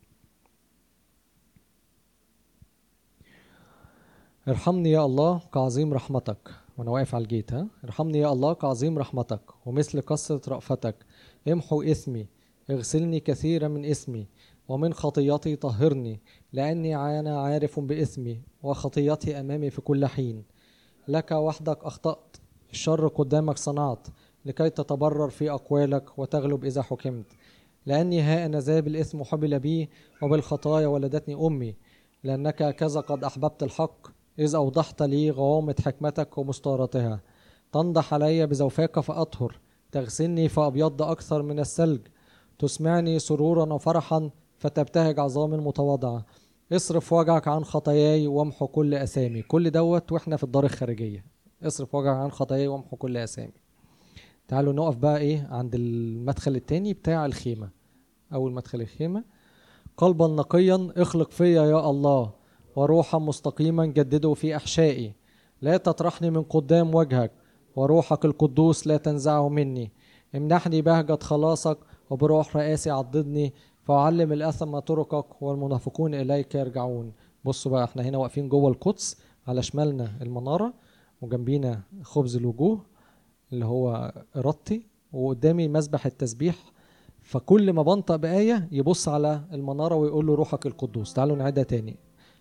ارحمني يا الله كعظيم رحمتك. وانا واقف على الجيت ها. ارحمني يا الله كعظيم رحمتك ومثل كثرة رأفتك امحو اثمي، اغسلني كثيرا من اثمي ومن خطيتي طهرني، لاني انا عارف باثمي وخطيتي امامي في كل حين. لك وحدك اخطأت، الشر قدامك صنعت، لكي تتبرر في اقوالك وتغلب اذا حكمت. لاني ها انا ذا بالاثم حبل بي وبالخطايا ولدتني امي، لانك كذا قد احببت الحق إذ أوضحت لي غوامة حكمتك ومستارتها. تنضح علي بزوفاك فأطهر، تغسلني فأبيض أكثر من الثلج، تسمعني سرورا وفرحا فتبتهج عظام متواضعة. اصرف وجهك عن خطاياي وامحو كل أثامي. كل دوت وإحنا في الدار الخارجية. اصرف وجهك عن خطاياي وامحو كل أثامي. تعالوا نقف بقى إيه عند المدخل التاني بتاع الخيمة. أول مدخل الخيمة. قلبا نقيا اخلق فيا يا الله، وروحا مستقيما جدده في أحشائي. لا تطرحني من قدام وجهك، وروحك القدوس لا تنزعه مني. امنحني بهجة خلاصك، وبروح رئاسي عضدني، فأعلم الأثم طرقك والمنافقون إليك يرجعون. بصوا بقى احنا هنا واقفين جوه القدس، على شمالنا المنارة وجنبينا خبز الوجوه اللي هو إرادتي، وقدامي مسبح التسبيح. فكل ما بنطق بآية يبص على المنارة ويقول له روحك القدوس. تعالوا نعيدها تاني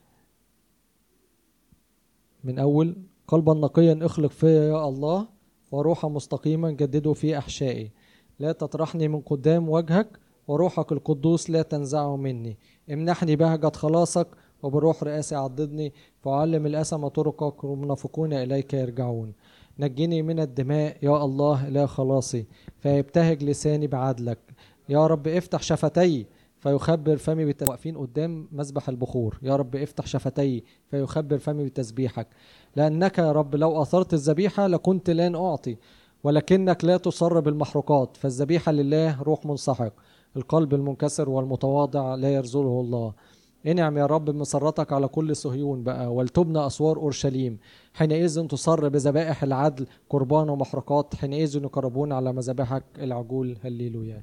من أول. قلبا نقيا اخلق فيا يا الله، وروحا مستقيما جدده في أحشائي. لا تطرحني من قدام وجهك، وروحك القدوس لا تنزعه مني. امنحني بهجة خلاصك، وبروح رئاسي عضدني، فأعلم الأثم طرقك والمنافقون إليك يرجعون. نجني من الدماء يا الله إله خلاصي، فيبتهج لساني بعدلك. يا رب افتح شفتي فيخبر فمي بت... واقفين قدام مسبح البخور. يا رب افتح شفتي فيخبر فمي بتسبيحك، لأنك يا رب لو أثرت الذبيحة لكنت لن أعطي، ولكنك لا تصر بالمحروقات، فالذبيحة لله روح منسحق. القلب المنكسر والمتواضع لا يرزله الله. انعم يا رب مسرتك على كل صهيون بقى، ولتبنى أسوار أورشليم. حينئذ تصر بذبائح العدل قربان ومحرقات، حينئذ يقربون على مذابحك العجول. هللويا.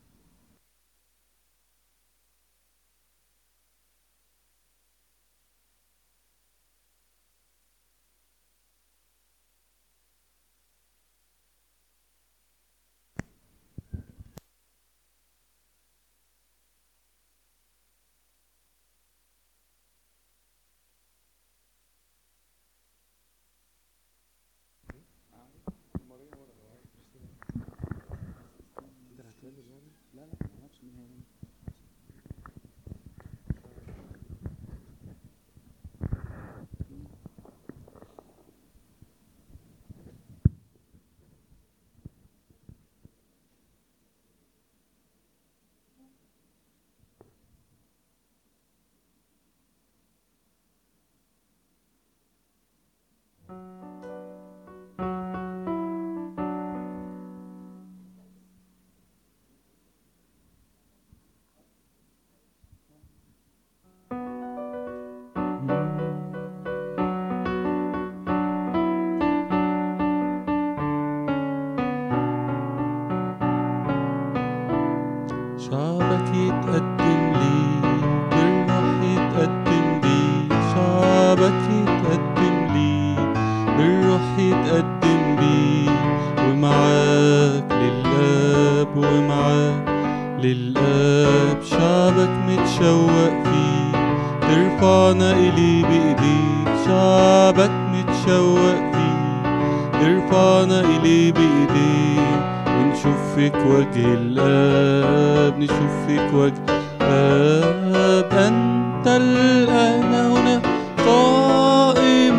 شعبك يتقدم ليك بالروح يتقدم ليك، شعبك يتقدم ليك بالروح يتقدم ليك، ومعاك للآب ومعاك للآب. شعبك متشوق فيك ترفعنا إلي بإيديك، شعبك متشوق فيك ترفعنا إلي بإيديك، ونشوف فيك وجه الآب نشوف فيك وجه الآب. أنت الآن هنا قائم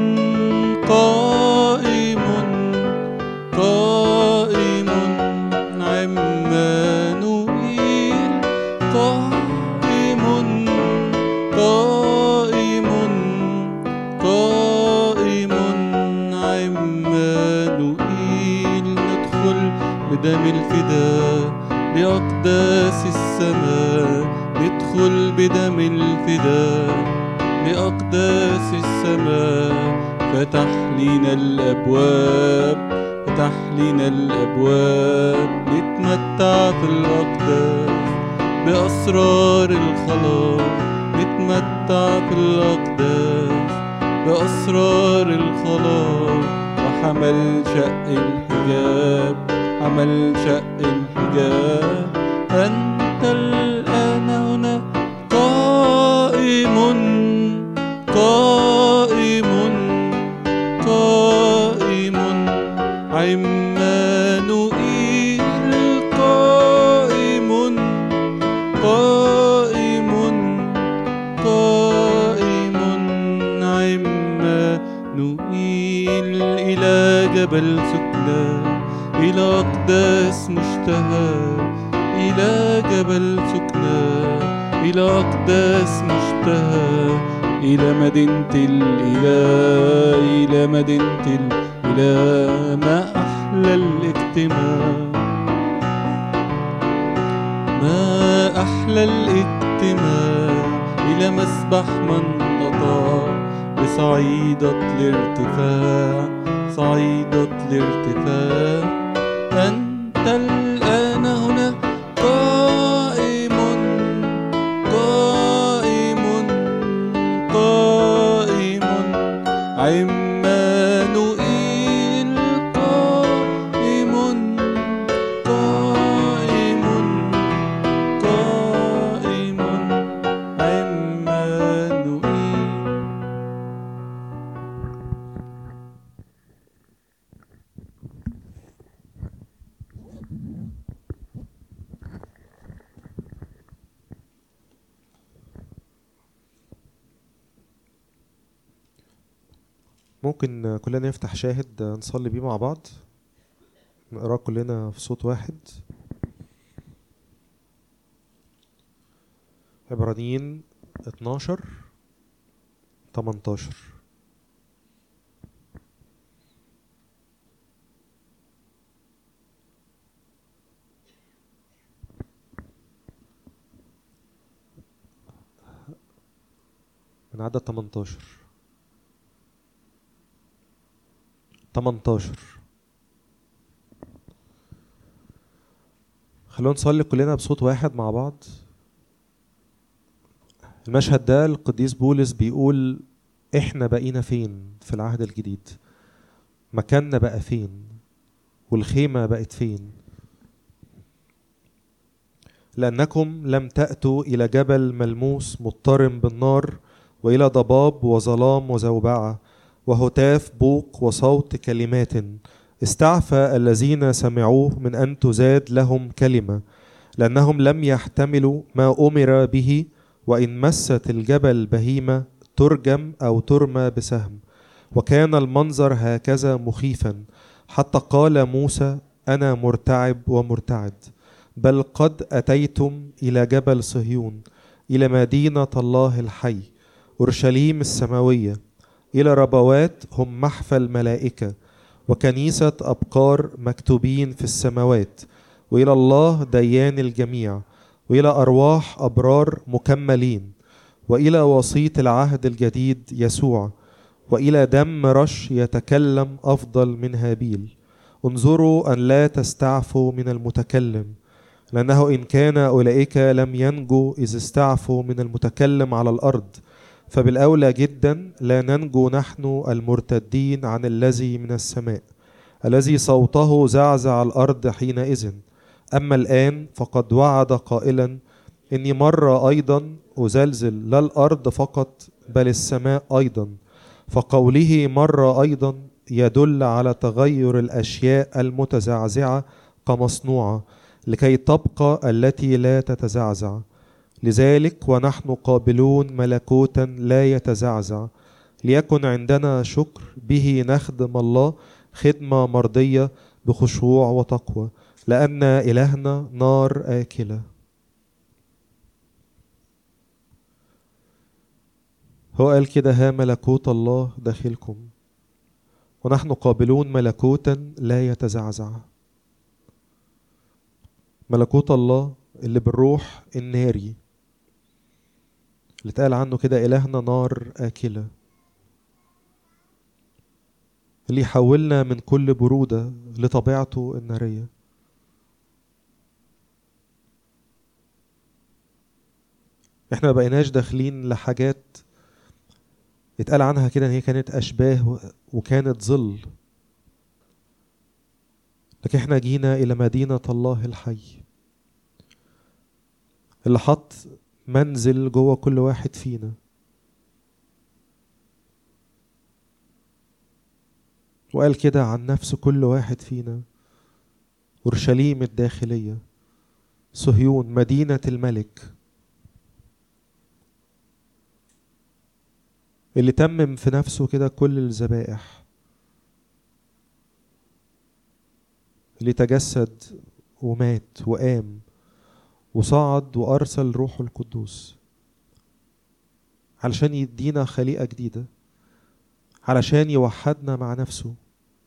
قائم قائم عمانوئيل، قائم قائم قائم عمانوئيل. ندخل بدم الفداء لأقداس السماء، ندخل بدم الفداء لأقداس السماء. فتح لينا الأبواب فتح لينا الأبواب، نتمتع في الأقداس بأسرار الخلاص، نتمتع في الأقداس بأسرار الخلاص. وحمل شق الحجاب حمل شق الحجاب. أنت الآن هنا قائم قائم قائم عمانوئيل، قائم قائم قائم عمانوئيل. إلى جبل سكنى إلى أقداس مشتهى، إلى جبل سكنى إلى أقداس مشتهى، إلى مدينة الإله إلى مدينة الإله. ما أحلى الاجتماع ما أحلى الاجتماع إلى مسبح من أطاع بصعيدة الارتفاع صعيدة الارتفاع. أنت الآن هنا قائم قائم قائم عمانوئيل، قائم قائم قائم عمانوئيل. ممكن كلنا نفتح شاهد نصلي بيه مع بعض، نقراه كلنا في صوت واحد. عبرانيين اتناشر تمنتاشر. من عدد تمنتاشر تمنتاشر. خلونا نصلي كلنا بصوت واحد مع بعض. المشهد ده القديس بولس بيقول احنا بقينا فين في العهد الجديد، مكاننا بقى فين، والخيمة بقت فين. لأنكم لم تأتوا إلى جبل ملموس مضطرم بالنار، وإلى ضباب وظلام وزوبعة وهتاف بوق وصوت كلمات، استعفى الذين سمعوه من أن تزاد لهم كلمة، لأنهم لم يحتملوا ما أمر به، وإن مست الجبل بهيمة ترجم أو ترمى بسهم. وكان المنظر هكذا مخيفا حتى قال موسى أنا مرتعب ومرتعد. بل قد أتيتم إلى جبل صهيون، إلى مدينة الله الحي، أورشليم السماوية، إلى ربوات هم محفى الملائكة، وكنيسة أبكار مكتوبين في السماوات، وإلى الله ديان الجميع، وإلى أرواح أبرار مكملين، وإلى وسيط العهد الجديد يسوع، وإلى دم رش يتكلم أفضل من هابيل. انظروا أن لا تستعفوا من المتكلم، لأنه إن كان أولئك لم ينجوا إذ استعفوا من المتكلم على الأرض، فبالأولى جدا لا ننجو نحن المرتدين عن الذي من السماء، الذي صوته زعزع الأرض حينئذ. أما الآن فقد وعد قائلا إني مرة أيضا أزلزل لا الأرض فقط بل السماء أيضا. فقوله مرة أيضا يدل على تغير الأشياء المتزعزعة كمصنوعة لكي تبقى التي لا تتزعزع. لذلك ونحن قابلون ملكوتا لا يتزعزع، ليكن عندنا شكر به نخدم الله خدمة مرضية بخشوع وتقوى، لأن إلهنا نار آكلة. هو قال كده ها ملكوت الله داخلكم، ونحن قابلون ملكوتا لا يتزعزع. ملكوت الله اللي بالروح الناري اللي اتقال عنه كده إلهنا نار آكلة، اللي يحولنا من كل برودة لطبيعته النارية. احنا ما بقيناش داخلين لحاجات اتقال عنها كده ان هي كانت اشباه وكانت ظل، لكن احنا جينا الى مدينة الله الحي اللي حط منزل جوه كل واحد فينا. وقال كده عن نفس كل واحد فينا أورشليم الداخلية، صهيون مدينة الملك، اللي تمم في نفسه كده كل الذبائح، اللي تجسد ومات وقام وصعد وأرسل روحه القدوس علشان يدينا خليقة جديدة، علشان يوحدنا مع نفسه،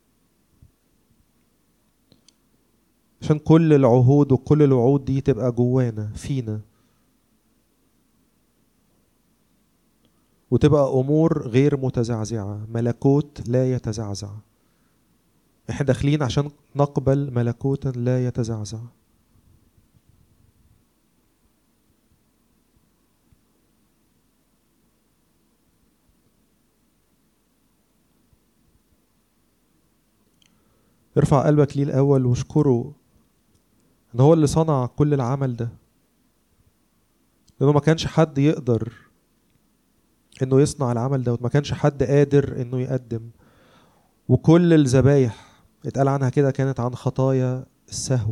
عشان كل العهود وكل الوعود دي تبقى جوانا فينا، وتبقى أمور غير متزعزعة، ملكوت لا يتزعزع. احنا داخلين عشان نقبل ملكوتا لا يتزعزع. ارفع قلبك ليه الأول واشكره ان هو اللي صنع كل العمل ده، لانه ما كانش حد يقدر انه يصنع العمل ده، وما كانش حد قادر انه يقدم. وكل الذبايح اتقال عنها كده كانت عن خطايا السهو،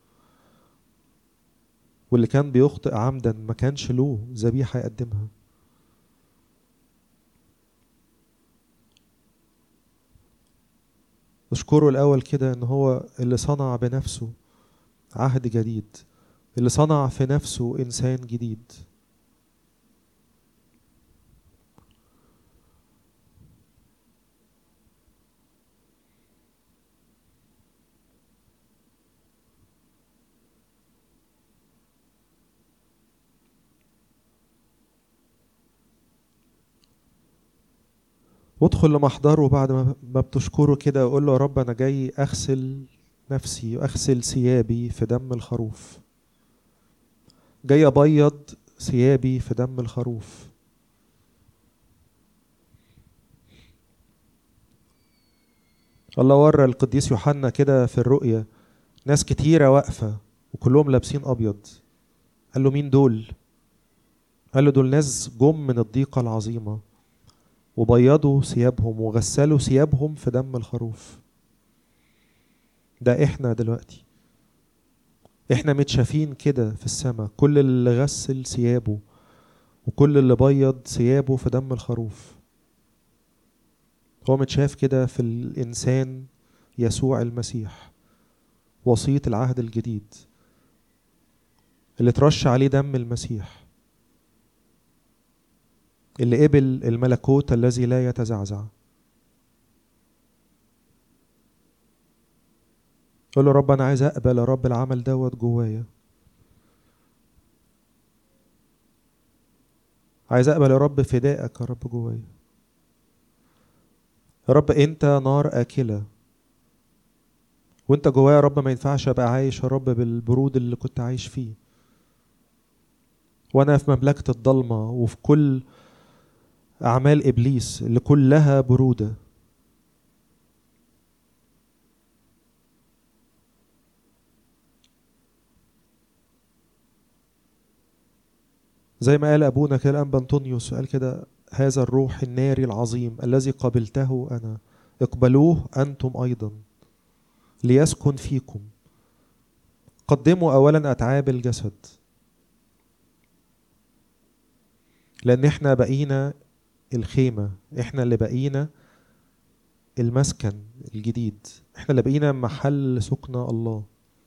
واللي كان بيخطئ عمدا ما كانش له ذبيحة يقدمها. اشكره الأول كده إن هو اللي صنع بنفسه عهد جديد، اللي صنع في نفسه إنسان جديد. وادخل لمحضره بعد ما بتشكره كده وقول له يا رب أنا جاي أغسل نفسي وأغسل ثيابي في دم الخروف، جاي أبيض ثيابي في دم الخروف. الله ورى القديس يوحنا كده في الرؤية ناس كتيرة واقفة وكلهم لابسين أبيض. قال له مين دول؟ قال له دول ناس جم من الضيقة العظيمة وبيضوا ثيابهم وغسلوا ثيابهم في دم الخروف. ده احنا دلوقتي، احنا متشافين كده في السماء، كل اللي غسل ثيابه وكل اللي بيض ثيابه في دم الخروف هو متشاف كده في الإنسان يسوع المسيح، وصية العهد الجديد اللي ترش عليه دم المسيح، اللي قبل الملكوت الذي لا يتزعزع. قول له رب أنا عايز أقبل يا رب العمل دوت جوايا، عايز أقبل يا رب فدائك يا رب جوايا. يا رب أنت نار آكلة، وأنت جوايا يا رب ما ينفعش أبقى عايش يا رب بالبرود اللي كنت عايش فيه، وأنا في مملكة الضلمة وفي كل أعمال إبليس اللي كلها برودة. زي ما قال أبونا كده الأنبا أنطونيوس، قال كده هذا الروح الناري العظيم الذي قبلته أنا اقبلوه أنتم أيضا ليسكن فيكم. قدموا أولا أتعاب الجسد، لأن احنا بقينا الخيمة، احنا اللي بقينا المسكن الجديد، احنا اللي بقينا محل سكن الله.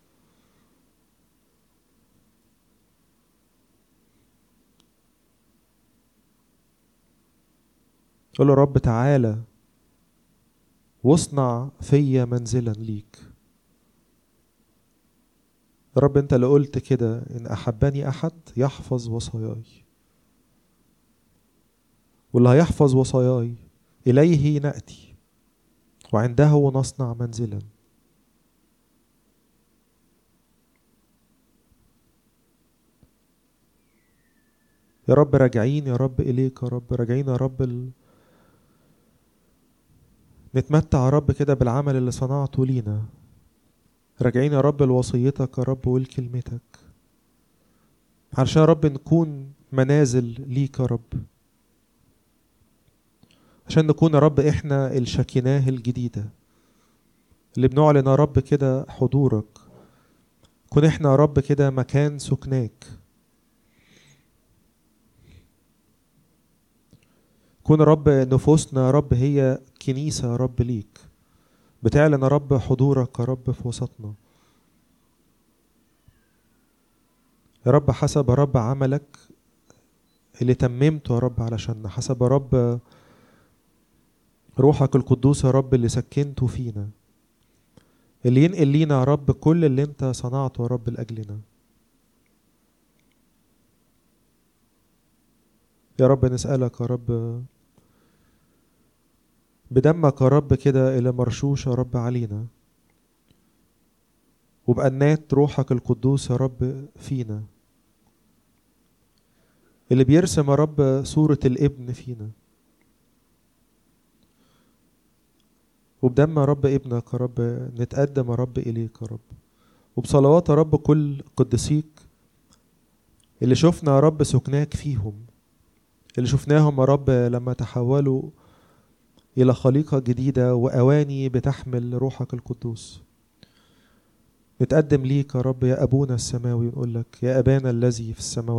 قول له رب تعالى واصنع فيا منزلا ليك. رب انت اللي قلت كده ان احبني احد يحفظ وصاياي، واللي هيحفظ وصاياي اليه نأتي وعنده نصنع منزلا. يا رب راجعين يا رب اليك، يا رب راجعين يا رب ال... نتمتع يا رب كده بالعمل اللي صنعته لينا، راجعين يا رب لوصيتك يا رب ولكلمتك، علشان يا رب نكون منازل ليك يا رب، عشان نكون يا رب احنا الشكناه الجديدة اللي بنعلن يا رب كده حضورك، كون احنا يا رب كده مكان سكناك، كون يا رب نفوسنا يا رب هي كنيسة يا رب ليك، بتعلن يا رب حضورك يا رب في وسطنا. يا رب حسب يا رب عملك اللي تممته يا رب علشان حسب يا رب روحك القدوس يا رب اللي سكنته فينا، اللي ينقل لينا يا رب كل اللي انت صنعته يا رب لأجلنا. يا رب نسألك يا رب بدمك يا رب كده اللي مرشوش يا رب علينا، وبأنات روحك القدوس يا رب فينا، اللي بيرسم يا رب صورة الابن فينا، وبدم يا رب ابنك يا رب نتقدم يا رب إليك يا رب، وبصلوات يا رب كل قدسيك اللي شفنا يا رب سكناك فيهم، اللي شفناهم يا رب لما تحولوا إلى خليقة جديدة وأواني بتحمل روحك القدوس. نتقدم ليك يا رب يا أبونا السماوي ونقول لك يا أبانا الذي في السماوات